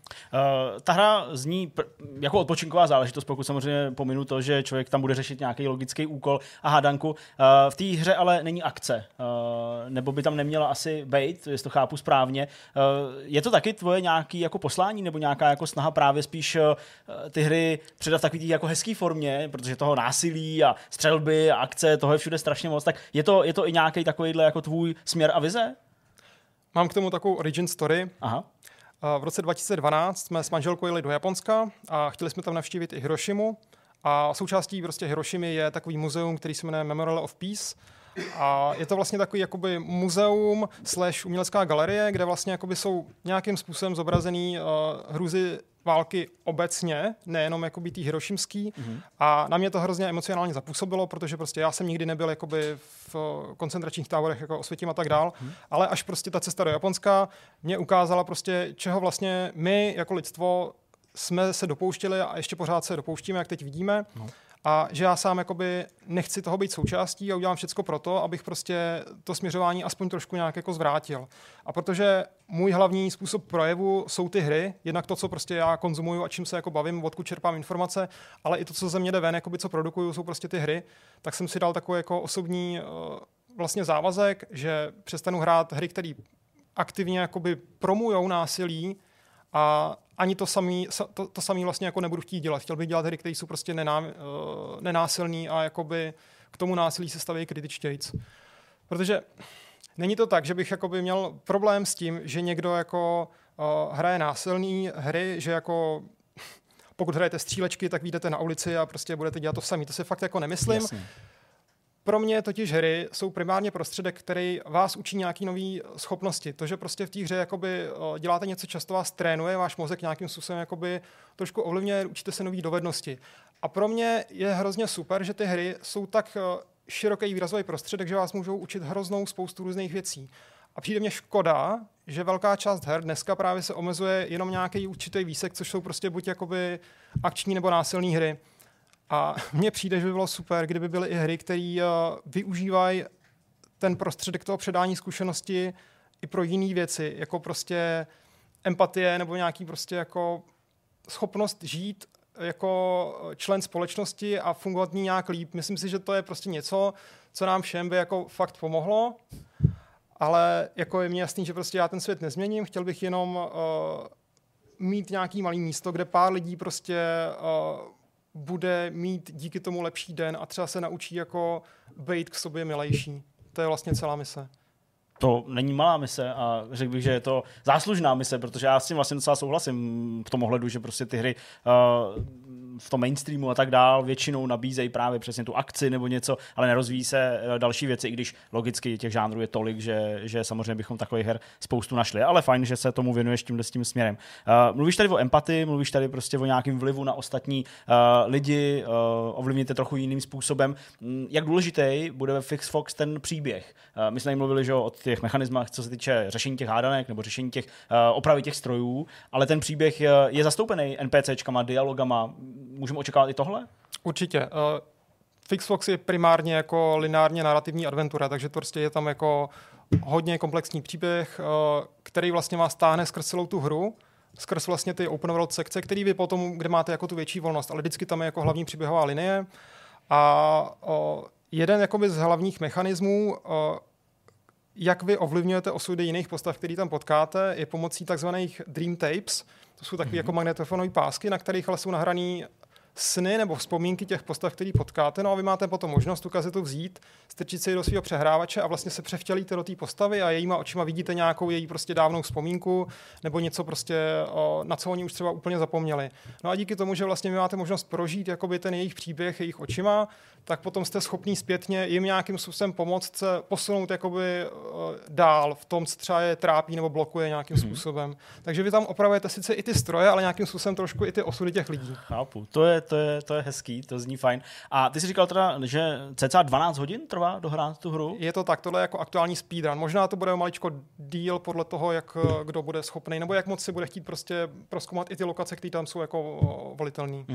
Ta hra zní jako odpočinková záležitost, pokud samozřejmě pominu to, že člověk tam bude řešit nějaký logický úkol a hádanku. V té hře ale není akce, nebo by tam neměla asi být, jestli to chápu správně. Je to taky tvoje nějaké jako poslání, nebo nějaká jako snaha právě spíš ty hry předat v takový jako hezký formě, protože toho násilí a střelby a akce, toho je všude strašně moc, tak je to i nějaký takovýhle jako tvůj směr a vize? Mám k tomu takovou origin story. Aha. V roce 2012 jsme s manželkou jeli do Japonska a chtěli jsme tam navštívit i Hirošimu a součástí prostě Hirošimy je takový muzeum, který se jmenuje Memorial of Peace A je to vlastně takový jakoby muzeum / umělecká galerie, kde vlastně jakoby jsou nějakým způsobem zobrazený hrůzy války obecně, nejenom jakoby tý hirošimský. A na mě to hrozně emocionálně zapůsobilo, protože prostě já jsem nikdy nebyl jakoby v koncentračních táborech jako Osvětim a tak dál, ale až prostě ta cesta do Japonska mě ukázala prostě, čeho vlastně my jako lidstvo jsme se dopouštěli a ještě pořád se dopouštíme, jak teď vidíme. A že já sám jakoby nechci toho být součástí a udělám všecko pro to, abych prostě to směřování aspoň trošku nějak jako zvrátil. A protože můj hlavní způsob projevu jsou ty hry, jednak to, co prostě já konzumuju a čím se jako bavím, odkud čerpám informace, ale i to, co ze mě jde ven, jakoby co produkuju, jsou prostě ty hry, tak jsem si dal takový jako osobní vlastně závazek, že přestanu hrát hry, které aktivně jakoby promujou násilí, a ani to samý vlastně jako nebudu chtít dělat. Chtěl bych dělat hry, které jsou prostě nenásilný a jakoby k tomu násilí se staví kritičtějc. Protože není to tak, že bych jakoby měl problém s tím, že někdo jako hraje násilný hry, že jako pokud hrajete střílečky, tak vyjdete na ulici a prostě budete dělat to samý. To si fakt jako nemyslím. Jasně. Pro mě totiž hry jsou primárně prostředek, který vás učí nějaký nový schopnosti. To, že prostě v té hře jakoby děláte něco, často vás trénuje, váš mozek nějakým způsobem jakoby trošku ovlivňuje, učíte se nový dovednosti. A pro mě je hrozně super, že ty hry jsou tak široký výrazový prostředek, že vás můžou učit hroznou spoustu různých věcí. A přijde mně škoda, že velká část her dneska právě se omezuje jenom nějaký určitý výsek, což jsou prostě buď jakoby akční nebo násilné hry. A mně přijde, že by bylo super, kdyby byly i hry, které využívají ten prostředek toho předání zkušenosti i pro jiné věci, jako prostě empatie nebo nějaký prostě jako schopnost žít jako člen společnosti a fungovat ní nějak líp. Myslím si, že to je prostě něco, co nám všem by jako fakt pomohlo, ale jako je mi jasný, že prostě já ten svět nezměním, chtěl bych jenom mít nějaký malý místo, kde pár lidí prostě bude mít díky tomu lepší den a třeba se naučí jako být k sobě milejší. To je vlastně celá mise. To není malá mise a řekl bych, že je to záslužná mise, protože já s tím vlastně docela souhlasím v tom ohledu, že prostě ty hry v tom mainstreamu a tak dál většinou nabízejí právě přesně tu akci nebo něco, ale nerozvíjí se další věci, i když logicky těch žánrů je tolik, že samozřejmě bychom takových her spoustu našli, ale fajn, že se tomu věnuješ tím směrem. Mluvíš tady o empatii, mluvíš tady prostě o nějakém vlivu na ostatní lidi, ovlivníte trochu jiným způsobem. Jak důležitý bude ve Fix Fox ten příběh? My jsme mluvili, že o těch mechanismech, co se týče řešení těch hádanek nebo řešení těch opravy těch strojů, ale ten příběh je zastoupený NPCčkama, dialogama. Můžeme očekávat i tohle? Určitě. Fix Fox je primárně jako lineárně narrativní adventura, takže to prostě je tam jako hodně komplexní příběh, který vlastně vás táhne skrz celou tu hru, skrz vlastně ty open world sekce, který vy potom, kde máte jako tu větší volnost, ale vždycky tam je jako hlavní příběhová linie. A jeden jakoby z hlavních mechanismů, jak vy ovlivňujete osudy jiných postav, který tam potkáte, je pomocí takzvaných dream tapes. To jsou takové jako magnetofonové pásky, na kterých ale jsou nahraný sny nebo vzpomínky těch postav, který potkáte. No a vy máte potom možnost tu kazetu vzít, strčit si ji do svého přehrávače a vlastně se převtělíte do té postavy a jejíma očima vidíte nějakou její prostě dávnou vzpomínku nebo něco prostě, na co oni už třeba úplně zapomněli. No a díky tomu, že vlastně vy máte možnost prožít jakoby ten jejich příběh, jejich očima, tak potom jste schopní zpětně jim nějakým způsobem pomoct se posunout jakoby dál v tom, co třeba je trápí nebo blokuje nějakým způsobem. Takže vy tam opravujete sice i ty stroje, ale nějakým způsobem trošku i ty osudy těch lidí. Chápu, to je hezký, to zní fajn. A ty jsi říkal teda, že cca 12 hodin trvá dohrát tu hru? Je to tak, tohle je jako aktuální speedrun. Možná to bude maličko díl podle toho, jak kdo bude schopný, nebo jak moc si bude chtít prostě prozkoumat i ty lokace, které tam jsou jako volitelné.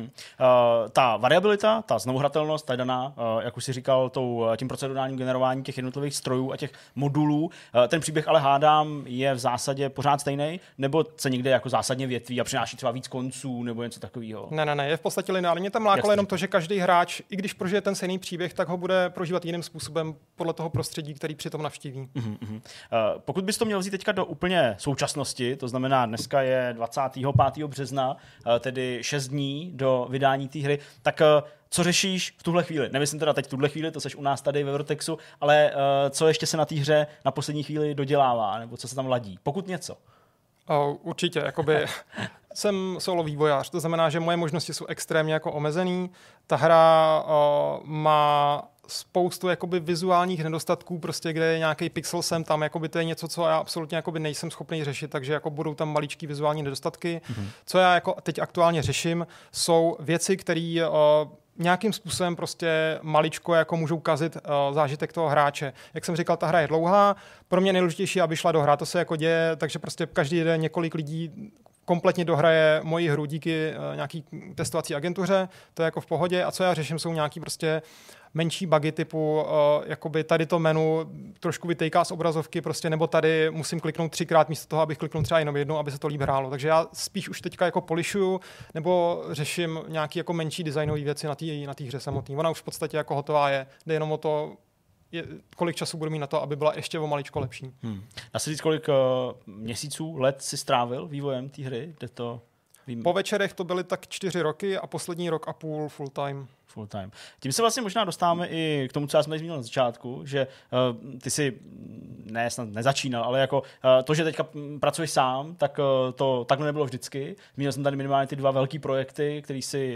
Ta variabilita, ta znovuhratelnost, ta je daná, jak už si říkal, tím procedurálním generováním těch jednotlivých strojů a těch modulů. Ten příběh ale hádám je v zásadě pořád stejný, nebo se někde jako zásadně větví a přináší třeba víc konců nebo něco takového? Ne, je v podstatě lineární. Mě tam lákalo jenom to, že každý hráč, i když prožije ten stejný příběh, tak ho bude prožívat jiným způsobem podle toho prostředí, který přitom navštíví. Pokud bys to měl vzít teďka do úplně současnosti, to znamená dneska je 25. března, tedy 6 dní do vydání té hry, tak co řešíš v tuhle chvíli? Nemyslím teda teď v tuhle chvíli, to seš u nás tady ve Vortexu, ale co ještě se na té hře na poslední chvíli dodělává, nebo co se tam ladí? Pokud něco. Určitě, jakoby jsem solo vývojář, to znamená, že moje možnosti jsou extrémně jako omezený. Ta hra má spoustu jakoby vizuálních nedostatků, prostě kde je nějaký pixel sem tam, jakoby to je něco, co já absolutně jakoby nejsem schopný řešit, takže jako budou tam maličký vizuální nedostatky. Co já jako teď aktuálně řeším, jsou věci, které nějakým způsobem prostě maličko jako můžou kazit zážitek toho hráče. Jak jsem říkal, ta hra je dlouhá, pro mě nejdůležitější, aby šla do hra, to se jako děje, takže prostě každý den několik lidí kompletně dohraje moji hru díky nějaký testovací agentuře, to je jako v pohodě a co já řeším, jsou nějaký prostě menší bugy typu jakoby tady to menu trošku vytejká z obrazovky prostě, nebo tady musím kliknout 3krát místo toho, abych kliknul třeba jenom jednou, aby se to líp hrálo. Takže já spíš už teďka jako polišuju nebo řeším nějaký jako menší designové věci na té hře samotné. Ona už v podstatě jako hotová je. Jde jenom o to, kolik času budu mít na to, aby byla ještě o maličko lepší. Dá se říct, kolik měsíců, let si strávil vývojem té hry? Jde to... Po večerech to byly tak 4 roky a poslední rok a půl full time. Full time. Tím se vlastně možná dostáváme i k tomu, co já jsem tady zmínil na začátku, že ty si snad nezačínal, ale jako to, že teďka pracuješ sám, tak to takhle nebylo vždycky. Zmínil jsem tady minimálně ty 2 velký projekty,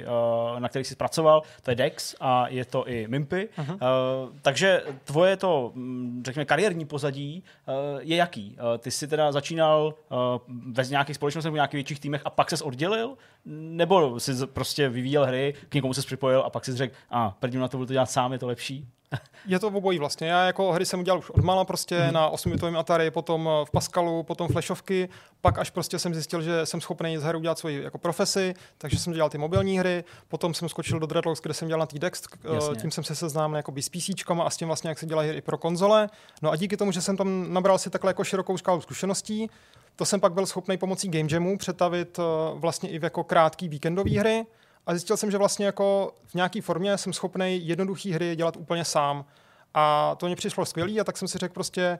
na kterých jsi pracoval, to je Dex a je to i Mimpy. Takže tvoje to, řekněme, kariérní pozadí je jaký? Ty jsi teda začínal ve nějakých společnostech, v nějakých větších týmech a pak ses oddělil? Nebo jsi prostě vyvíjel hry, k někomu ses připojil a pak si řekl, prvním na to budu to dělat sám, je to lepší? Je to obojí vlastně. Já jako hry jsem udělal už odmala prostě na 8-bitovém Atari, potom v Pascalu, potom flashovky, pak až prostě jsem zjistil, že jsem schopný z hry udělat svoji jako profesi, takže jsem dělal ty mobilní hry, potom jsem skočil do Dreadlocks, kde jsem dělal na tý Dex, tím jsem se seznámil jakoby s PCčkama a s tím vlastně, jak se dělají hry i pro konzole. No a díky tomu, že jsem tam nabral si takhle jako širokou škálu zkušeností, to jsem pak byl schopný pomocí Game Jamu přetavit vlastně i v jako krátký víkendové hry. A zjistil jsem, že vlastně jako v nějaké formě jsem schopný jednoduché hry dělat úplně sám. A to mě přišlo skvělý a tak jsem si řekl prostě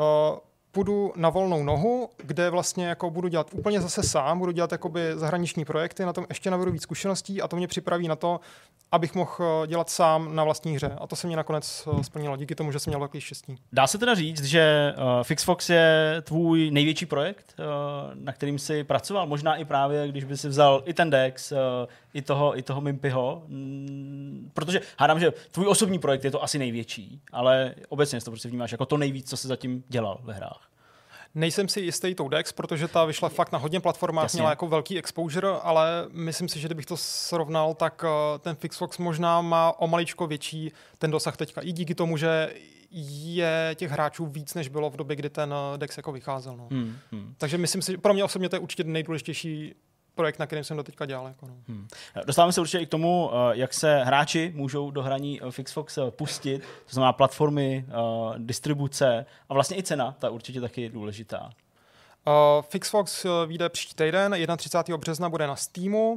půjdu na volnou nohu, kde vlastně jako budu dělat úplně zase sám, budu dělat jakoby zahraniční projekty, na tom ještě navedu víc zkušeností a to mě připraví na to, abych mohl dělat sám na vlastní hře. A to se mě nakonec splnilo díky tomu, že jsem měl velký štěstí. Dá se teda říct, že Fixfox je tvůj největší projekt, na kterým jsi pracoval? Možná i právě, když by si vzal i ten Dex, i toho Mimpyho, protože hádám, že tvůj osobní projekt je to asi největší, ale obecně to prostě vnímáš jako to nejvíc, co jsi zatím dělal ve hrách. Nejsem si jistý tou Dex, protože ta vyšla fakt na hodně platformách, Jasně. měla jako velký exposure, ale myslím si, že kdybych to srovnal, tak ten Fixfox možná má o maličko větší ten dosah teďka. I díky tomu, že je těch hráčů víc, než bylo v době, kdy ten Dex jako vycházel. No. Takže myslím si, že pro mě osobně to je určitě nejdůležitější projekt, na kterém jsem doteďka dělal. Jako no. Dostáváme se určitě i k tomu, jak se hráči můžou do hraní Fixfox pustit, to znamená platformy, distribuce a vlastně i cena, ta určitě taky je důležitá. Fixfox vyjde příští týden, 31. března bude na Steamu.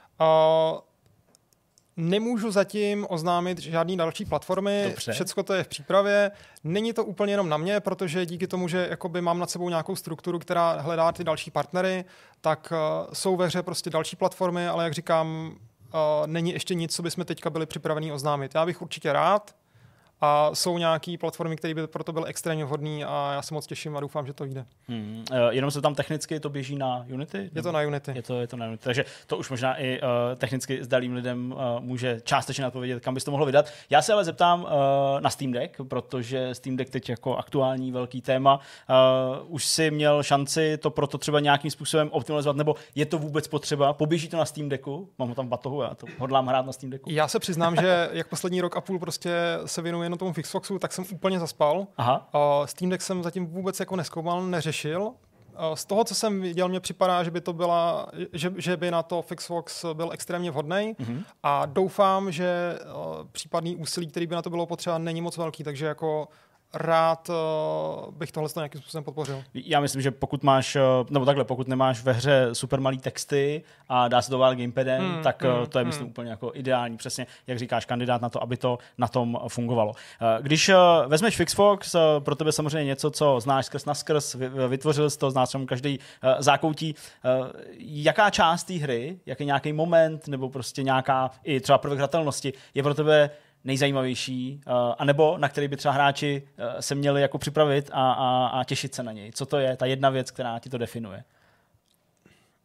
Nemůžu zatím oznámit žádný další platformy, Dobře. Všecko to je v přípravě. Není to úplně jenom na mě, protože díky tomu, že jakoby mám nad sebou nějakou strukturu, která hledá ty další partnery, tak jsou ve hře prostě další platformy, ale jak říkám, není ještě nic, co bychom teďka byli připraveni oznámit. Já bych určitě rád a jsou nějaké platformy, které by proto byly extrémně vhodné a já se moc těším a doufám, že to jde. Jenom se tam technicky to běží na Unity? Je to na Unity. Je to na Unity. Takže to už možná i technicky zdalým lidem může částečně odpovědět, kam bys to mohlo vydat. Já se ale zeptám na Steam Deck, protože Steam Deck teď jako aktuální velký téma. Už si měl šanci to proto třeba nějakým způsobem optimalizovat, nebo je to vůbec potřeba? Poběží to na Steam Decku? Mám ho tam v batohu, já to hodlám hrát na Steam Decku. Já se přiznám, že jak poslední rok a půl prostě se věnuji jenom tomu Fixfoxu, tak jsem úplně zaspal. Aha. Steam Deck jsem zatím vůbec jako nezkoumal, neřešil. Z toho, co jsem viděl, mně připadá, že by to byla, že by na to Fixfox byl extrémně vhodný a doufám, že případný úsilí, který by na to bylo potřeba, není moc velký, takže jako rád bych tohle nějakým způsobem podpořil. Já myslím, že pokud máš, nebo takhle, pokud nemáš ve hře super malý texty a dá se to ovládat gamepadem, tak to je myslím úplně jako ideální, přesně jak říkáš, kandidát na to, aby to na tom fungovalo. Když vezmeš Fixfox, pro tebe samozřejmě něco, co znáš skrz na skrz, vytvořil jsi to, znáš tam každý zákoutí. Jaká část té hry, jaký nějaký moment, nebo prostě nějaká i třeba prvek hratelnosti je pro tebe nejzajímavější, anebo na který by třeba hráči se měli jako připravit a těšit se na něj. Co to je ta jedna věc, která ti to definuje?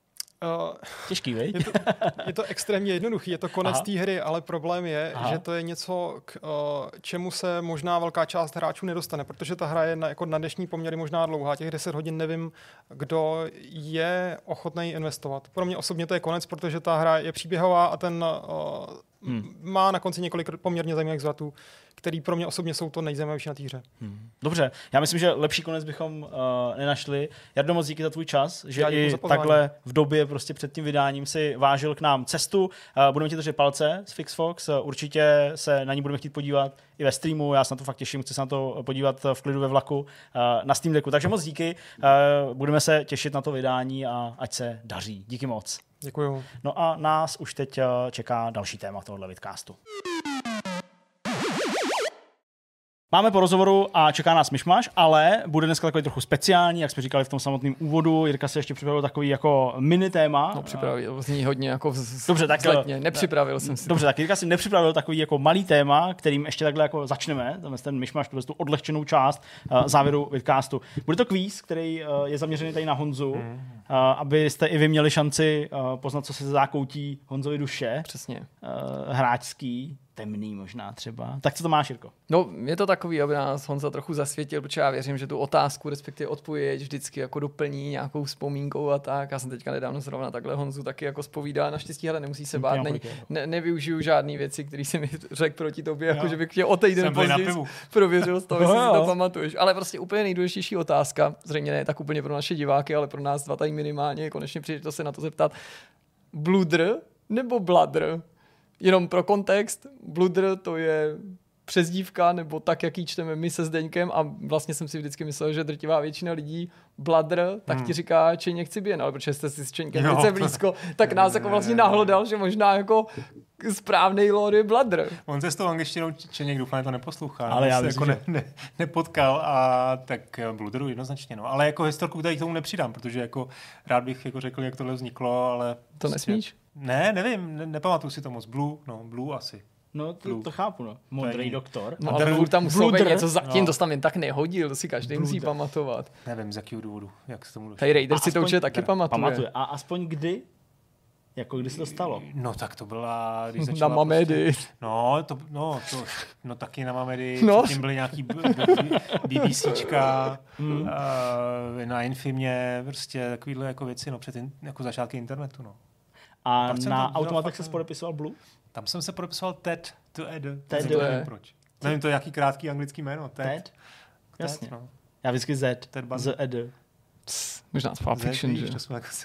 Těžký, vej? Je to extrémně jednoduchý, je to konec té hry, ale problém je, že to je něco, k čemu se možná velká část hráčů nedostane, protože ta hra je na dnešní poměry možná dlouhá, těch 10 hodin nevím, kdo je ochotný investovat. Pro mě osobně to je konec, protože ta hra je příběhová a ten má na konci několik poměrně zajímavých zvratů, který pro mě osobně jsou to nejzajímavější na té hře. Dobře, já myslím, že lepší konec bychom nenašli. Jardo, moc díky za tvůj čas, že i za takhle v době prostě před tím vydáním si vážil k nám cestu. Budeme ti držet palce s FixFox, určitě se na ní budeme chtít podívat i ve streamu, já se na to fakt těším, chci se na to podívat v klidu ve vlaku na Steam Decku. Takže moc díky, budeme se těšit na to vydání a ať se daří. Díky moc. Děkuju. No a nás už teď čeká další téma tohohle vidcastu. Máme po rozhovoru a čeká nás myšmaš, ale bude dneska takový trochu speciální, jak jsme říkali v tom samotném úvodu. Jirka se ještě připravil takový jako mini téma. No, připravil, zní hodně jako dobře, tak vzletně. Nepřipravil jsem si. Dobře, tak Jirka si nepřipravil takový jako malý téma, kterým ještě takhle jako začneme. Ten myšmaš, tu odlehčenou část závěru vidcastu. Bude to kvíz, který je zaměřený tady na Honzu, abyste i vy měli šanci poznat, co se zákoutí Honzovy duše. Přesně. Hráčský, temný možná třeba. Tak co to máš, Jirko? No, je to takový, aby nás Honza trochu zasvětil, protože já věřím, že tu otázku, respektive odpověď vždycky jako doplní nějakou vzpomínkou a tak. Já jsem teďka nedávno zrovna takhle Honzu taky jako zpovídal. Naštěstí, ale nemusí se bát. Nevyužiju žádný věci, které jsem mi řekl proti tobě, jako že bych tě o týden později prověřil z toho, jestli si to pamatuješ. Ale prostě úplně nejdůležitější otázka, zřejmě ne tak úplně pro naše diváky, ale pro nás dva tady minimálně, konečně přijde se na to zeptat. Bludr nebo Bladr? Jenom pro kontext, Bludr to je přezdívka, nebo tak, jak ji čteme my se Zdeňkem a vlastně jsem si vždycky myslel, že drtivá většina lidí Bladr, tak ti říká Čeněk Ciběn, ale protože jste si s Čeňkem velice blízko, tak nás jako vlastně nahlodal, že možná jako správnej lore je Bladr. On se s tou angličtinou Čeněk doufám to neposlouchá. Ale já jako nepotkal a tak Bludru jednoznačně. No. Ale jako historku tady k tomu nepřidám, protože jako rád bych jako řekl, jak tohle vzniklo, ale... To nesmíš? Ne, nevím, nepamatuju si to moc. Blue asi. No, to chápu, no. Modrý doktor. No, ale Blue tam musel být něco zatím, to tam jen tak nehodil, to si každý musí pamatovat. Nevím, z jakého důvodu, jak se tomu došlo. Tady Raider si to určitě taky pamatuje. A aspoň kdy? Jako kdy se to stalo? No tak to byla, když začala na Mamedy. Prostě, no taky na Mamedy, předtím byly nějaký BBCčka, na Infimě, prostě takovýhle jako věci, no před jako začátky internetu, no. A na automatech se podepisoval Blue? Tam jsem se podepisoval Ted. Nevím proč. Nevím, to je jaký krátký anglický jméno. Ted? Jasně. No. Já vždycky Z. Z. Možná z Pulp Fiction, že?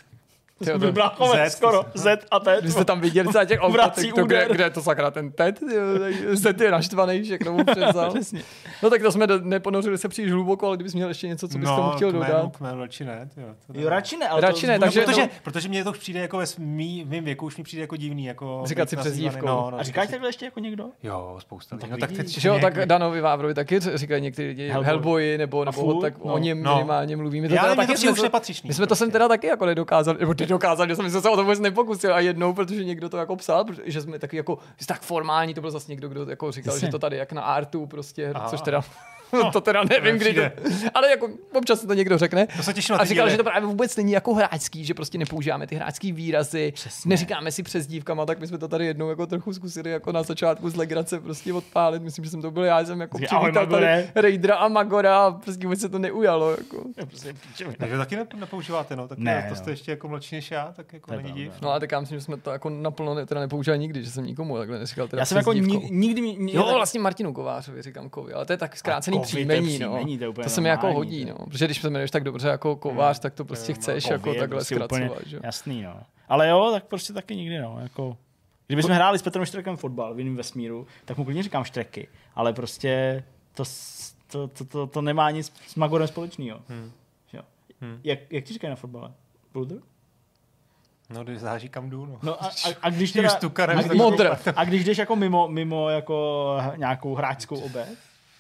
Skoro. Z a Ted. Vy jste tam viděli za těch autech, kde je to sakra ten Ted? Z je naštvaný, všechno mu převzal. No tak to jsme neponořili se příliš hluboko, ale kdybys měl ještě něco, co bys tomu chtěl dodat. Kménu radši ne. Radši ne, takže... Protože mně to přijde jako ve mým věku, už mi přijde jako divný. Jako říkat si přezdívkou. A říkáš takhle ještě jako někdo? Jo, spousta lidí. Tak Danovi Vávrovi taky říkají někteří lidi Hellboy, nebo tak o něm minimálně mluvíme. My jsme to sem teda taky jako nedokázali, že jsem se o to vůbec nepokusil a jednou, protože někdo to jako psal, že jsme taky jako tak formální, to byl zase někdo, kdo jako říkal, že to tady jak na artu prostě, což teda to teda nevím, kdy to, ale jako občas to někdo řekne. A říkal, že to právě vůbec není jako hráčský, že prostě nepoužíváme ty hráčský výrazy, neříkáme si přezdívkama, tak my jsme to tady jednou jako trochu zkusili jako na začátku z legrace prostě odpálit. Myslím, že jsem to byl já, jsem jako přivítal tady Raidera a Magora a prostě vůbec se to neujalo. Jako. Takže taky nepoužíváte, no, tak to jste ještě jako mladší než já, tak jako není div. No a tak já myslím, že jsme to jako naplno teda nepoužívali nikdy, že jsem nikomu takhle neříkal. Já jsem jako nikdy jo, vlastně Martinu Kovářovi říkám Kovi, ale to je tak zkrácený příjmení, no. To se mi jako hodí, no. Protože když se jmenuješ tak dobře jako Kovář, tak to prostě chceš jako takhle zkracovat, že? Jasný, no. Ale jo, tak prostě taky nikdy, no. Jako, kdybychom hráli s Petrem Štrekem fotbal v jiném vesmíru, tak mu klidně říkám Štreky, ale prostě to nemá nic s Magorem společného. Jak ti říkají na fotbale? Bludr? No, když záží kam jdu, no. No a když teda... Modr. A když jdeš jako mimo jako nějakou hráčskou obec,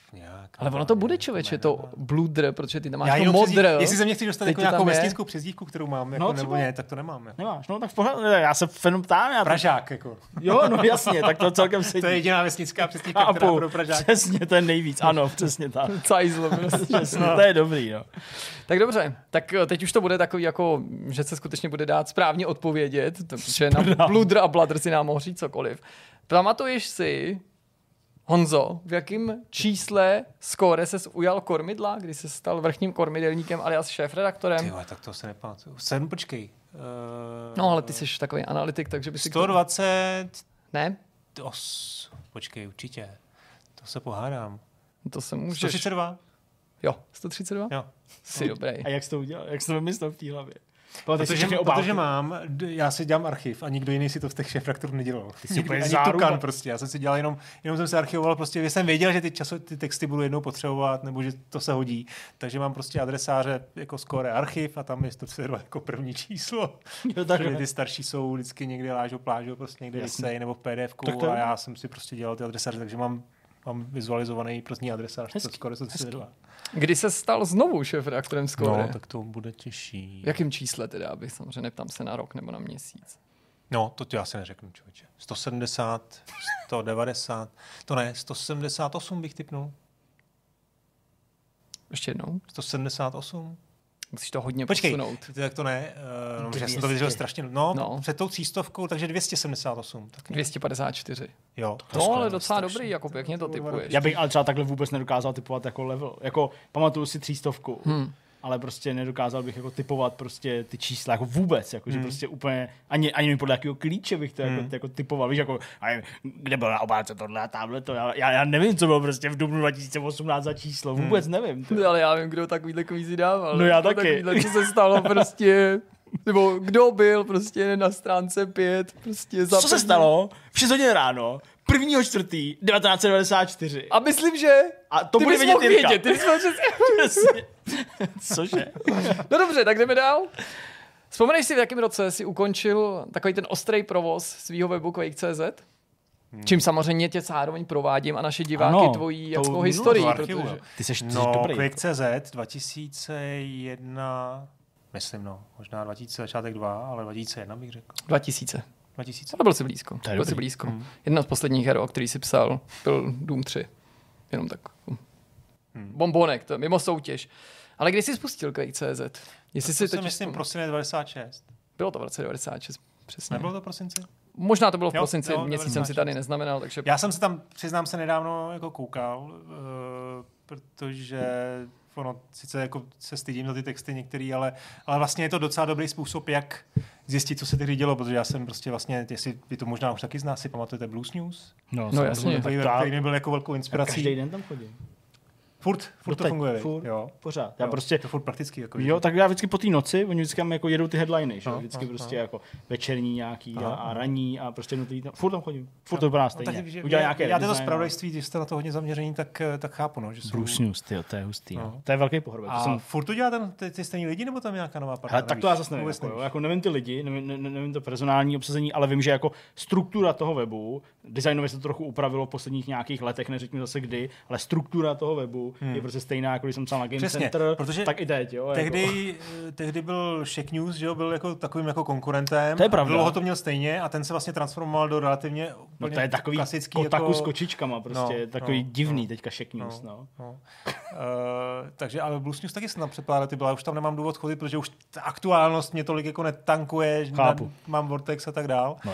Nějak, Ale ono to bude, člověče, to Bludr, protože ty tam máš to Modr. Jestli ze mě chceš dostat jako nějakou vesnickou přezdívku, kterou mám, jako, No, nebo třeba. ne, tak to nemám. Jako. Nemáš, no tak v pořádku, já se fenu ptám. Pražák, jako. Jo, no jasně, tak to celkem sedí. To je jediná vesnická přezdívka, která pro Pražák. Přesně, to je nejvíc, ano, přesně tak. Cajzlo, prostě. Přesně, to je dobrý, no. Tak dobře, tak teď už to bude takový jako, že se skutečně bude dát správně odpovědět, protože na Bludr a Bladr si nám mohl říct cokoliv. Pamatuješ si, Honzo, v jakém čísle skóre ses ujal kormidla, kdy se stal vrchním kormidelníkem alias šéfredaktorem? Tyjo, tak to se nepamatuju. 7, počkej. No, ale ty jsi takový analytik, takže by si... 120... Ne? Počkej, určitě. To se pohádám. To se můžeš... 132? Jo, 132? Jo. Jsi dobrý. A jak jsi to udělal? Jak jsi to vymyslel v té hlavě? Protože já si dělám archiv a nikdo jiný si to v těch šéfraktorů nedělal. Ani Tukan prostě. Já jsem si dělal jenom jsem se archivoval prostě, jsem věděl, že ty texty budu jednou potřebovat, nebo že to se hodí. Takže mám prostě adresáře jako skóre archiv a tam je 132 jako první číslo. Jo, takhle. Ty starší jsou vždycky někde plážou, prostě někde lisej nebo v PDFku a já jsem si prostě dělal ty adresáře, takže mám vizualizovaný prostý adresář. Skoro 132. Kdy se stal znovu šéfredaktorem skóre? No, tak to bude těžší. V jakém čísle teda, abych samozřejmě neptám se na rok nebo na měsíc? No, to já si neřeknu, člověče. 170, 190, to ne, 178 bych tipnul. Ještě jednou? 178. Musíš to hodně Počkej, posunout. tak to ne, já jsem to viděl strašně, před tou 300, takže 278. Tak 254. Jo. To ale docela dobrý, jako pěkně to typuješ. Já bych ale třeba takhle vůbec nedokázal typovat jako level. Jako pamatuju si 300, ale prostě nedokázal bych jako typovat prostě ty čísla jako vůbec, jako že prostě úplně ani podle jakého klíče bych to jako typoval, víš, jako kde bylo na obálce tohle a tamhle to, já nevím, co bylo prostě v dubnu 2018 za číslo, vůbec nevím. No, ale já vím, kdo takovýhle kvízy dával. No já taky. Takovýhle, co se stalo prostě, nebo kdo byl prostě na stránce 5, prostě za Co se stalo? V 6 hodin ráno, 1.4.1994. A myslím, že A to ty bude bys mohl Jirka. vědět, ty bys mohl přesně... Cože? No dobře, tak jdeme dál. Vzpomeneš si, v jakém roce si ukončil takový ten ostrý provoz svýho webu Quake.cz? Čím samozřejmě tě zároveň provádím a naše diváky ano, tvojí jako historii, protože... Ty jsi dobrý. Quake.cz 2001, myslím, možná 2000, začátek 2, ale 2001 bych řekl. 2000. 2000. To byl si blízko. To je Byl si dobrý. blízko. Jedna z posledních her, o který si psal, byl Doom 3. Jenom tak. Bombonek, to je mimo soutěž. Ale kdy jsi spustil Quake.cz? Jestli si to myslím prosinec 96. Bylo to v roce 96, přesně. Nebylo to prosinci? Možná to bylo v prosinci, jo, měsíc jsem si 96. tady neznamenal, takže... Já jsem se tam, přiznám se, nedávno jako koukal, protože ono sice jako se stydím za ty texty některý, ale vlastně je to docela dobrý způsob, jak zjistit, co se tehdy dělo, protože já jsem prostě vlastně, jestli vy to možná už taky z nás si pamatujete Blues News? No jasně. Který mi byl jako velkou inspirací. Každý den tam chodím. Furt to funguje, furt, jo. pořád. Já Jo, prostě, to furt prakticky. Jako, jo, tak já vždycky po té noci, oni vždycky tam jako jedou ty headliny, že? No, Vždycky no, prostě no. jako večerní nějaký a ranní a prostě furt tam chodím. Furt No, to vypadá no, stejně. tak, Udělá nějaké já to design, zpravodajství, když jste na to hodně zaměření, tak chápu, no, že jsou... Bruce News, tyjo, to je hustý. No. No. To je velký pohrob. A furt to dělá ty stejný lidi, nebo tam nějaká nová parta? Ale tak to já zase nevím. Jako nevím ty lidi, nevím to personální obsazení, ale vím, že jako struktura toho webu, designově se to trochu upravilo v posledních nějakých letech, neřeknu zase kdy, ale struktura toho webu je prostě stejná, jako když jsem psal na Game Center, protože tak i teď. Jo, tehdy byl Shack News, že jo, byl jako takovým jako konkurentem. To je pravda. Dlouho to měl stejně a ten se vlastně transformoval do relativně no to je takový klasický kotaku jako... s kočičkama, prostě takový divný teďka Shack News. Takže ale Blues News taky se nám přepálil ty byla, už tam nemám důvod chodit, protože už ta aktuálnost mě tolik jako netankuje, že mám Vortex a tak dál. No.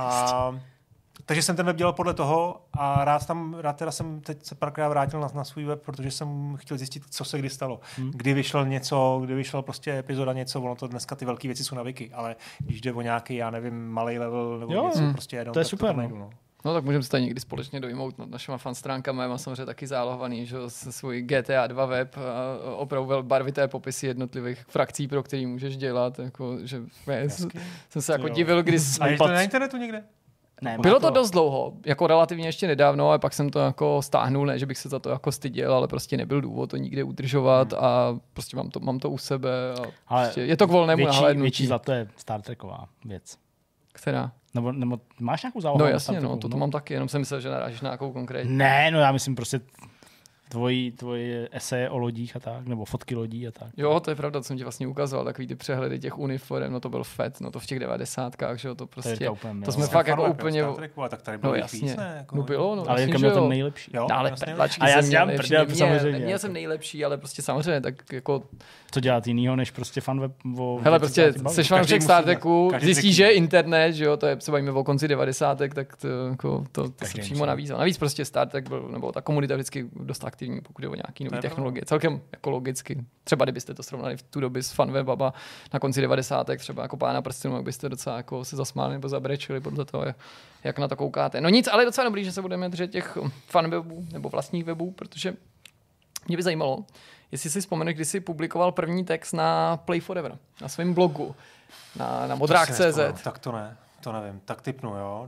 Takže jsem ten web dělal podle toho a rád teda jsem teď se párkrát vrátil na svůj web, protože jsem chtěl zjistit, co se kdy stalo. Kdy vyšel něco, kdy vyšel prostě epizoda něco, ono to dneska ty velké věci jsou na wiki, ale když jde o nějaký, já nevím, malý level nebo něco, prostě jednou, to je tak super, to najdu, no. No tak můžeme se tady někdy společně dojmout nad našima fanstránkami. Já mám samozřejmě taky zálohovaný, že svůj GTA 2 web a opravdu barvité popisy jednotlivých frakcí, pro který můžeš dělat. Jako, že jsem se jako divil, když... A je to na internetu někde? Ne, bylo to dost dlouho, jako relativně ještě nedávno, ale pak jsem to jako stáhnul, ne, že bych se za to jako styděl, ale prostě nebyl důvod to nikde udržovat a prostě mám to u sebe a prostě je to k volnému nahlédnutí. Větší zlato je Star Treková věc. Která? Nebo máš nějakou zálohu? No jasně, no, to mám taky, jenom jsem myslel, že narážíš na nějakou konkrétní. Ne, no já myslím prostě tvoje eseje o lodích a tak, nebo fotky lodí a tak. Jo, to je pravda, co jsem ti vlastně ukazoval, takový ty přehledy těch uniform, no to byl FET, no to v těch 90kách, že jo, to prostě, to jsme fakt jako úplně... Tak tady bylo jasně, jako... no bylo, no ale Jirka měl ten nejlepší. Jo, no, ale predlačky a já dělám prdel, samozřejmě. Neměl jsem nejlepší, ale prostě samozřejmě, tak jako... Co dělat jinýho, než prostě fanweb o... Hele, prostě seš fanoušek Star Treku, zjistíš, že je internet, že jo, to je, se bavíme o konci 90. tak to se přímo navízal. Navíc prostě Star Trek byl, nebo ta komunita vždycky dost aktivní, pokud je o nějaký nový technologie. Celkem jako logicky. Třeba kdybyste to srovnali v tu doby s fanwebama na konci 90. třeba jako Pána prstenů, jak byste docela jako se zasmáli nebo zabrečili podle toho, jak na to koukáte. No nic, ale je docela dobrý, že se budeme držet těch fanwebů nebo vlastních webů, protože mě by zajímalo, jestli si vzpomeneš, když jsi publikoval první text na Play Forever, na svém blogu, na modrák.cz. Tak to ne, to nevím. Tak tipnu, jo.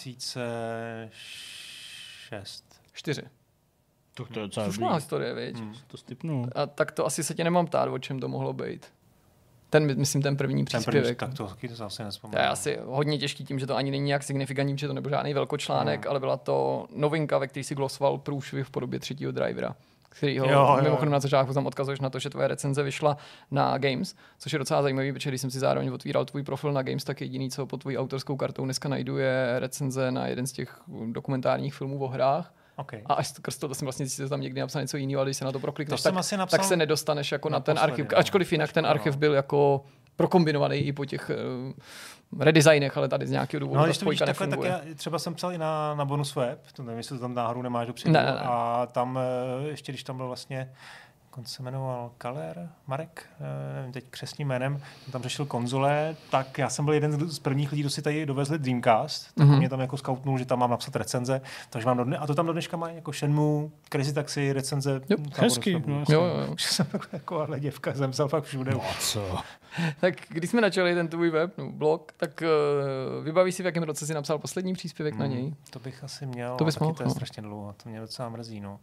2006. 4. To je docela Slušná historie, viď? To stipnu. A tak to asi se tě nemám ptát, o čem to mohlo být. Myslím, ten první příspěvek. Tak to zase nespomínám. To je asi hodně těžký tím, že to ani není nějak signifikantní, že to nebyl žádný velkočlánek, ale byla to novinka, ve které si glosoval průšvih v podobě třetího drivera, kterýho mimochodem na začátku tam odkazuješ na to, že tvoje recenze vyšla na Games, což je docela zajímavý, protože když jsem si zároveň otvíral tvůj profil na Games, tak jediný, co pod tvojí autorskou kartou dneska najdu, je recenze na jeden z těch dokumentárních filmů o hrách. Okay. A až skrz to jsem vlastně si tam někdy napsal něco jiného, ale když se na to proklikneš, tak se nedostaneš jako na ten archiv. Ačkoliv jinak ten archiv byl jako prokombinovaný i po těch redesignech, ale tady z nějakého důvodu ta spojka nefunguje. Tak já třeba jsem psal i na bonus web, to nevím, jestli to tam náhodou nemáš dopředu. Ne. A tam ještě, když tam byl vlastně, on se jmenoval Kaler, Marek, nevím teď křestním jménem, tam řešil konzole, tak já jsem byl jeden z prvních lidí, kdo si tady dovezli Dreamcast, tak mě tam jako scoutnul, že tam mám napsat recenze, takže mám a to tam do dneška mají jako Shenmue, Crazy Taxi, recenze. Hezky. Jo. Že jsem taková děvka, jsem psal fakt všude. No co? Tak když jsme načali ten tvůj web, blog, tak vybavíš si, v jakém roce jsi napsal poslední příspěvek na něj? To bych asi měl, to bys mohl, to je strašně dlouho, to mě docela mrzí, no.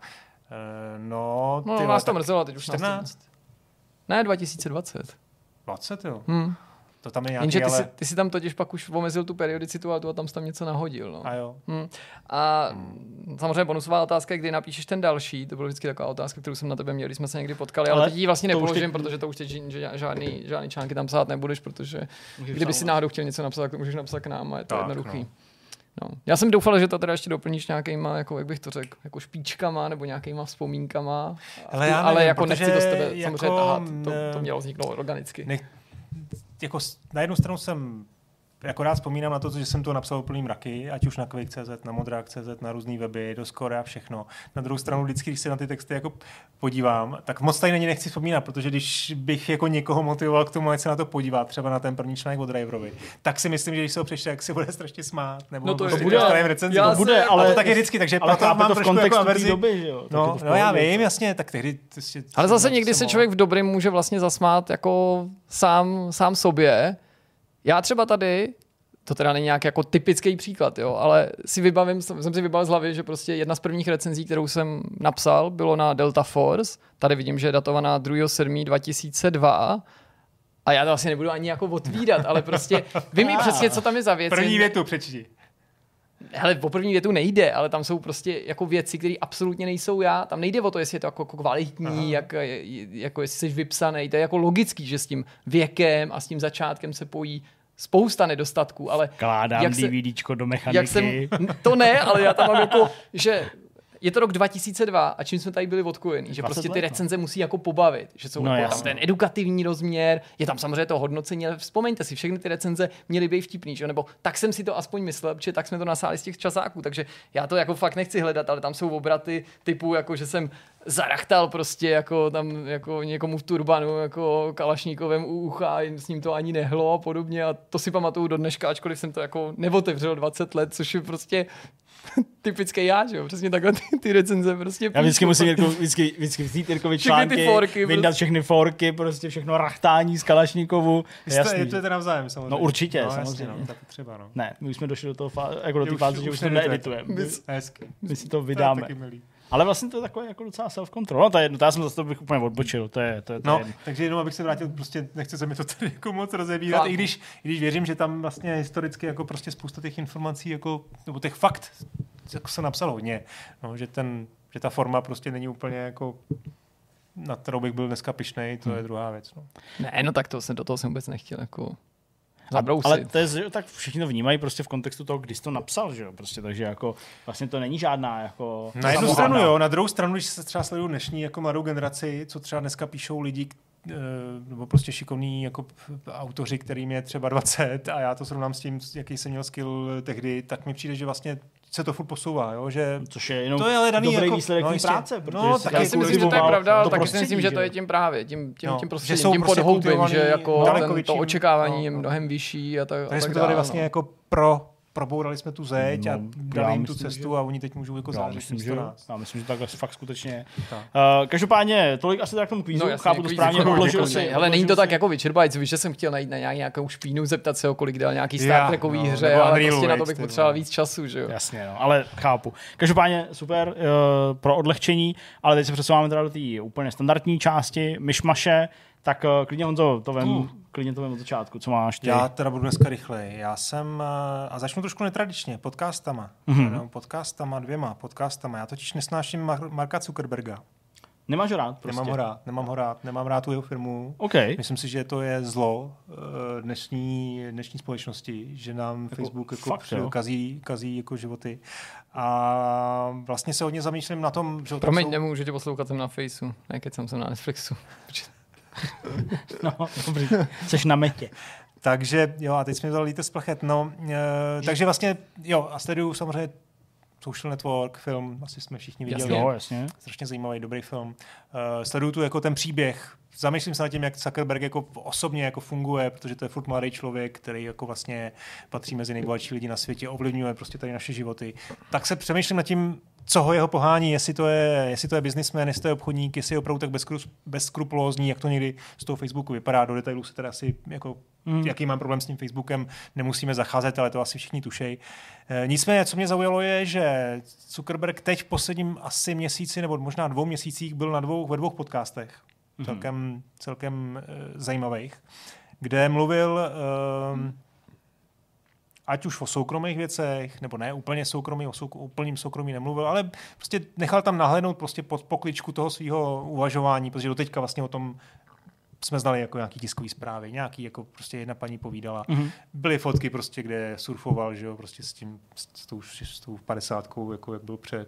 Vás to mrzelo, teď už 14? Ne, 2020. 20, jo? To tam je nějaký, jenže ale... ty si tam totiž pak už omezil tu periodicitu a tam jsi tam něco nahodil. No. A jo. A samozřejmě bonusová otázka, kdy napíšeš ten další, to byla vždycky taková otázka, kterou jsem na tebe měl, když jsme se někdy potkali, ale teď ji vlastně nepoložím, protože to už teď žádný články tam psát nebudeš, protože kdyby si náhodou chtěl něco napsat, tak to můžeš napsat k nám a je to jednoduchý. No. Já jsem doufal, že to teda ještě doplníš nějakýma, jako, jak bych to řekl, jako špičkama nebo nějakýma vzpomínkama, ale jako nechci to z tebe jako, samozřejmě tahat, to mělo vzniknout organicky. Jako na jednu stranu jsem jako rád vzpomínám na to, že jsem to napsal úplný mraky, ať už na Quake.cz, na Modrák.cz, na různý weby, do Score a všechno. Na druhou stranu vždycky, když se na ty texty jako podívám, tak moc tady na ně nechci vzpomínat, protože když bych jako někoho motivoval k tomu, ať se na to podívat, třeba na ten první článek o Driverovi, tak si myslím, že když se ho přečte, tak si bude strašně smát, nebo no to bude v recenzi, to bude, ale to tak je vždycky, takže ale proto mám to v kontextu jako té doby, že jo. No já vím, jasně, tak tehdy ale zase někdy se člověk v dobrém může vlastně zasmát jako sám sobě. Já třeba tady, to teda není nějaký jako typický příklad, jo, ale jsem si vybavil z hlavy, že prostě jedna z prvních recenzí, kterou jsem napsal, bylo na Delta Force. Tady vidím, že je datovaná 2.7.2002. A já to asi nebudu ani jako otvírat, ale prostě vím mi přesně, co tam je za věci. První větu přečti. Hele, po první větu nejde, ale tam jsou prostě jako věci, které absolutně nejsou já. Tam nejde o to, jestli je to jako kvalitní, jako jestli jsi vypsaný. To je jako logický, že s tím věkem a s tím začátkem se pojí spousta nedostatků, ale... Kládám DVDčko do mechaniky. To ne, ale já tam mám jako, že je to rok 2002 a čím jsme tady byli odkojení, že prostě ty recenze musí jako pobavit, že jsou jako tam ten edukativní rozměr, je tam samozřejmě to hodnocení, ale vzpomeňte si, všechny ty recenze měly být vtipný, že? Nebo tak jsem si to aspoň myslel, že tak jsme to nasáli z těch časáků, takže já to jako fakt nechci hledat, ale tam jsou obraty typu, jako že jsem zarachtal prostě jako tam jako někomu v turbanu jako kalašníkovém u ucha a s ním to ani nehlo a podobně a to si pamatuju do dneška, ačkoliv jsem to jako neotevřel 20 let, což je prostě typický já, že jo, přesně takhle ty recenze prostě já vždycky musím vždycky vzít Jirkovi články, vyndat všechny forky, prostě všechno rachtání z Kalašníkovu. Je to teda navzájem samozřejmě. No určitě, no, samozřejmě. Jasně, no, tak třeba, no. Ne, my už jsme došli do toho jako do té fáze, že už to needitujeme. My si to vydáme. Ale vlastně to je takové jako docela self-control. No to je jedno, já jsem zase to bych úplně odbočil. To je no, takže jenom abych se vrátil, prostě nechce se mi to tady jako moc rozebírat, i když věřím, že tam vlastně historicky jako prostě spousta těch informací, jako, nebo těch fakt, jako se napsalo hodně, no, že ten Že ta forma prostě není úplně jako, na kterou bych byl dneska pyšnej, to je druhá věc. No. Ne, no tak do toho jsem vůbec nechtěl jako ale to je, tak všichni to vnímají prostě v kontextu toho, když jsi to napsal, že jo, prostě, takže jako vlastně to není žádná jako... Na jednu stranu jo, na druhou stranu, když se třeba sledují dnešní jako mladou generaci, co třeba dneska píšou lidi, nebo prostě šikovní jako autoři, kterým je třeba 20 a já to srovnám s tím, jaký jsem měl skill tehdy, tak mi přijde, že vlastně se to furt posouvá, jo, že což je jenom to je ale daný dobrý jako, výsledek té práce. No, tak já si myslím, že to je pravda, ale taky si myslím, že to je tím právě, tím prostředím, tím prostě podhoubím, že jako to očekávání no, je mnohem vyšší a tak. Takže jsme to tady vlastně jako probourali jsme tu zeď a dali jim tu cestu a oni teď můžou jako záležet. Já myslím, že takhle fakt skutečně je. Každopádně, tolik asi tak k tomu kvízu, chápu to správně. Hele, není to tak jako vyčerpávající, víš, že jsem chtěl najít na nějakou špínu, zeptat se ho, kolik dal nějaký Star Trekový hře, ale prostě na to bych potřeboval víc času, že jo. Jasně, no, ale chápu. Každopádně super pro odlehčení, ale teď se přesouváme teda do té úplně standardní části, myšmaše. Tak klidně Honzo, to vem od začátku, co máš ty? Já teda budu dneska rychlej. Já jsem, a začnu trošku netradičně, podcastama. Dvěma podcastama. Já totiž nesnáším Marka Zuckerberga. Nemáš ho rád prostě? Nemám rád tu jeho firmu. Okay. Myslím si, že to je zlo dnešní společnosti, že nám jako Facebook jako kazí jako životy. A vlastně se hodně zamýšlím na tom, že... Promiň, nemůžu tě poslouchat jsem na Faceu, ne, keď jsem na Netflixu. No, dobrý, seš na metě. Takže, jo, a teď jsme vzali líte z plachet, no, takže vlastně, jo, a sleduju samozřejmě Social Network, film, asi jsme všichni viděli. Jasně. Strašně zajímavý, dobrý film. Sleduju tu jako ten příběh, zamýšlím se nad tím, jak Zuckerberg jako osobně jako funguje, protože to je furt mladý člověk, který jako vlastně patří mezi nejbohatší lidi na světě, ovlivňuje prostě tady naše životy. Tak se přemýšlím nad tím, co ho jeho pohání, jestli to je businessman, jestli to je obchodník, jestli je opravdu tak bezskrupulózní, jak to někdy z toho Facebooku vypadá. Do detailů se teda asi jako jaký mám problém s tím Facebookem, nemusíme zacházet, ale to asi všichni tušej. Nicméně, co mě zaujalo je, že Zuckerberg teď v posledním asi měsíci nebo možná 2 měsících byl ve 2 podcastech, celkem zajímavých, kde mluvil ať už o soukromých věcech, nebo ne úplně soukromý, o úplným soukromí nemluvil, ale prostě nechal tam nahlédnout prostě pod pokličku toho svého uvažování, protože doteďka vlastně o tom jsme znali jako nějaký tiskový zprávy, nějaký jako prostě jedna paní povídala. Byly fotky prostě, kde surfoval, že jo, prostě s tou 50kou, jako jak byl před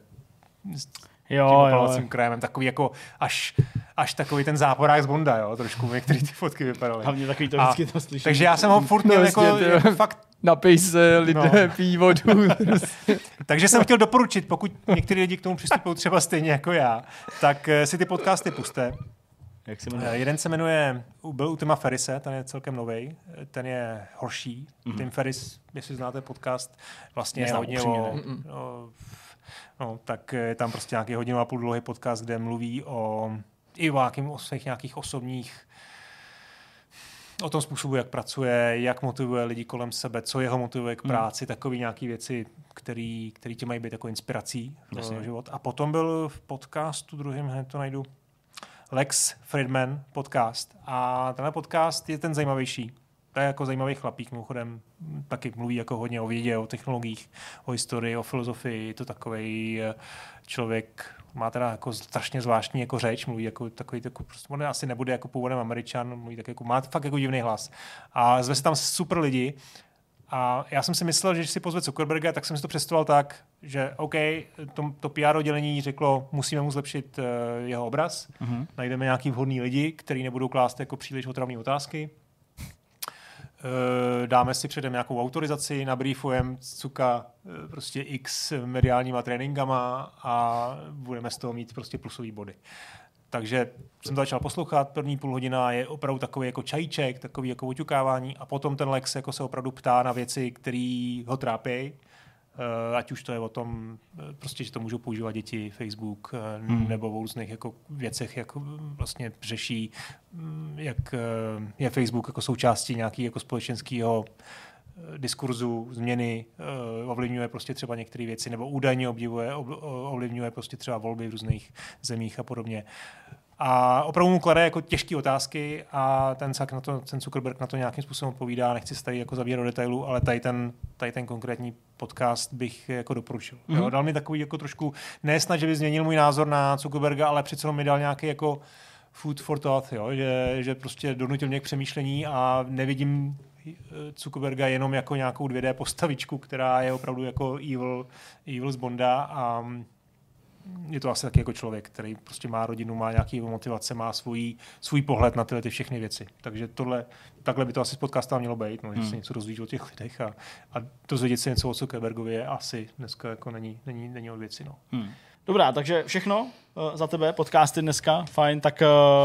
tím krémem, takový jako až takový ten záporák z Bonda, jo, trošku, některé ty fotky vypadaly. Hlavně takový to vždycky to slyším. Takže já jsem ho furt měl jako fakt... Napij se, lidé, pij vodu. Takže jsem chtěl doporučit, pokud někteří lidi k tomu přistupují třeba stejně jako já, tak si ty podcasty puste. Jak se jmenuje? Jeden se jmenuje, byl u Tima Ferrise, ten je celkem novej, ten je horší. Tim Ferriss, jestli znáte podcast, vlastně je hodně tak je tam prostě nějaký 1,5 hodiny dlouhý podcast, kde mluví o svých nějakých osobních, o tom způsobu, jak pracuje, jak motivuje lidi kolem sebe, co jeho motivuje k práci, takové nějaké věci, které tě mají být jako inspirací pro život. A potom byl v podcastu druhým, hned to najdu, Lex Fridman podcast. A tenhle podcast je ten zajímavější. To je jako zajímavý chlapík, mimochodem taky mluví jako hodně o vědě, o technologiích, o historii, o filozofii. Je to takovej člověk, má teda jako strašně zvláštní jako řeč, mluví jako takový, prostě, on asi nebude jako původem Američan, mluví tak jako, má fakt jako divný hlas. A zve se tam super lidi. A já jsem si myslel, že když si pozve Zuckerberga, tak jsem si to představoval tak, že OK, to PR oddělení řeklo, musíme mu zlepšit jeho obraz, najdeme nějaký vhodný lidi, kteří nebudou klást jako příliš otravné otázky, dáme si předem nějakou autorizaci, nabriefujeme Cuka prostě x mediálníma tréninkama a budeme z toho mít prostě plusový body. Takže jsem to začal poslouchat, první půl hodina je opravdu takový jako čajíček, takový jako oťukávání a potom ten Lex jako se opravdu ptá na věci, které ho trápí. Ať už to je o tom, prostě, že to můžou používat děti, Facebook, nebo o různých jako věcech, jak vlastně řeší, jak je Facebook jako součástí nějaký jako společenského diskurzu, změny, ovlivňuje prostě třeba některé věci, nebo údajně ovlivňuje prostě třeba volby v různých zemích a podobně. A opravdu mu klade jako těžké otázky a ten Zuckerberg na to nějakým způsobem odpovídá. Nechci se tady jako zabírat do detailů, ale tady ten konkrétní podcast bych jako doporučil. Jo, dal mi takový jako trošku, nesnad, že by změnil můj názor na Zuckerberga, ale přece mi dal nějaký jako food for thought, jo, že prostě donutil mě k přemýšlení a nevidím Zuckerberga jenom jako nějakou 2D postavičku, která je opravdu jako evil z Bonda a je to asi taky jako člověk, který prostě má rodinu, má nějaký motivace, má svůj pohled na tyhle ty všechny věci. Takže takhle by to asi z podcastu mělo být, no, že se něco dozvíš o těch lidech a dozvědět se něco o Zuckerbergovi je asi dneska jako není od věci. No. Dobrá, takže všechno za tebe, podcasty dneska, fajn, tak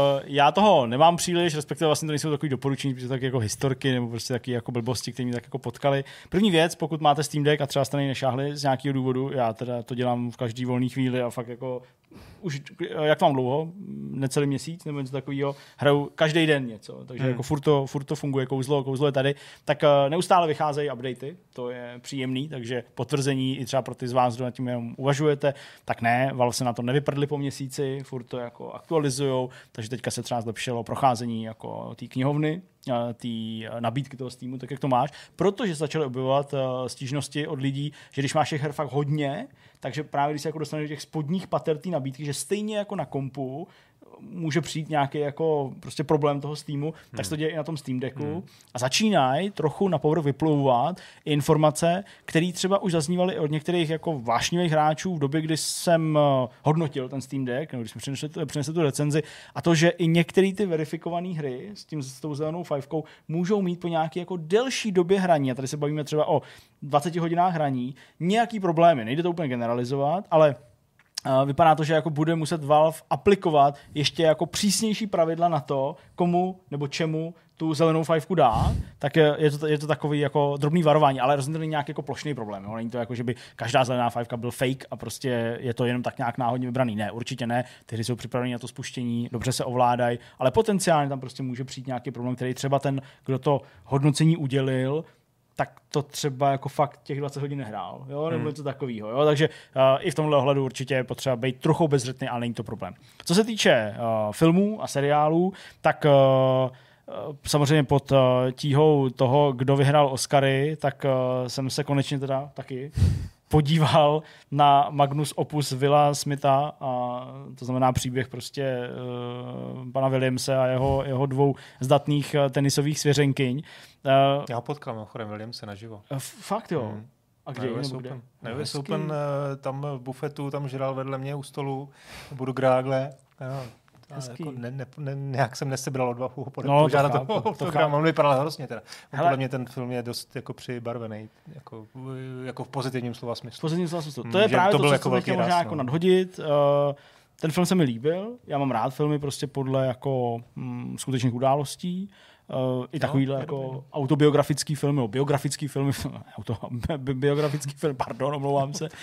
já toho nemám příliš, respektive vlastně to nejsou takový doporučení, protože taky jako historky nebo prostě taky jako blbosti, které mě tak jako potkali. První věc, pokud máte Steam Deck a třeba jste na něj nešáhli z nějakého důvodu, já teda to dělám v každý volný chvíli a fakt jako už, jak to mám dlouho, necelý měsíc nebo něco takového, hraju každý den něco, takže jako furt to funguje, kouzlo je tady, tak neustále vycházejí updaty, to je příjemný, takže potvrzení i třeba pro ty z vás, kdo nad tím jenom uvažujete, tak ne, Valve se na to nevyprdli po měsíci, furt to jako aktualizujou, takže teďka se třeba zlepšilo procházení jako té knihovny, té nabídky toho Steamu, tak jak to máš, protože začaly objevovat stížnosti od lidí, že když máš těch her fakt hodně, takže právě když se jako dostaneš do těch spodních pater té nabídky, že stejně jako na kompu může přijít nějaký jako prostě problém toho Steamu, tak se to děje i na tom Steam Decku a začínají trochu na povrch vyplouvat informace, které třeba už zaznívaly od některých jako vášnivých hráčů v době, kdy jsem hodnotil ten Steam Deck, nebo když jsme přinesli tu recenzi, a to, že i některé ty verifikované hry s tou zelenou fajfkou můžou mít po nějaké jako delší době hraní, a tady se bavíme třeba o 20 hodinách hraní, nějaký problémy, nejde to úplně generalizovat, ale vypadá to, že jako bude muset Valve aplikovat ještě jako přísnější pravidla na to, komu nebo čemu tu zelenou fajfku dá, tak je to takový jako drobný varování, ale rozhodně není nějaký jako plošný problém. Jo? Není to jako, že by každá zelená fajfka byl fake a prostě je to jenom tak nějak náhodně vybraný. Ne, určitě ne. Ty hry jsou připravený na to spuštění, dobře se ovládají, ale potenciálně tam prostě může přijít nějaký problém, který třeba ten, kdo to hodnocení udělil, tak to třeba jako fakt těch 20 hodin nehrál, jo, nebo něco takového, jo, takže i v tomhle ohledu určitě je potřeba být trochu bezřetný, ale není to problém. Co se týče filmů a seriálů, tak samozřejmě pod tíhou toho, kdo vyhrál Oscary, tak jsem se konečně teda taky podíval na Magnus Opus Willa Smitha, a to znamená příběh prostě pana Williamse a jeho dvou zdatných tenisových svěřenkyň. Já ho potkal mimochodem Williamse naživo. Fakt jo? A kde? Na US Open, tam v bufetu, tam žral vedle mě u stolu, budu grágle. Jako nějak jsem nesebral odvahu požádat o autogram. On vypadal hrozně teda. Podle mě ten film je dost jako přibarvený, jako v pozitivním slova smyslu. To je právě to, co jsem chtěl možná jako nadhodit. Ten film se mi líbil. Já mám rád filmy prostě podle jako skutečných událostí. I takovýhle jako autobiografický film, nebo biografický film, biografický film, pardon, omlouvám se.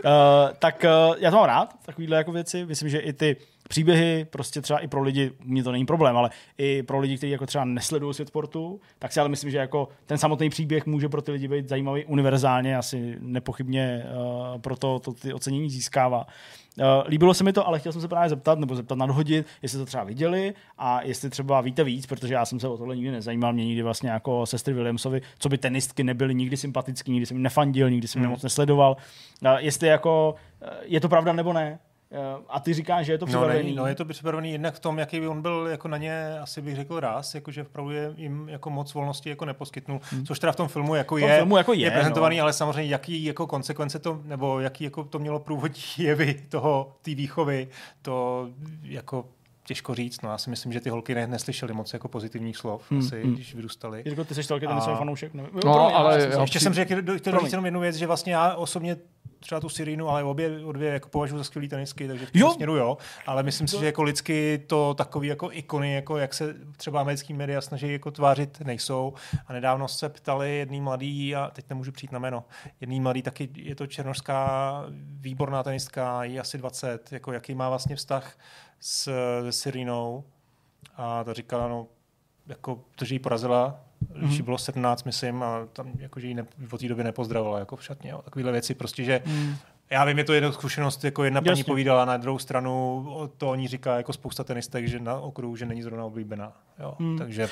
Tak já to mám rád, takovýhle jako věci. Myslím, že i ty příběhy prostě třeba i pro lidi, mně to není problém, ale i pro lidi, kteří jako třeba nesledují svět sportu, tak si ale myslím, že jako ten samotný příběh může pro ty lidi být zajímavý univerzálně, asi nepochybně proto to ty ocenění získává. Líbilo se mi to, ale chtěl jsem se právě zeptat nadhodit, jestli to třeba viděli a jestli třeba víte víc, protože já jsem se o tohle nikdy nezajímal, mě nikdy vlastně jako sestry Williamsovi, co by tenistky nebyly nikdy sympatický, nikdy jsem jim nefandil, nikdy jsem je moc nesledoval. Jestli jako je to pravda nebo ne? A ty říkáš, že je to připravený. No, je to připravený jednak v tom, jaký by on byl jako na ně, asi bych řekl ráz, jakože vpravdu jim jako moc volnosti jako neposkytnul, což teda v tom filmu jako je prezentovaný, no. Ale samozřejmě jaký jako konsekvence to, nebo jaký jako to mělo průvodní jevy té výchovy, to jako těžko říct, no já si myslím, že ty holky neslyšely moc jako pozitivních slov, asi, když vyrůstaly. Jirko, ty jsi velký tenisový fanoušek? No, ale ještě jsem řekl, chtěl říct jenom jednu věc, že vlastně já osobně třeba tu Serenu, ale obě jako považuji za skvělý tenisky, takže v tom směru jo, ale myslím si, že jako lidsky to takový jako ikony, jako jak se třeba americký média snaží jako tvářit, nejsou. A nedávno se ptali jedný mladý, a teď nemůžu přijít na jméno, jedný mladý, taky je to černošská výborná tenistka, jí asi 20, jako jaký má vlastně vztah s Serenou, a ta říkala, no, jako, protože jí porazila, když jí bylo 17, myslím, a tam jakože jí od té doby nepozdravovala jako v šatně. Jo. Takovýhle věci prostě, že Já vím, je to jedna zkušenost, jako jedna paní povídala, na druhou stranu to oni říká jako spousta tenistek, že na okruhu, že není zrovna oblíbená. Jo, takže...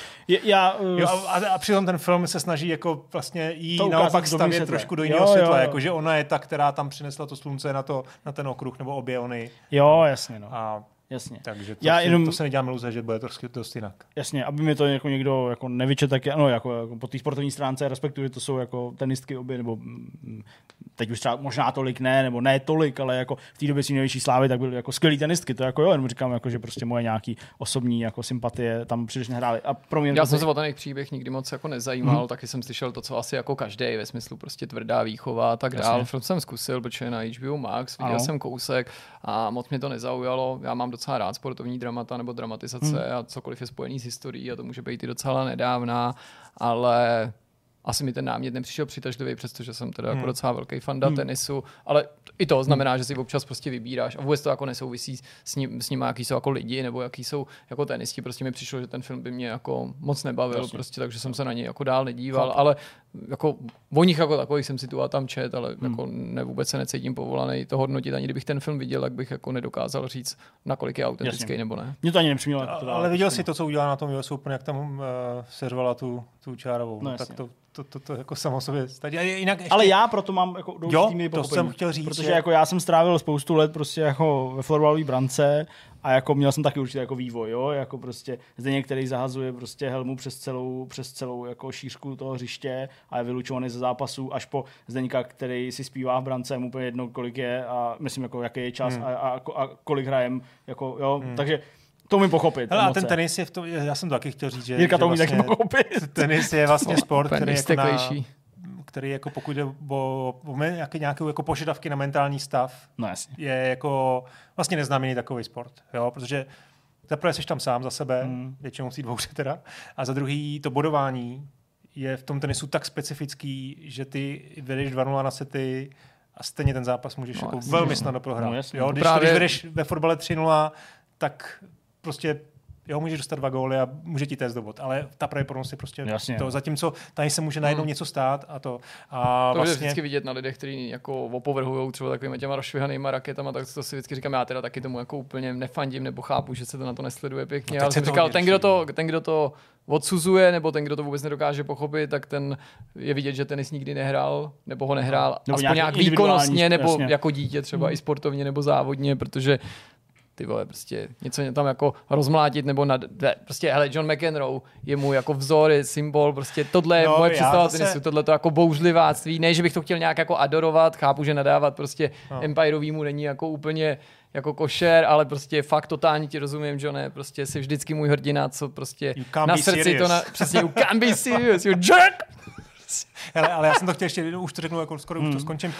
A přitom ten film se snaží jako vlastně jí naopak stavět trošku do jiného světla, jako že ona je ta, která tam přinesla to slunce na ten okruh, nebo obě ony. Jo, jasně, no. A jasně. Takže to se neděláme iluze, že bude to dost jinak. Jasně, aby mi to jako někdo jako nevyčet, tak ano, jako po té sportovní stránce respektuju, že to jsou jako tenistky obě, nebo teď už třeba možná tolik ne, nebo ne tolik, ale jako v té době si největší slávy, tak byly jako skvělý tenistky, to jako jo, jenom říkám, jako, že prostě moje nějaký osobní jako sympatie tam příliš nehrály. A pro mě já jsem se o ten jejich příběh nikdy moc jako nezajímal, taky jsem slyšel to, co asi jako každý, ve smyslu prostě tvrdá výchova a tak dál. Film jsem zkusil, protože na HBO Max viděl jsem kousek a moc mě to nezaujalo. Já mám docela rád sportovní dramata nebo dramatizace a cokoliv je spojený s historií a to může být i docela nedávná, ale asi mi ten námět nepřišel přitažlivý, přestože jsem teda jako docela velký fanda tenisu, ale i to znamená, že si občas prostě vybíráš a vůbec to jako nesouvisí s nimi, jaký jsou jako lidi nebo jaký jsou jako tenisti. Prostě mi přišlo, že ten film by mě jako moc nebavil, prostě, takže jsem se na něj jako dál nedíval, ale jako o nich jako takových jsem si tu a tam čet, ale jako vůbec se necítím povolaný to hodnotit, ani kdybych ten film viděl, tak bych jako nedokázal říct, nakolik je autentický nebo ne. Mě to ani nepřimělo. Ale viděl jsi to, co udělala na tom US Open, jak tam seřvala tu čárovou. No, tak to jako samo sobě stačí. Jinak ještě... Ale já proto mám jako to jsem chtěl říct. Protože jako já jsem strávil spoustu let prostě jako ve florbalové brance a jako měl jsem taky určitě jako vývoj, jo, jako prostě Zdeněk, který zahazuje prostě helmu přes celou jako šířku toho hřiště a je vylučovaný ze zápasu, až po Zdeňka, který si zpívá v brance, mu úplně jedno, kolik je a myslím jako jaký je čas a kolik hrajem, jako jo, takže to umím pochopit. Hele, a ten tenis je v tom, já jsem to taky chtěl říct, že Jirka to umí vlastně taky pochopit. Tenis je vlastně sport, který jako pokud jde o nějaké jako požadavky na mentální stav, je jako vlastně neznámý takový sport, jo, protože zaprvé jsi tam sám za sebe, většinou si dvouře teda, a za druhý to bodování je v tom tenisu tak specifický, že ty vedeš 2-0 na sety a stejně ten zápas můžeš jako velmi snadno prohrát. Jo, když vedeš ve fotbale 3-0, tak prostě můžeš dostat 2 góly a může ti téct do bod, ale ta pravděpodobnost je prostě to. Zatímco tady se může najednou něco stát a to. A to vlastně... je vždycky vidět na lidech, kteří jako opovrhujou třeba takovými těma rozšvihanýma raketama, tak to si vždycky říkám, já teda taky tomu jako úplně nefandím nebo chápu, že se to na to nesleduje pěkně. Ale jsem říkal, ten, kdo to odsuzuje, nebo ten, kdo to vůbec nedokáže pochopit, tak ten je vidět, že tenis nikdy nehrál, nebo ho nehrál aspoň nějak výkonnostně, nebo jako dítě třeba i sportovně nebo závodně, protože ty vole, prostě něco tam jako rozmlátit nebo prostě hele, John McEnroe je mu jako vzor, je symbol, prostě tohle je moje představa tenisu, tohle to jako bouřliváctví, ne, že bych to chtěl nějak jako adorovat, chápu, že nadávat prostě Empirovýmu není jako úplně jako košer, ale prostě fakt totálně ti rozumím, Johne, prostě jsi vždycky můj hrdina, co prostě na srdci to přesně, you can't be serious, you jerk! Hele, ale já jsem to chtěl ještě, už to řeknu, jako skoro už to skončím.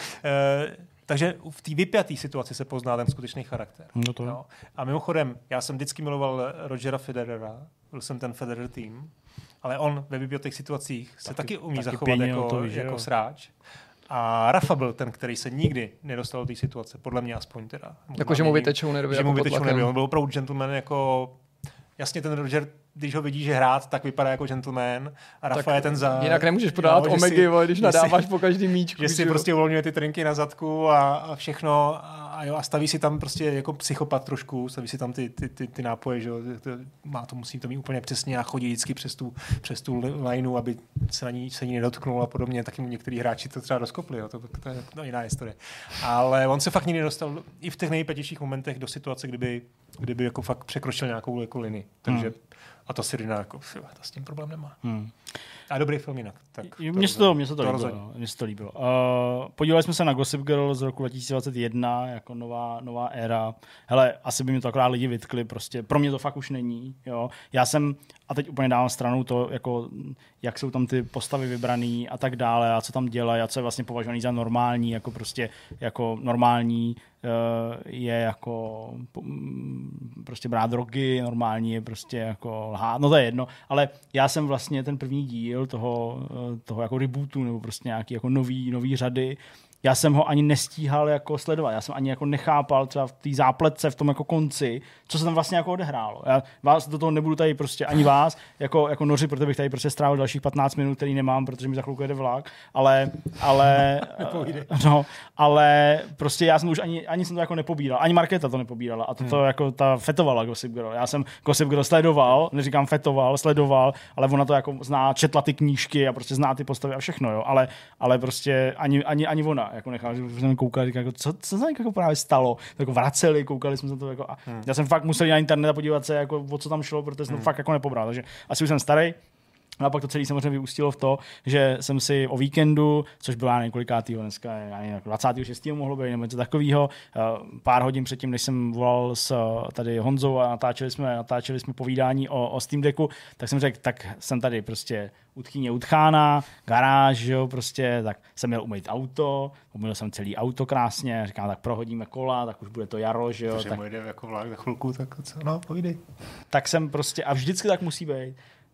Takže v té vypjaté situaci se pozná ten skutečný charakter. No. A mimochodem, já jsem vždycky miloval Rogera Federera, byl jsem ten Federer tým, ale on ve vypjatých situacích se taky umí zachovat jako sráč. A Rafa byl ten, který se nikdy nedostal do té situace, podle mě aspoň teda. Jakože mu vytečou nervy. Že mu vytečou nervy. On byl opravdu gentleman, jako jasně ten Roger, když ho vidíš hrát, tak vypadá jako gentleman a Rafa tak je ten za... Jinak nemůžeš podávat omegy, když nadáváš po každý míčku. Že si prostě uvolňuje ty trinky na zadku a všechno a staví si tam prostě jako psychopat trošku, staví si tam ty nápoje, že musí to mít úplně přesně a chodí vždycky přes tu lineu, aby se ní nedotknul a podobně, taky některý hráči to třeba rozkopli, jo, to je jiná historie. Ale on se fakt nikdy nedostal i v těch nejpětějších momentech do situace, kdyby jako fakt překročil nějakou jako linii. Takže a to Sirina jako, to s tím problém nemá. A dobrý film jinak. Mně se to líbilo. Podívali jsme se na Gossip Girl z roku 2021, jako nová éra. Hele, asi by mi to akorát lidi vytkli, prostě pro mě to fakt už není. Jo. Já jsem, a teď úplně dávám stranou to, jako, jak jsou tam ty postavy vybraný a tak dále, a co tam dělají, a co je vlastně považovaný za normální, jako prostě jako normální je jako prostě brát drogy, normální je prostě jako lhát, no to je jedno, ale já jsem vlastně ten první díl toho jako rebootu nebo prostě nějaký jako nový řady já jsem ho ani nestíhal jako sledovat. Já jsem ani jako nechápal třeba v té zápletce, v tom jako konci, co se tam vlastně jako odehrálo. Já vás do toho nebudu tady prostě ani vás jako noři, protože bych tady prostě strávil dalších 15 minut, který nemám, protože mi za chvilku jede vlak, ale prostě já jsem už ani jsem to jako nepobíral, ani Markéta to nepobírala a to jako ta fetovala Gossip Girl. Já jsem Gossip Girl sledoval, neříkám fetoval, sledoval, ale ona to jako zná, četla ty knížky a prostě zná ty postavy a všechno, jo, ale prostě ani ona jako nechala, že jsme koukali, jako, co se jako právě stalo, jako vraceli, koukali jsme se to jako a já jsem fakt musel na internet a podívat se, jako, o co tam šlo, protože jsem to fakt jako nepobral, takže asi už jsem starý. No a pak to celé samozřejmě vyústilo v to, že jsem si o víkendu, což byla několikátýho dneska, 26. mohlo být, nebo něco takového, pár hodin předtím, než jsem volal s tady Honzou a natáčeli jsme povídání o Steam Decku, tak jsem řekl, tak jsem tady prostě utchána, garáž, jo, prostě, tak jsem měl umýt auto, umyl jsem celý auto krásně, říkám, tak prohodíme kola, tak už bude to jaro, že jo. Takže tak jde jako vlak za chvilku, tak co, no, povídej. Tak jsem prostě, a vždycky tak musí být,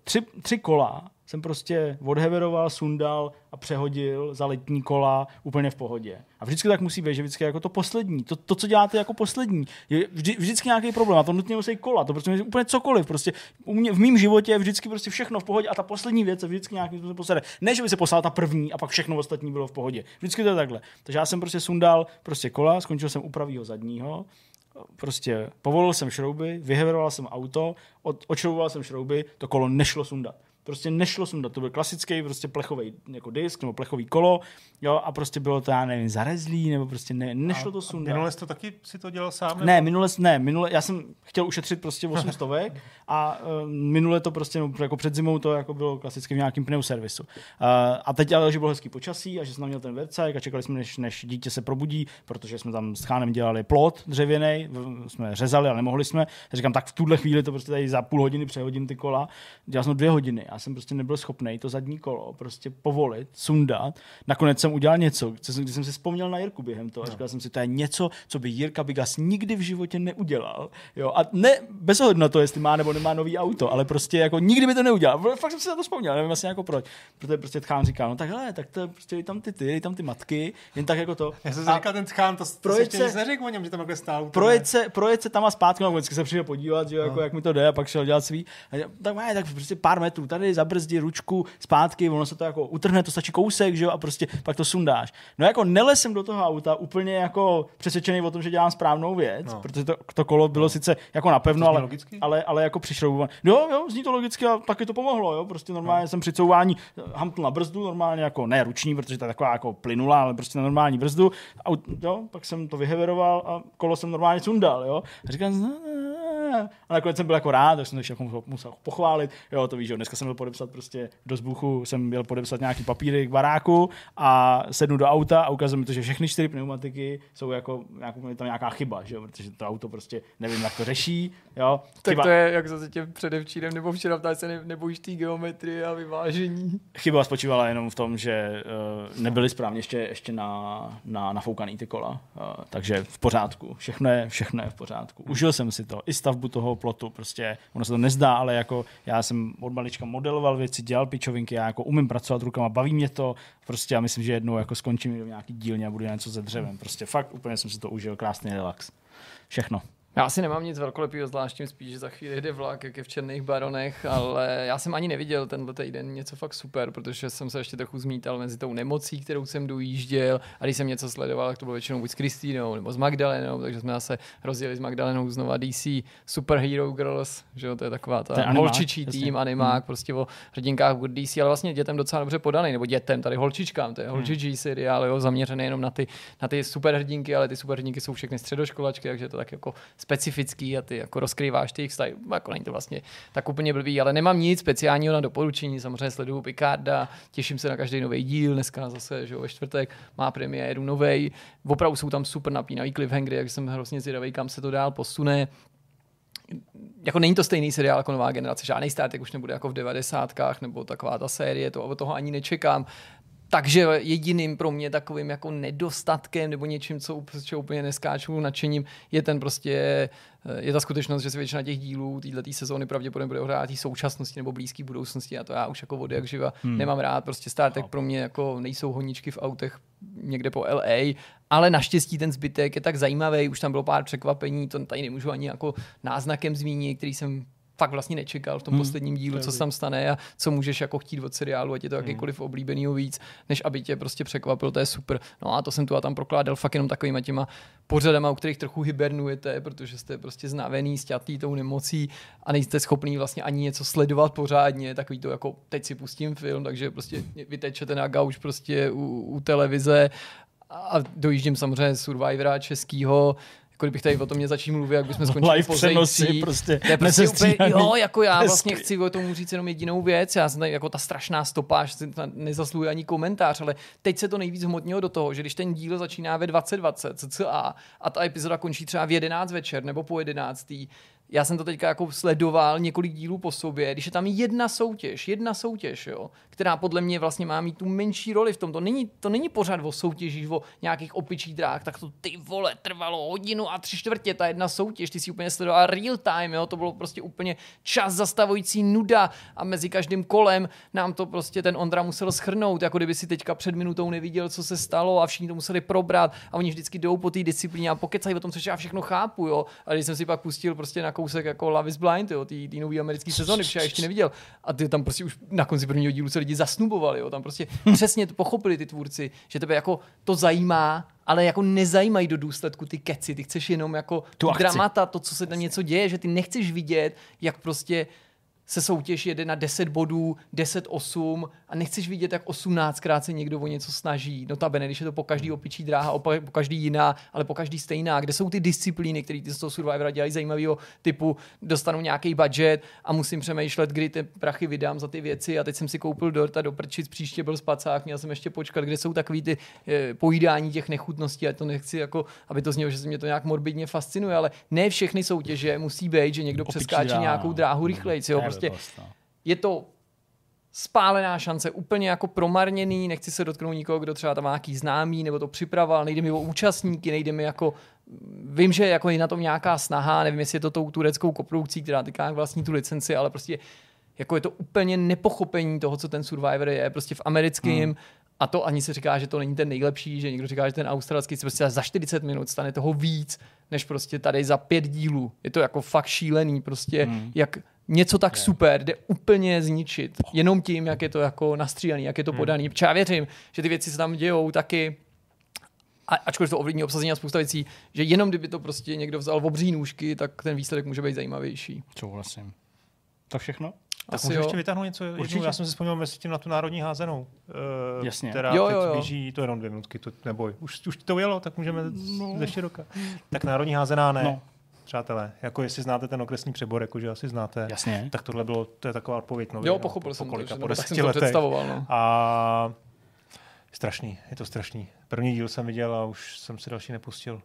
3 kola jsem prostě odheveroval, sundal a přehodil za letní kola úplně v pohodě. A vždycky tak musí být, že vždycky jako to poslední, to co děláte jako poslední, je vždycky nějaký problém. A to nutně musí kola, to prostě úplně cokoliv. Prostě v mém životě je vždycky prostě všechno v pohodě a ta poslední věc se vždycky nějakým způsobem posede. Ne, že by se poslala ta první a pak všechno ostatní bylo v pohodě. Vždycky to je takhle. Takže já jsem prostě sundal prostě kola, skončil jsem u pravýho zadního, prostě povolil jsem šrouby, vyheveroval jsem auto, odšrouboval jsem šrouby, to kolo nešlo sundat. Prostě nešlo sundat, to byl klasický prostě plechový jako disk nebo plechový kolo, jo, a prostě bylo to, já nevím, zarezlý, nebo prostě nešlo to sundat. Minule jsi to taky si to dělal sám? Ne, minule, já jsem chtěl ušetřit prostě 800 a minule to prostě, no, jako před zimou to jako bylo klasicky v nějakým pneuservisu. A teď ale, že bylo hezký počasí a že jsem tam měl ten vercajk a čekali jsme, než dítě se probudí, protože jsme tam s Chánem dělali plot dřevěnej, jsme řezali, ale nemohli jsme. Já říkám, tak v tuhle chvíli to prostě tady za půl hodiny přehodím ty kola. Dělal jsem 2 hodiny. Já jsem prostě nebyl schopný to zadní kolo prostě povolit, sundat. Nakonec jsem udělal něco, když jsem si vzpomněl na Jirku během toho. Říkal jsem si, to je něco, co by Jirka Bigas nikdy v životě neudělal. Jo? A ne bez ohledu na to, jestli má nebo nemá nový auto, ale prostě jako nikdy by to neudělal. Fakt jsem si na to vzpomněl, nevím vlastně jako proč. Protože prostě Tchán říkal, no tak hele, tak to prostě dej tam ty matky, jen tak jako to. Já jsem si říkal, ten Tchán, to ještě nic neřekl o něm, že tam takhle stál. Projet se tam a zpátky, no, vždycky se přijde podívat, že jako jak mi to jde, a pak šel dělat svý. Tak prostě pár metrů tady zabrzdí ručku zpátky, ono se to jako utrhne, to stačí kousek, že jo, a prostě pak to sundáš. No jako nelesem do toho auta úplně jako přesvědčený o tom, že dělám správnou věc, protože to kolo bylo sice jako napevno, ale jako přišroubované. Jo, zní to logicky a taky to pomohlo, jo, prostě normálně jsem při couvání hamtl na brzdu, normálně jako ne ruční, protože to je taková jako plynulá, ale prostě na normální brzdu. Jo, pak jsem to vyheveroval a kolo jsem normálně sundal, jo. A říkám, a nakonec jsem byl jako rád, tak jsem to jako musel pochválit. Jo, to víš, že dneska jsem byl podepsat prostě do Zbuchu, jsem byl podepsat nějaký papíry k baráku a sednu do auta a ukazuje mi to, že všechny 4 pneumatiky jsou jako tam nějaká chyba, že jo, protože to auto prostě nevím, jak to řeší, jo. Tak chyba. To je, jak zase tě předevčírem nebo včera ptát se nebojíš té geometrie a vyvážení. Chyba spočívala jenom v tom, že nebyly správně ještě nafoukaný ty kola, takže v pořádku, všechno je v pořádku. Užil jsem si to, i stavbu toho plotu, prostě ono se to nezdá, ale jako já jsem od malička modeloval věci, dělal pičovinky, já jako umím pracovat rukama, baví mě to, prostě já myslím, že jednou jako skončím do nějaký dílně a budu něco se dřevem, prostě fakt úplně jsem si to užil, krásný relax. Všechno. Já asi nemám nic velkolepého, zvláštním spíš, že za chvíli jde vlak, jak je v Černých baronech, ale já jsem ani neviděl tenhle týden něco fakt super, protože jsem se ještě trochu zmítal mezi tou nemocí, kterou jsem dojížděl, a když jsem něco sledoval, tak to bylo většinou buď s Kristýnou nebo s Magdalenou, takže jsme zase rozjeli s Magdalenou znova DC Super Hero Girls, že jo, to je taková ta holčičí tým, animák, prostě o hrdinkách od DC, ale vlastně dětem docela dobře podaný, nebo dětem, tady holčičkám, to je holčičí seriál, jo, zaměřený jenom na ty superhrdinky, ale ty superhrdinky jsou všechny středoškolačky, takže to tak jako specifický a ty jako rozkrýváš ty jejich vztahy, jako není to vlastně tak úplně blbý, ale nemám nic speciálního na doporučení, samozřejmě sleduju Picarda, těším se na každý nový díl, dneska zase, že jo, ve čtvrtek má premiéru novej, opravdu jsou tam super napínavý cliffhangery, jak jsem hrozně zvědavý, kam se to dál posune. Jako není to stejný seriál jako Nová generace, žádný Star Trek už nebude jako v 90kách nebo taková ta série, to od toho ani nečekám. Takže jediným pro mě takovým jako nedostatkem nebo něčím, co úplně neskáču nadšením, je ten prostě je ta skutečnost, že se většina těch dílů této sezóny pravděpodobně bude ohrát té současnosti nebo blízké budoucnosti a to já už jako od jak živa nemám rád. Prostě Star Trek pro mě jako nejsou honičky v autech někde po LA, ale naštěstí ten zbytek je tak zajímavý, už tam bylo pár překvapení, to tady nemůžu ani jako náznakem zmínit, který jsem fakt vlastně nečekal v tom posledním dílu, co se tam stane a co můžeš jako chtít od seriálu, ať je to jakýkoliv oblíbenýho víc, než aby tě prostě překvapil, to je super. No a to jsem tu a tam prokládal fakt jenom takovýma těma pořadama, u kterých trochu hibernujete, protože jste prostě znávený, sťatý tou nemocí a nejste schopný vlastně ani něco sledovat pořádně, takový to jako teď si pustím film, takže prostě vytečete na gauč prostě u televize a dojíždím samozřejmě Survivora českýho. Jako kdybych tady o tom mě začít mluvit, jak bychom skončili live přenosy, prostě to je prostě úplně, jo, jako já vlastně chci o tomu říct jenom jedinou věc, já jsem tady jako ta strašná stopáž, nezasluhuje ani komentář, ale teď se to nejvíc hmotnilo do toho, že když ten díl začíná ve 2020 cca a ta epizoda končí třeba v 11 večer nebo po 11. Já jsem to teďka jako sledoval několik dílů po sobě, když je tam jedna soutěž, jo, která podle mě vlastně má mít tu menší roli v tom. To není pořád o soutěžích, o nějakých opičích drách, tak to ty vole trvalo 1.75 ta jedna soutěž, ty si úplně sledoval real time, jo, to bylo prostě úplně čas zastavující nuda a mezi každým kolem nám to prostě ten Ondra musel shrnout, jako kdyby si teďka před minutou neviděl, co se stalo a všichni to museli probrat a oni vždycky jdou po té disciplíně a pokecají o tom, což já všechno chápu, jo, ale když jsem si pak pustil prostě na kousek jako Love is Blind, jo, ty nový americký sezóny, protože já ještě neviděl. A ty tam prostě už na konci prvního dílu se lidi zasnubovali, jo, tam prostě přesně to pochopili ty tvůrci, že tebe jako to zajímá, ale jako nezajímají do důsledku ty keci, ty chceš jenom jako tu dramata, to, co se tam něco děje, že ty nechceš vidět, jak prostě se soutěž jede na 10 bodů, 10-8 a nechceš vidět, jak 18krát se někdo o něco snaží. Notabene, když je to po každý opičí dráha, po každý jiná, ale po každý stejná. Kde jsou ty disciplíny, které ty z toho Survivora dělají zajímavého typu, dostanu nějaký budget a musím přemýšlet, kdy ty prachy vydám za ty věci a teď jsem si koupil dort a do prčic, příště byl spacák, měl jsem ještě počkat, kde jsou takový ty pojídání těch nechutností a to nechci jako, aby to znělo, že se mě to nějak morbidně fascinuje, ale ne všechny soutěže musí být, že někdo přeskáče nějakou dráhu rychlejc, jo. Prostě je to spálená šance, úplně jako promarněný, nechci se dotknout nikoho, kdo třeba tam má nějaký známý, nebo to připravoval, nejde mi o účastníky, nejde mi jako, vím, že jako je na tom nějaká snaha, nevím, jestli je to tou tureckou koprodukcí, která týká vlastní tu licenci, ale prostě jako je to úplně nepochopení toho, co ten Survivor je, prostě v americkém, a to ani se říká, že to není ten nejlepší, že někdo říká, že ten australský se prostě za 40 minut stane toho víc, než prostě tady za 5 dílů. Je to jako fakt šílený, prostě jak něco tak super jde úplně zničit. Jenom tím, jak je to jako nastřílený, jak je to podaný. Protože já věřím, že ty věci se tam dějou taky, ačkoliv to ovlivní obsazení a spousta věcí, že jenom kdyby to prostě někdo vzal v obří nůžky, tak ten výsledek může být zajímavější. Souhlasím. To všechno? Tak můžu ještě vytáhnout něco jednou. Já jsem si vzpomněl mezi tím na tu národní házenou. Jasně. Která teď běží, to jenom 2 minutky, to neboj. Už to ujelo, tak můžeme ze široka. Tak národní házená ne. No. Přátelé, jako jestli znáte ten okresní přebor, jakože asi znáte, jasně. Tak tohle bylo, to je taková odpověď nově. Jo, pochopil jsem to, po 10 letech. Představoval. No. A strašný, je to strašný. První díl jsem viděl a už jsem si další nepustil.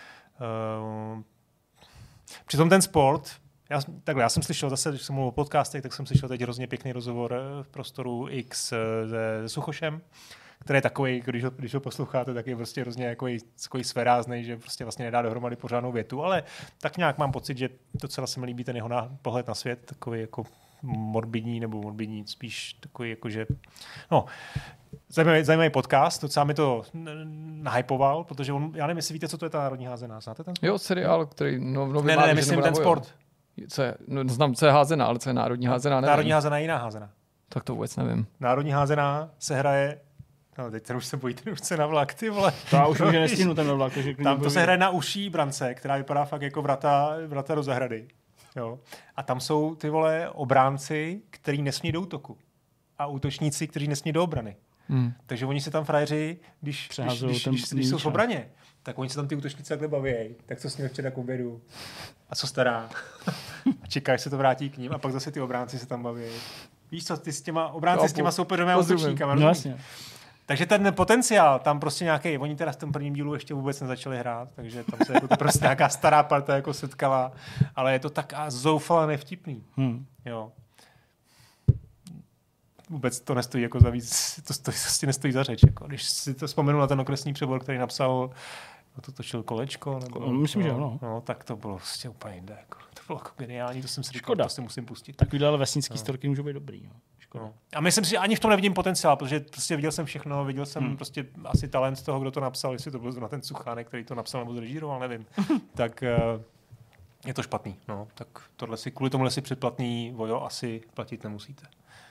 Přitom ten sport, já jsem slyšel zase, když jsem mluvil o podcastech, tak jsem slyšel teď hrozně pěkný rozhovor v Prostoru X se Suchošem, který je takový, když ho posloucháte, tak je prostě hrozně jako svéráznej, že prostě vlastně nedá dohromady pořádnou větu, ale tak nějak mám pocit, že docela se mi líbí ten jeho pohled na svět, takový jako morbidní, spíš takový jako, že no, zajímavý podcast, docela mi to nahypoval, protože já nevím, jestli víte, co to je ta národní házená, znáte ten sport? Jo, seriál, který ne, myslím ten sport. Znám, co je házená, ale co je národní házená, nevím. Národní házená je jiná házená. Tak to vůbec nevím. Národní házená se hraje. No, teď už se bojí, ten už se na vlak, ty vole. To já už nestihnu ten vlak. Tam to se hraje na uší brance, která vypadá fakt jako vrata do zahrady. Jo. A tam jsou ty vole obránci, kteří nesmí do útoku. A útočníci, kteří nesmí do obrany. Takže oni se tam frajeři, když jsou v obraně, tak oni se tam ty útočníci takhle baví. Tak co s ním včera k obědu? A co stará? A čekáš, se to vrátí k ním a pak zase ty obránci se tam baví. Víš co, ty s těma obránci s těma soupeřovými útočníkama. No, jasně. Takže ten potenciál tam prostě nějaký, oni teda v tom prvním dílu ještě vůbec nezačali hrát, takže tam se jako to prostě nějaká stará parta jako setkala, ale je to tak zoufale nevtipný. Jo. vůbec to nestojí jako za víc, to prostě nestojí za řeč. Jako. Když si to vzpomenu na ten okresní přebor, který napsal, to točil Kolečko, nebo, myslím, že jo. No, tak to bylo prostě úplně jinde. Jako. To bylo jako geniální, to jsem si říkal, Škoda. to si musím pustit. Takovýhle ale vesnický storky můžou být dobrý. Škoda. A myslím si, že ani v tom nevidím potenciál, protože prostě viděl jsem všechno, viděl jsem prostě asi talent toho, kdo to napsal, jestli to byl na ten Suchánek, který to napsal nebo zrežíroval, nevím. Tak je to špatný. No, tak kvůli tomuhle si předplatný Vojo asi platit nemusíte.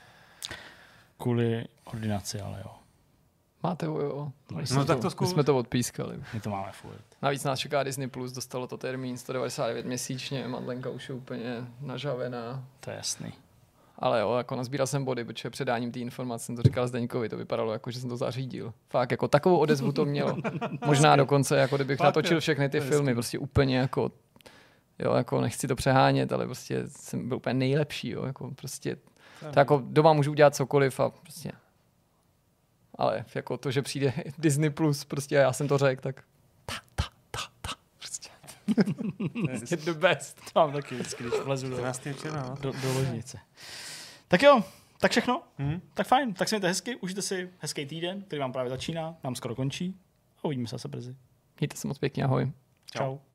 Kvůli ordinaci, ale jo. Máte jo. No tak to zkus. My jsme to odpískali. My to máme furt. Navíc nás čeká Disney+, dostalo to termín 199 měsíčně, Madlenka už je úplně nažavená. To je jasný. Ale jo, jako nazbíral jsem body, protože předáním té informace jsem to říkal Zdeňkovi, to vypadalo jako, že jsem to zařídil. Fakt, jako takovou odezvu to mělo. Možná dokonce, jako kdybych natočil všechny ty filmy, prostě úplně jako, jo, jako nechci to přehánět, ale prostě jsem byl úplně nejlepší, jo, jako prostě, to jako doma můžu udělat cokoliv a prostě, ale jako to, že přijde Disney+, prostě já jsem to řekl, tak prostě. The best. To mám taky vždycky, když vlezu do ložnice. No. Tak jo, tak všechno. Tak fajn, tak se mějte hezky, užijte si hezký týden, který vám právě začíná, nám skoro končí a uvidíme se zase brzy. Mějte se moc pěkně, ahoj. Čau.